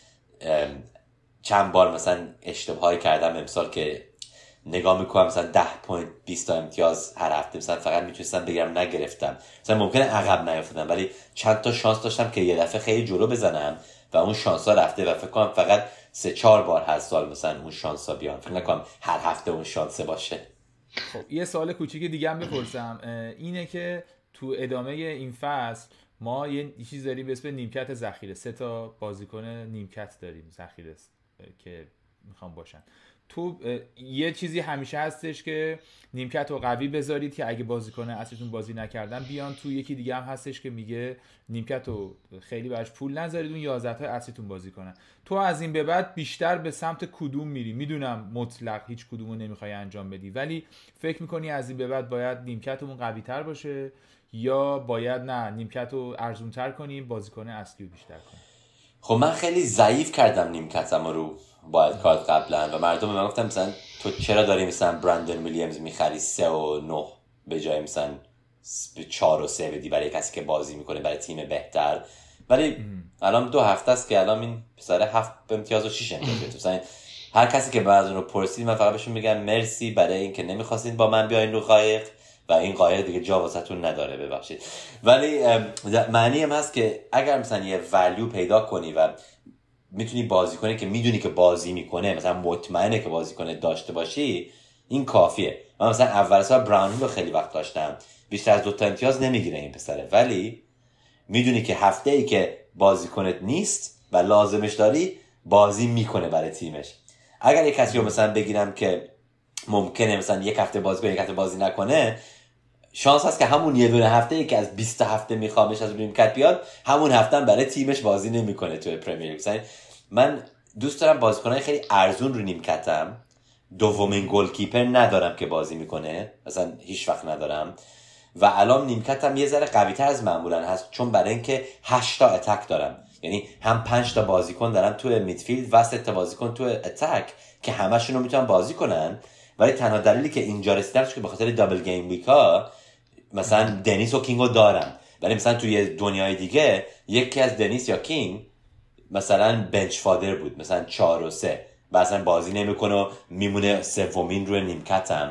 Speaker 2: چند بار مثلا اشتباهی کردم امسال که نگاه میکنم مثلا ده پوینت بیست تا امتیاز هر هفته مثلا فقط میتونستم بگیرم نگرفتم، مثلا ممکنه عقب نیافتم ولی چند تا شانس داشتم که یه دفعه خیلی جلو بزنم و اون شانس ها رفته و فکر کنم فقط سه چهار بار هر سال مثلا اون شانس ها بیان، فکر نکنم هر هفته اون شانسه باشه.
Speaker 1: خب یه سوال کوچیک دیگه هم بپرسم، اینه که تو ادامه این فصل ما یه چیز داریم به اسم نیمکت ذخیره، سه تا بازیکن نیمکت داریم ذخیره که میخوام باشن. تو یه چیزی همیشه هستش که نیمکت رو قوی بذارید که اگه بازیکن اصلیتون بازی نکردن بیان تو، یکی دیگه هم هستش که میگه نیمکت رو خیلی براش پول نذارید اون یازده تا اصلیتون بازی کنن. تو از این به بعد بیشتر به سمت کدوم میری؟ میدونم مطلق هیچ کدومو نمیخوای انجام بدی، ولی فکر میکنی از این به بعد باید نیمکتمون قوی تر باشه یا باید نه نیمکت رو ارزون تر کنیم بازیکن اصلی رو بیشتر کنیم؟
Speaker 2: خب من خیلی ضعیف کردم نیمکتم رو باید کارت قبلا و مردم به من گفتن مثلا تو چرا داری مثلا برندن ویلیامز میخری سه و نه به جای مثلا چهار و سه بدی برای کسی که بازی میکنه برای تیم بهتر، ولی الان دو هفته است که الان این پسر هفت امتیاز و شیش امتیاز مثلا هر کسی که بعض اون رو پرسید من فقط بهشون میگم مرسی برای اینکه نمیخواستین با من بیاین رو قایق و این قایق دیگه جا واسهتون نداره ببخشید. ولی معنی هم هست که اگر مثلا یه ولیو پیدا کنی و میتونی بازی کنی که میدونی که بازی میکنه، مثلا مطمئنه که بازی کنه داشته باشی، این کافیه. من مثلا اول سال براون رو خیلی وقت داشتم، بیشتر از دو تا امتیاز نمیگیره این پسره، ولی میدونی که هفته ای که بازی کنت نیست و لازمش داری بازی میکنه برای تیمش. اگر یک کسی رو مثلا بگیرم که ممکنه مثلا یک هفته بازی کنه یک هفته بازی نکنه، شانس هست که همون یه دونه هفته ای که از بیست هفته میخوامش از نیمکت بیاد همون هفته هم برای تیمش بازی نمیکنه توی پرمیر لیگ. مثلا من دوست دارم بازیکنای خیلی ارزون رو نیمکتم، دومین گلکیپر ندارم که بازی میکنه، مثلا هیچ وقت ندارم و الان نیمکتم یه ذره قوی تر از معمولا هست چون برای اینکه هشت تا اتک دارم، یعنی هم پنج تا بازیکن دارم توی میدفیلد و سه تا بازیکن توی اتک که همشون رو میتونن بازی کنن. ولی تنها دلیلی که اینجا رسیدم که به خاطر دابل گیم ویک ها مثلا دنیس و کینگو دارم، ولی مثلا توی دنیای دیگه یکی از دنیس یا کینگ مثلا بنچ فادر بود مثلا چهار و سه و اصلا بازی نمیکنه و میمونه سومین روی نیمکتم.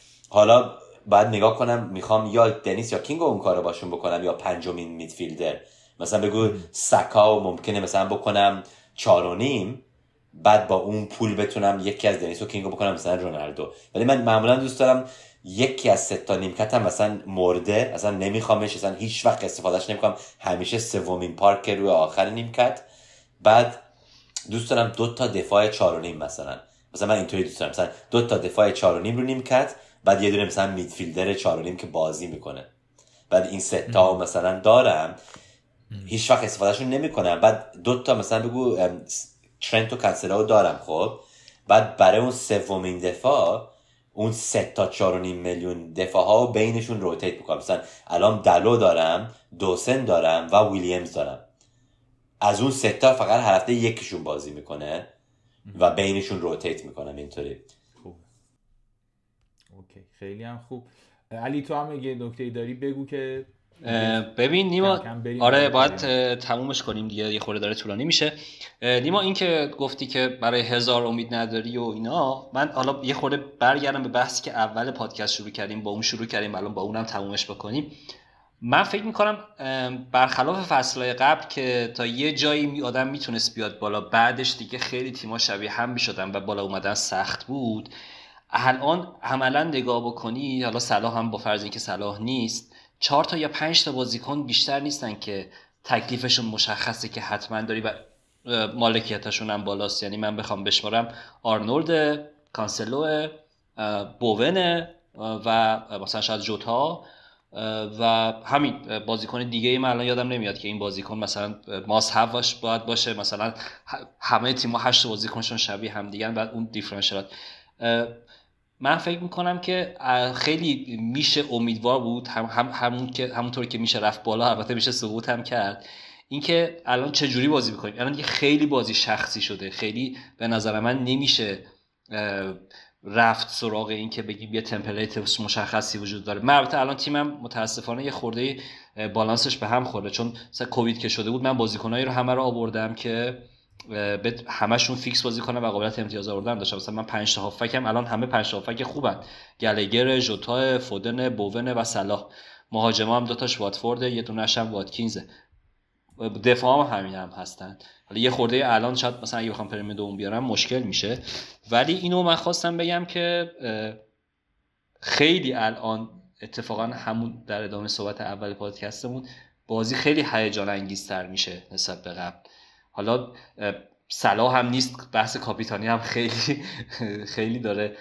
Speaker 2: حالا بعد نگاه کنم میخوام یا دنیس یا کینگو اون کارو باشون بکنم یا پنجمین میدفیلدر، مثلا بگو سکا و ممکنه مثلا بکنم چهار و نیم، بعد با اون پول بتونم یکی از دنیس و کینگو بکنم مثلا رونالدو. ولی من معمولا دوست دارم یکی از سه تا نیمکتم مثلا مرده، مثلا نمیخوامش، مثلا هیچ وقت استفادهش نمیکنم، همیشه سومین پارک روی آخر نیمکت. بعد دوست دارم دو تا دفاع چهار و نیم مثلا مثلا من اینطوری دوست دارم، مثلا دو تا دفاع چهار و نیم رو نیمکت، بعد یه دونه مثلا میدفیلدر چهار و نیم که بازی میکنه. بعد این سه تا مثلا دارم هیچ وقت استفادهشون نمیکنم. بعد دو تا مثلا بگو ترنت و کانسلو دارم. خب بعد برای اون سومین دفاع اون سه تا چهار و نیم میلیون دفاع ها بینشون روتیت میکنم. مثلا الان دلو دارم، دوسن دارم و ویلیامز دارم. از اون سه تا فقط هر هفته یکیشون بازی میکنه و بینشون روتیت میکنم اینطوری.
Speaker 1: خوب. اوکی خیلی هم خوب. علی تو هم اگه نکته‌ای داری بگو که
Speaker 3: ببین نیما. آره باید تمومش کنیم دیگه، یه خورده داره طولانی میشه. نیما این که گفتی که برای هزار امید نداری و اینا، من حالا یه خورده برگردم به بحثی که اول پادکست شروع کردیم، با اون شروع کردیم، الان با اونم تمومش بکنیم. من فکر میکنم برخلاف فصلهای قبل که تا یه جایی آدم میتونست بیاد بالا، بعدش دیگه خیلی تیم‌ها شبیه هم میشدن و بالا اومدن سخت بود. الان عملا نگاه بکنی، حالا صلاح هم با فرض اینکه صلاح نیست، چهار تا یا پنج تا بازیکن بیشتر نیستن که تکلیفشون مشخصه که حتما داری و مالکیتشون هم بالاست. یعنی من بخوام بشمارم آرنولد، کانسلو، بوون و مثلا شاید جوتا و همین بازیکن دیگه ای من الان یادم نمیاد که این بازیکن مثلا ماس هواش باید باشه، مثلا همه تیم‌ها هشت بازیکنشون شبیه هم دیگه، بعد اون دیفرنشیات. من فکر میکنم که خیلی میشه امیدوار بود، هم هم همون که همونطور که میشه رفت بالا، البته میشه سقوط هم کرد. اینکه الان چه جوری بازی میکنیم، الان دیگه خیلی بازی شخصی شده، خیلی به نظر من نمیشه رفت سراغ این که بگیم یه تمپلیت مشخصی وجود داره. من البته الان تیمم متاسفانه یه خورده بالانسش به هم خورده، چون مثلا کووید که شده بود من بازیکنایی رو همه رو آوردم که به همشون فیکس بازی کنه و قابلیت امتیاز آوردن داشتم. مثلا من پنج تا هافکم الان همه پنج تا هافک خوبن، گلگر، ژوتا، فودن، بوون و صلاح. مهاجما هم دو تاش واتفورد، یه دونه‌ش هم واتکینزه. دفاع هم همین هم هستن. حالا یه خورده الان شاید مثلا اگه بخوام پرمیر دوم بیارم مشکل میشه، ولی اینو من خواستم بگم که خیلی الان اتفاقا همون در ادامه صحبت اول پادکستمون بازی خیلی هیجان انگیزتر میشه نسبت به قبل. حالا صلاح هم نیست، بحث کاپیتانی هم خیلی خیلی داره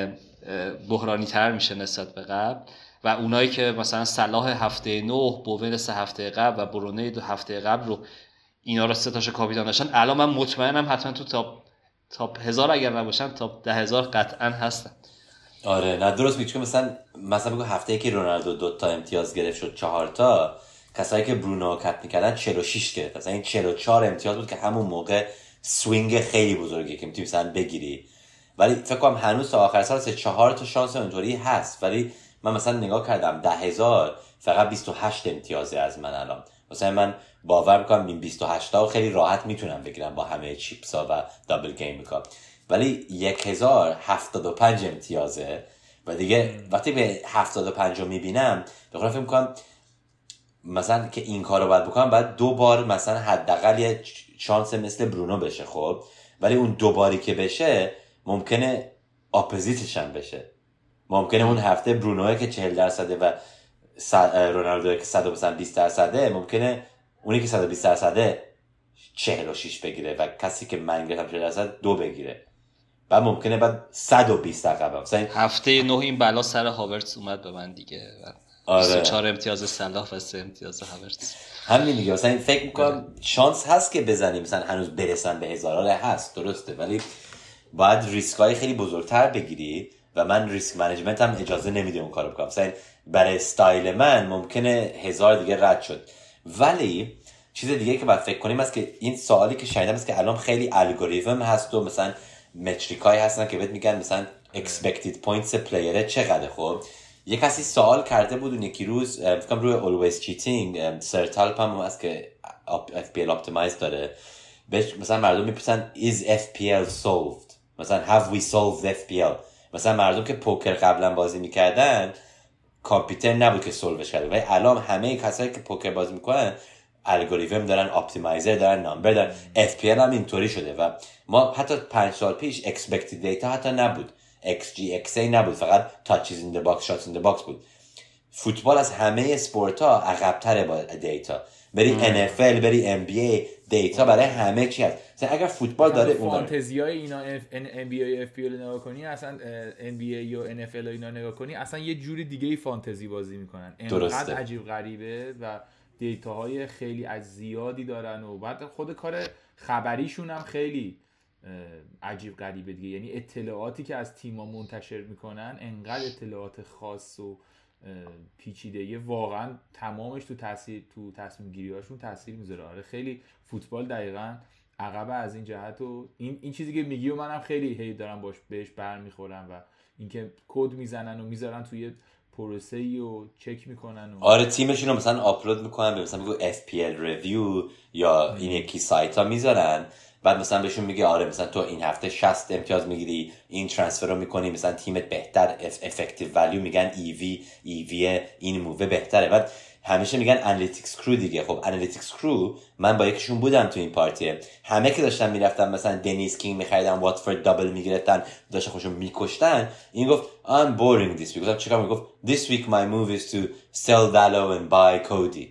Speaker 3: بحرانی تر میشه نسبت به قبل و اونایی که مثلا صلاح هفته نه، بوون سه هفته قبل و برونه دو هفته قبل رو اینا رو سه تاشو کاپیتان داشتن، الان من مطمئنم حتما تو تاپ تاپ هزار اگر نباشن تاپ ده هزار قطعا هستن.
Speaker 2: آره نه درست میگی. مثلا مثلا بگو هفته‌ای که رونالدو دو تا امتیاز گرفت شد چهار تا، کسایی که برونو کات میکردن چهل و شش گرفت. مثلا این چهل و چهار امتیاز بود که همون موقع سوینگ خیلی بزرگی که میتونی مثلا بگیری. ولی فکر کنم هنوز تا آخر سال سه چهار تا شانس اونطوری هست. ولی من مثلا نگاه کردم ده هزار فقط بیست و هشت امتیازه از من الان. مثلا من باور میکنم این بیست و هشت تا خیلی راحت میتونم بگیرم با همه چیپس ها و دابل گیم میکنم. ولی یک هزار هفتاد و پنج امتیازه و دیگه وقتی به هفتاد و پنج رو میبینم بخورم فکر میکنم مثلا که این کارو باید بکنم باید دو بار مثلا حداقل یه شانس مثل برونو بشه. خب ولی اون دو باری که بشه ممکنه اپوزیتش هم بشه. ممکنه اون هفته برونوه که چهل درصده و رونالدو که صد و بیست درصده، ممکنه اونی که صد و بیست درصده چهل و شش بگیره و کسی که من گرفتم چهل درصد دو بگیره. بعد ممکنه بعد صد و بیست عقبم. مثلا
Speaker 3: هفته نه این بلا سر هاورتس اومد به من دیگه. آره. بیست و چهار امتیاز صلاح و سه امتیاز هاورتس.
Speaker 2: همین دیگه. مثلا فکر میکنم شانس هست که بزنیم مثلا هنوز برسن به هزاراره هست، درسته، ولی باید ریسکای خیلی بزرگتر بگیری و من ریسک منیجمنت هم اجازه نمیده اون کارو بکنم. مثلا برای استایل من ممکنه هزار دیگه رد شد. ولی چیز دیگه که باید فکر کنیم است که این سوالی که شنیدم است که الان خیلی الگوریتم هست و مثلا متریکای هستن که بهت میگن مثلا expected points پلیر چقدر. خب یه کسی سوال کرده بود اون یکی روز، فکر کنم روی always cheating، سر تالپ هم هست که اف پی ال optimize داره، بهش مثلا مردم میپرسن is اف پی ال solved، مثلا have we solved اف پی ال. مثلا مردم که پوکر قبلا بازی میکردن کامپیوتر نبود که سولوش کرده، ولی الان همه کسایی که پوکر بازی میکنن الگوریتم دارن، اپتیمایزر دارن، نامبر دارن. اف پی ال هم اینطوری شده و ما حتی پنج سال پیش expected دیتا حتی نبود، ایکس جی ایکس ای نبود، فقط تاچز این دی باکس، شاتس این دی باکس بود. فوتبال از همه اسپورت ها عقب‌تره با دیتا. بری ان اف ال، بری ام بی ای، دیتا برای همه چی هست. مثلا اگر فوتبال داره اون
Speaker 1: فانتزیای اینا ام بی ای اف پی ال نگاه کنی، اصلا ان بی ای و ان اف ال اینا نگاه کنی، اصلا یه جوری دیگه ای فانتزی بازی میکنن. اینقدر عجیب غریبه و دیتاهای خیلی از زیادی دارن و بعد خود کار خبریشون هم خیلی عجیب غریبه دیگه. یعنی اطلاعاتی که از تیم‌ها منتشر میکنن انقدر اطلاعات خاص و پیچیده واقعا تمامش تو تاثیر تو تصمیم گیری هاشون تاثیر میذاره. آره خیلی فوتبال دقیقاً عقب از این جهت و این این چیزی که میگی و منم خیلی هی دارم باش بهش برمیخورم و اینکه کد میزنن و میذارن توی پروسه‌ای و چک میکنن و
Speaker 2: آره تیمشون رو مثلا آپلود میکنن به مثلا میگه اف پی ال ریویو یا این یکی سایت ها میذارن، بعد مثلا بهشون میگه آره مثلا تو این هفته شصت امتیاز میگیری، این ترانسفر رو میکنی، مثلا تیمت بهتر افکتیو ولیو میگن ای وی ای وی این موو بهتره. بعد همیشه میگن انالیتیکس کرو دیگه. خب انالیتیکس کرو من با یکیشون بودم تو این پارتیه، همه که داشتن میرفتن مثلا دنیس کینگ میخریدن، واتفورد دابل میگرفتن، داشتن خودشون میکشتن، این گفت I'm boring this week. گفتم چیکار؟ میگفت this week my move is to sell Valo and buy Cody.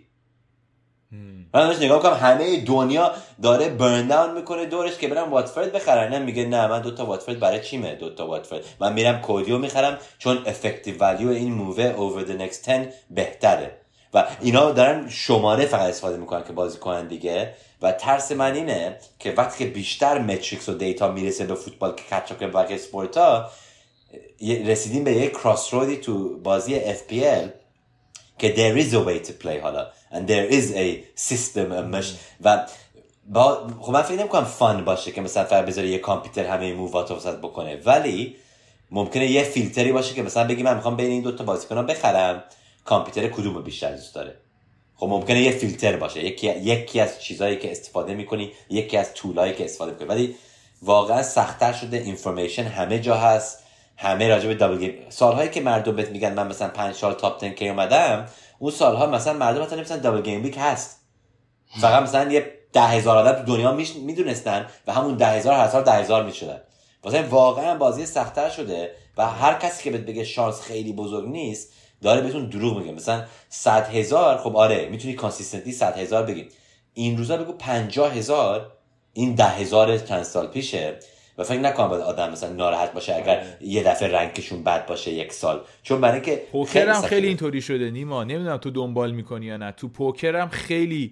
Speaker 2: من داشت نگاه میکنم همه دنیا داره برن داون میکنه دورش که برم واتفورد بخرن، نه میگه نه من دوتا واتفورد برای چیمه دوتا واتفورد، من میرم کودیو میخرم چون افکتیو ولیو این موو over the next ده بهتره. و اینا دارن شماره فقط استفاده میکنن که بازی کنن دیگه. و ترس من اینه که وقتی که بیشتر متریکس و دیتا میرسه به فوتبال که کچاپ که بقیه اسپورت ها، رسیدیم به یک کراس رودی تو بازی اف پی ال که there is a way to play حالا and there is a system مش و با خب من فکر نمی‌کنم فان باشه که مثلا فقط بذاره یه کامپیوتر همه موواتو وسط بکنه، ولی ممکنه یه فیلتری باشه که مثلا بگی من میخوام بین این دو تا بازیکن بخرم، کامپیوتر کدومو بیشتر دوست داره. خب ممکنه یه فیلتر باشه، یکی یکی از چیزایی که استفاده می‌کنی، یکی از تولایی که استفاده می‌کنی، ولی واقعا سخت‌تر شده. اینفورمیشن همه جا هست، همه راجع به دابل گیم. سال‌هایی که مردم بهت میگن من مثلا پنج سال تاپ ده کی اومدم، اون سال‌ها مثلا مردم مثلا نمی‌دونن دابل گیم ویک هست. فقط مثلا یه ده هزار آدم تو دنیا میدونستن و همون ده هزار هر سال ده هزار میشدن. واسه واقعا بازی سخت‌تر شده و هر کسی که بهت بگه شانس خیلی بزرگ نیست داره بهتون دروغ میگه. مثلا صد هزار خب آره میتونی کانسیستنتلی صد هزار بگی، این روزا بگو پنجاه هزار، این ده هزار چند سال پیشه. و فکر نکنم باید آدم مثلا ناراحت باشه اگر یه دفعه رنکشون بد باشه یک سال، چون برای که
Speaker 1: پوکر هم خیلی اینطوری شده. نیما نمیدونم تو دنبال میکنی یا نه، تو پوکر هم خیلی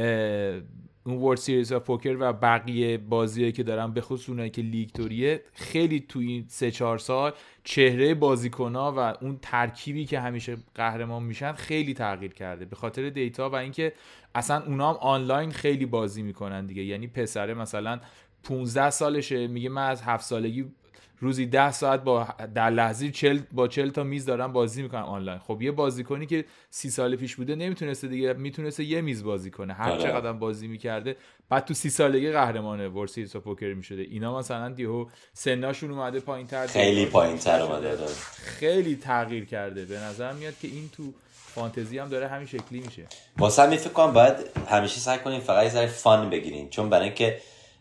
Speaker 1: اون ورلد سیریز اف پوکر و بقیه بازیایی که دارن به خصوص اونایی که لیگ توریه خیلی تو این سه چهار سال چهره بازیکن‌ها و اون ترکیبی که همیشه قهرمان میشن خیلی تغییر کرده به خاطر دیتا و اینکه اصلا اونا هم آنلاین خیلی بازی میکنن دیگه. یعنی پسره مثلا پونزده سالشه میگه من از هفت سالگی روزی ده ساعت با در لحظه چهل با چهل تا میز دارم بازی میکنم آنلاین. خب یه بازیکنی که سی سال پیش بوده نمیتونسته دیگه، میتونسته یه میز بازی کنه هر چقدر بازی میکرده، بعد تو سی سالگی قهرمان ورلد سیریز پوکر میشده. اینا مثلا دیو سناشون اومده پایینتر،
Speaker 2: خیلی پایینتر اومده،
Speaker 1: خیلی تغییر کرده. به نظر میاد که این تو فانتزی هم داره همین شکلی میشه.
Speaker 2: واسه می فکر کنم باید همیشه سعی کنیم فقط یه ذره فان بگیریم، چون برای اینکه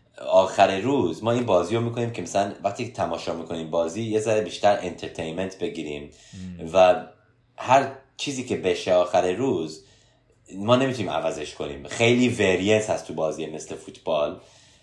Speaker 2: آخر روز ما این بازی رو میکنیم که مثلا وقتی که تماشا میکنیم بازی یه ذره بیشتر انترتینمنت بگیریم ام. و هر چیزی که بشه آخر روز ما نمیتونیم عوضش کنیم. خیلی وریانس هست تو بازی مثل فوتبال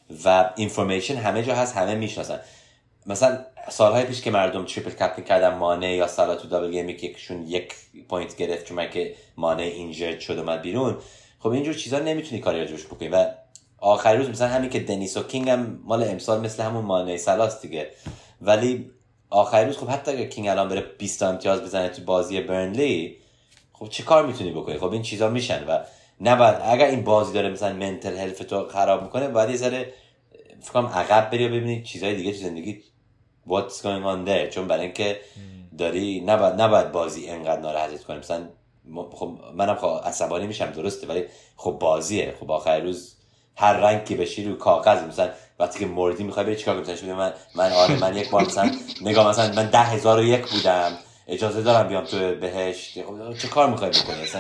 Speaker 2: و اینفورمیشن همه جا هست، همه میشناسن. مثلا سالهای پیش که مردم تریپل کپ کردن مانه یا سالا تو دابل گیم یکشون یک پوینت گرفت چون که مانه اینجرد شد اومد بیرون، خب اینجور چیزا نمیتونی کاری راجعش بکنی. و آخر روز مثلا همین که دنیس و کینگ هم مال امسال مثل همون مانه سلاست دیگه، ولی آخر روز خب حتی اگه کینگ الان بره بیست امتیاز بزنه تو بازی برنلی، خب چه کار میتونی بکنی؟ خب این چیزا میشن و نباید اگر این بازی داره مثلا منتل هلت تو خراب میکنه باید یه ذره فکر کنم عقب بری و ببینی چیزای دیگه تو زندگی what's going on there، چون برای اینکه داری نباید نباید بازی انقدر ناراحتت کنه. مثلا خب منم خب عصبانی میشم درسته، ولی خب بازیه. خب آخر روز هر رنگی بشی رو کاغذ، مثلا وقتی که مردی میخوای بری چیکار کنی؟ مثلا من من آره من یک بار مثلا نگاه مثلا من ده هزار و یک بودم اجازه دارم بیام تو بهشت، خب چه کار میخوای بکنی اصلا؟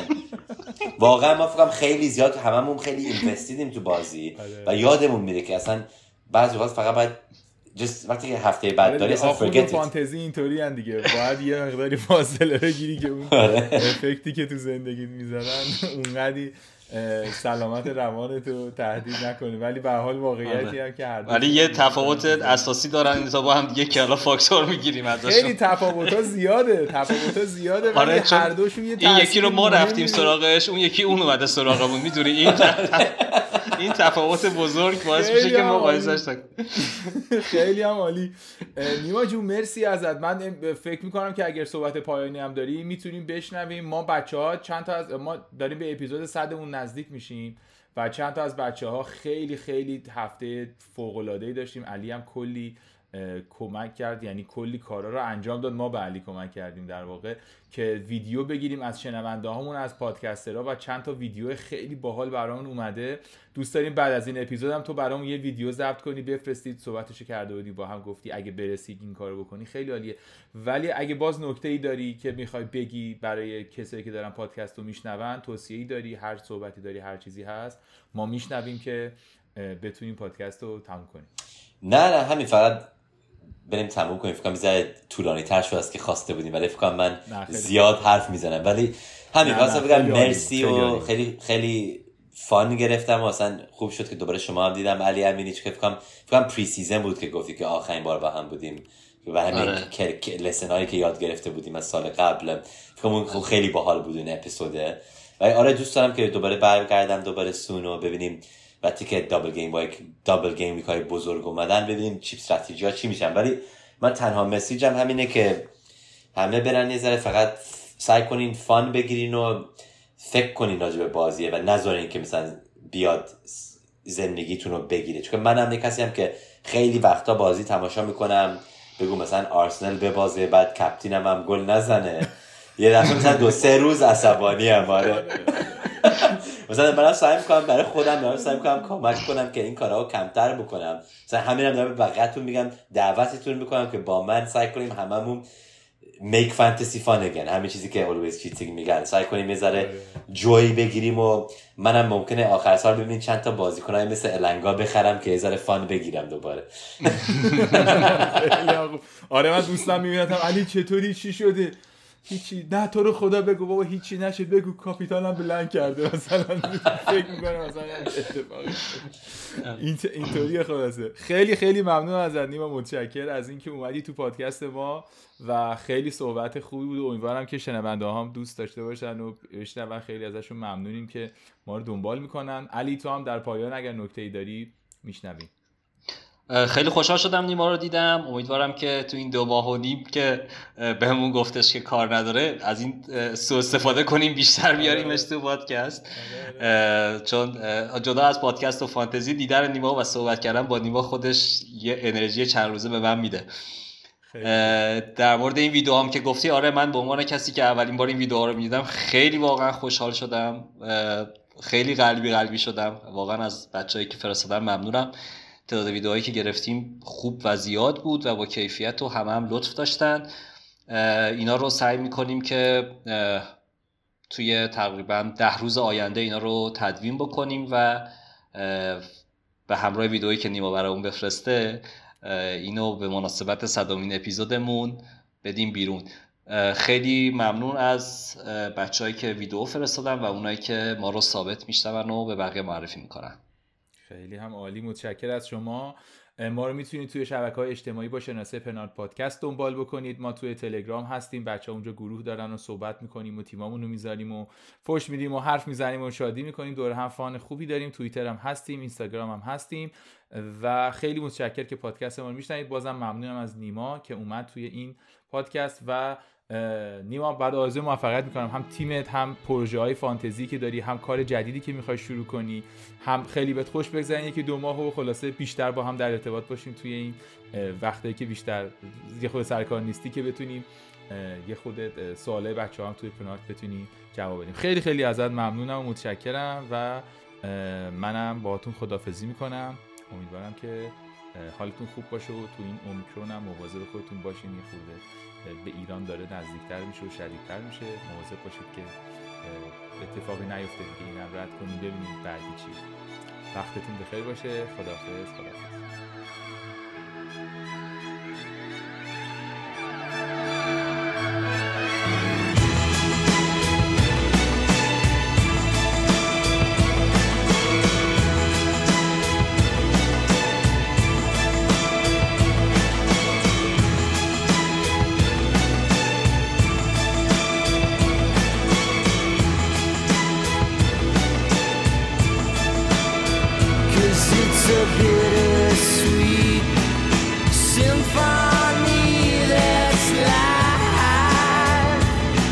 Speaker 2: واقعا ما فکرم خیلی زیاد هممون خیلی اینوستیدیم تو بازی و یادمون میره که اصلا بعضی وقت فقط باید just وقتی که هفته بعد داری اصلا forget it.
Speaker 1: فانتزی اینطوری ان دیگه، باید یه مقداری فاصله بگیری که اون افکتی که تو زندگیت میذارن اونقدی سلامت روانتو تهدید نکنه، ولی به هر حال واقعیتی هم که هر دو
Speaker 3: ولی یه تفاوت اساسی دارن این تا با هم دیگه کلا فاکتور میگیریم ازشون.
Speaker 1: خیلی تفاوت‌ها زیاده، تفاوت‌ها زیاده ولی
Speaker 3: آره
Speaker 1: هر دوشون یه
Speaker 3: این یکی رو ما رفتیم سراغش، اون یکی اون اومده سراغمون. میدونی این این تفاوت بزرگ باعث میشه که مقایسه‌اش نکنیم.
Speaker 1: خیلی هم عالی. نیما جون مرسی ازت. من فکر میکنم که اگر صحبت پایانی هم داری میتونیم بشنویم. ما بچه‌ها چند تا از ما داریم به اپیزود صدمون نزدیک میشیم و چند تا از بچه‌ها خیلی خیلی هفته فوق‌العاده‌ای داشتیم. علی هم کلی کمک کرد، یعنی کلی کارا رو انجام داد. ما به علی کمک کردیم در واقع که ویدیو بگیریم از شنونده هامون، از پادکسترها، و چند تا ویدیو خیلی باحال برامون اومده. دوست داریم بعد از این اپیزود هم تو برامون یه ویدیو ضبط کنی بفرستید. صحبتشو کرده بودی با هم، گفتی اگه برسید این کارو بکنی خیلی عالیه. ولی اگه باز نکته‌ای داری که میخوای بگی برای کسایی که دارن پادکست رو میشنون، توصیه‌ای داری، هر صحبتی داری، هر چیزی هست، ما میشنویم که بتونیم پادکست رو تموم کنیم.
Speaker 2: نه نه همین فقط بریم تموم کنیم. فکر کنم میذاره طولانی تر شد از که خواسته بودیم، ولی فکر کنم من زیاد حرف میزنم. ولی همین واسه بگم مرسی و خیلی خیلی فان گرفتم و اصلا خوب شد که دوباره شما هم دیدم. علی امینی که فکر کنم فکر کنم پری سیزن بود که گفتی که آخرین بار با هم بودیم و همین آره. لسنایی که یاد گرفته بودیم از سال قبل، فکر کنم خیلی باحال بود این اپیزوده. و آره دوست دارم که دوباره برگردم دوباره سونو ببینیم وقتی که دابل گیم با یک دابل گیم ویک های بزرگ اومدن، ببینیم چیپ استراتژی ها چی میشن. ولی من تنها مسیجم همینه که همه برن یه ذره فقط سعی کنین فان بگیرین و فکر کنین راجع به بازیه و نذارین که مثلا بیاد زندگیتون رو بگیره. چون من هم یه کسی هم که خیلی وقتا بازی تماشا میکنم، بگو مثلا آرسنال ببازه بعد کپتینم هم گل نزنه، یه دفعه مثلا دو سه روز عصبانی ام. آره مثلا من سعی میکنم برای خودم دارم سعی میکنم کمک کنم که این کارها رو کمتر بکنم. مثلا همینم دارم به بقیه‌تون میگم، دعوتتون میکنم که با من سعی کنیم هممون make fantasy fun again. همین چیزی که always cheating میگن، سعی کنیم یه ذره جوی بگیریم. و منم ممکنه آخر سال ببینید چند تا بازیکنای مثل النگا بخرم که یه ذره فان بگیرم دوباره.
Speaker 1: آره من دوستم میبینم علی چطوری چی شده؟ هیچی. نه تو رو خدا بگو بابا هیچی نشد، بگو کاپیتانم بلند کرده مثلا. فکر میکنم مثلا اتفاقی این اینطوریه. خلاصه خیلی خیلی ممنون ازت نیما، متشکر از اینکه اومدی تو پادکست ما و خیلی صحبت خوبی بود. امیدوارم که شنونده ها هم دوست داشته باشن و بشنون. خیلی ازشون ممنونیم که ما رو دنبال میکنن. علی تو هم در پایان اگر نکته‌ای داری میشنویم.
Speaker 3: خیلی خوشحال شدم نیما رو دیدم. امیدوارم که تو این دو ماه و نیم که بهمون گفتش که کار نداره از این سوء استفاده کنیم، بیشتر بیاریمش تو پادکست. چون جدا از پادکست و فانتزی، دیدن نیما و صحبت کردن با نیما خودش یه انرژی چند روزه به من میده. در مورد این ویدیو هم که گفتی، آره من به عنوان کسی که اولین بار این ویدیوها رو میدیدم خیلی واقعا خوشحال شدم، خیلی قلبی قلبی شدم. واقعا از بچه‌ای که فرستادن ممنونم. تعداد ویدیوهایی که گرفتیم خوب و زیاد بود و با کیفیت و همه هم لطف داشتن. اینا رو سعی میکنیم که توی تقریبا ده روز آینده اینا رو تدوین بکنیم و به همراه ویدیویی که نیما برامون بفرسته اینو به مناسبت صدمین اپیزودمون بدیم بیرون. خیلی ممنون از بچه‌هایی که ویدیو فرستادن و اونایی که ما رو ثابت میشنون و به بقیه معرفی میکنن.
Speaker 1: خیلی هم عالی، متشکر از شما. ما رو میتونید توی شبکه‌های اجتماعی با شناسه پنارت پادکست دنبال بکنید. ما توی تلگرام هستیم، بچه‌ها اونجا گروه دارن و صحبت میکنیم و تیمامون رو میذاریم و فوش میدیم و حرف میزنیم و شادی میکنیم. دور هم فان خوبی داریم. توییتر هم هستیم، اینستاگرام هم هستیم و خیلی متشکر که پادکست ما رو میشنوید. بازم ممنونم از نیما که اومد توی این پادکست و نیما بعد آرزوی موفقیت میکنم، هم تیمت، هم پروژه های فانتزی که داری، هم کار جدیدی که میخوای شروع کنی، هم خیلی بهت خوش بگذره یکی دو ماه و خلاصه بیشتر با هم در ارتباط باشیم توی این وقتی که بیشتر یه خود سرکار نیستی، که بتونیم یه خود سوالای بچه‌ها هم توی پنارت بتونی جواب بدیم. خیلی خیلی ازت ممنونم و متشکرم و منم باهاتون خداحافظی میکنم. امیدوارم که حالتون خوب باشه و تو این اومیکرون هم مواظب خودتون باشین. یه خورده به ایران داره نزدیکتر میشه و شدیدتر میشه. مواظب باشید که اتفاقی نیفته که اینم رد کنیم ببینیم بعدی چی. وقتتون بخیر باشه. خداحافظ. خداحافظ.
Speaker 4: bittersweet symphony that's life.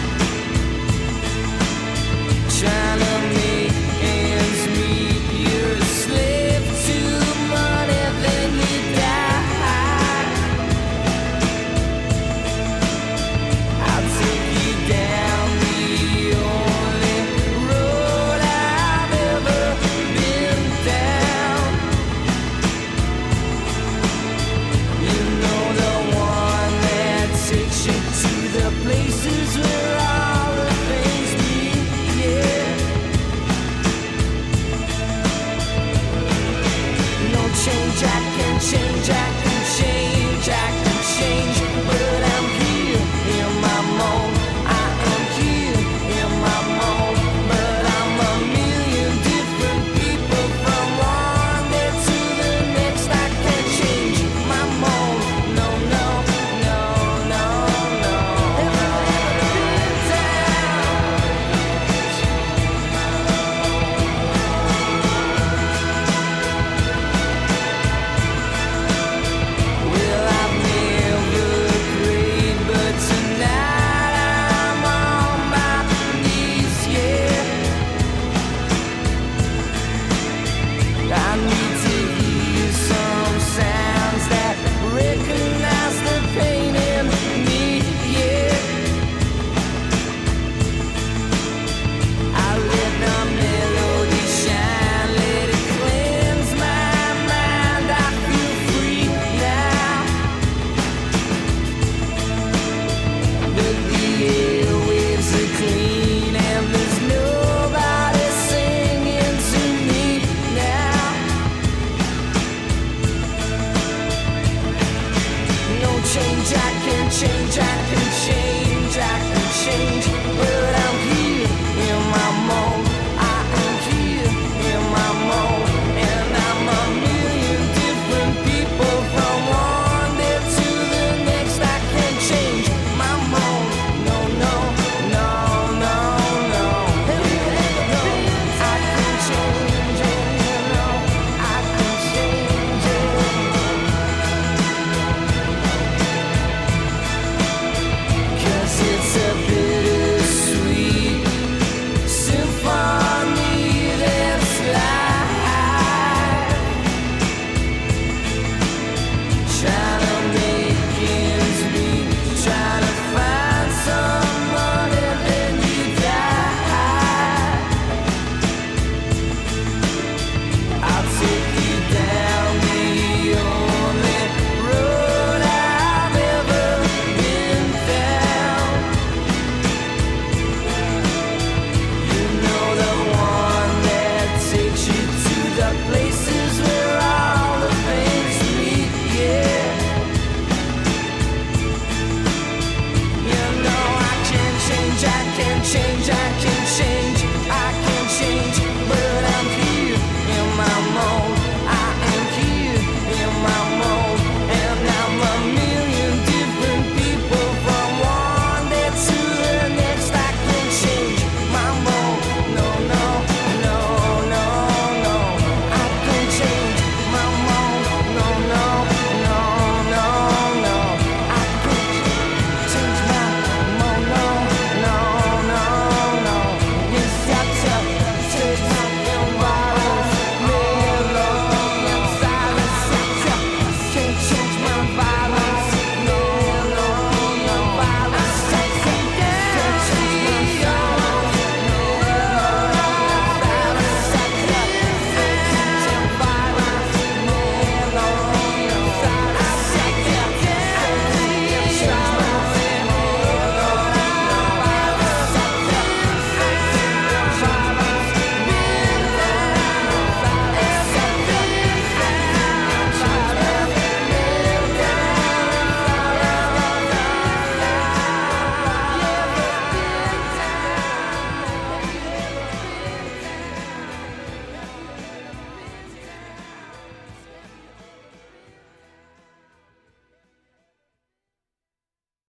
Speaker 4: Trying to make ends meet, you're a slave to money, then you die. I'll take you down the only road I've ever been down. You know, the one that takes you to the places where all the things meet, yeah. No change I can change, I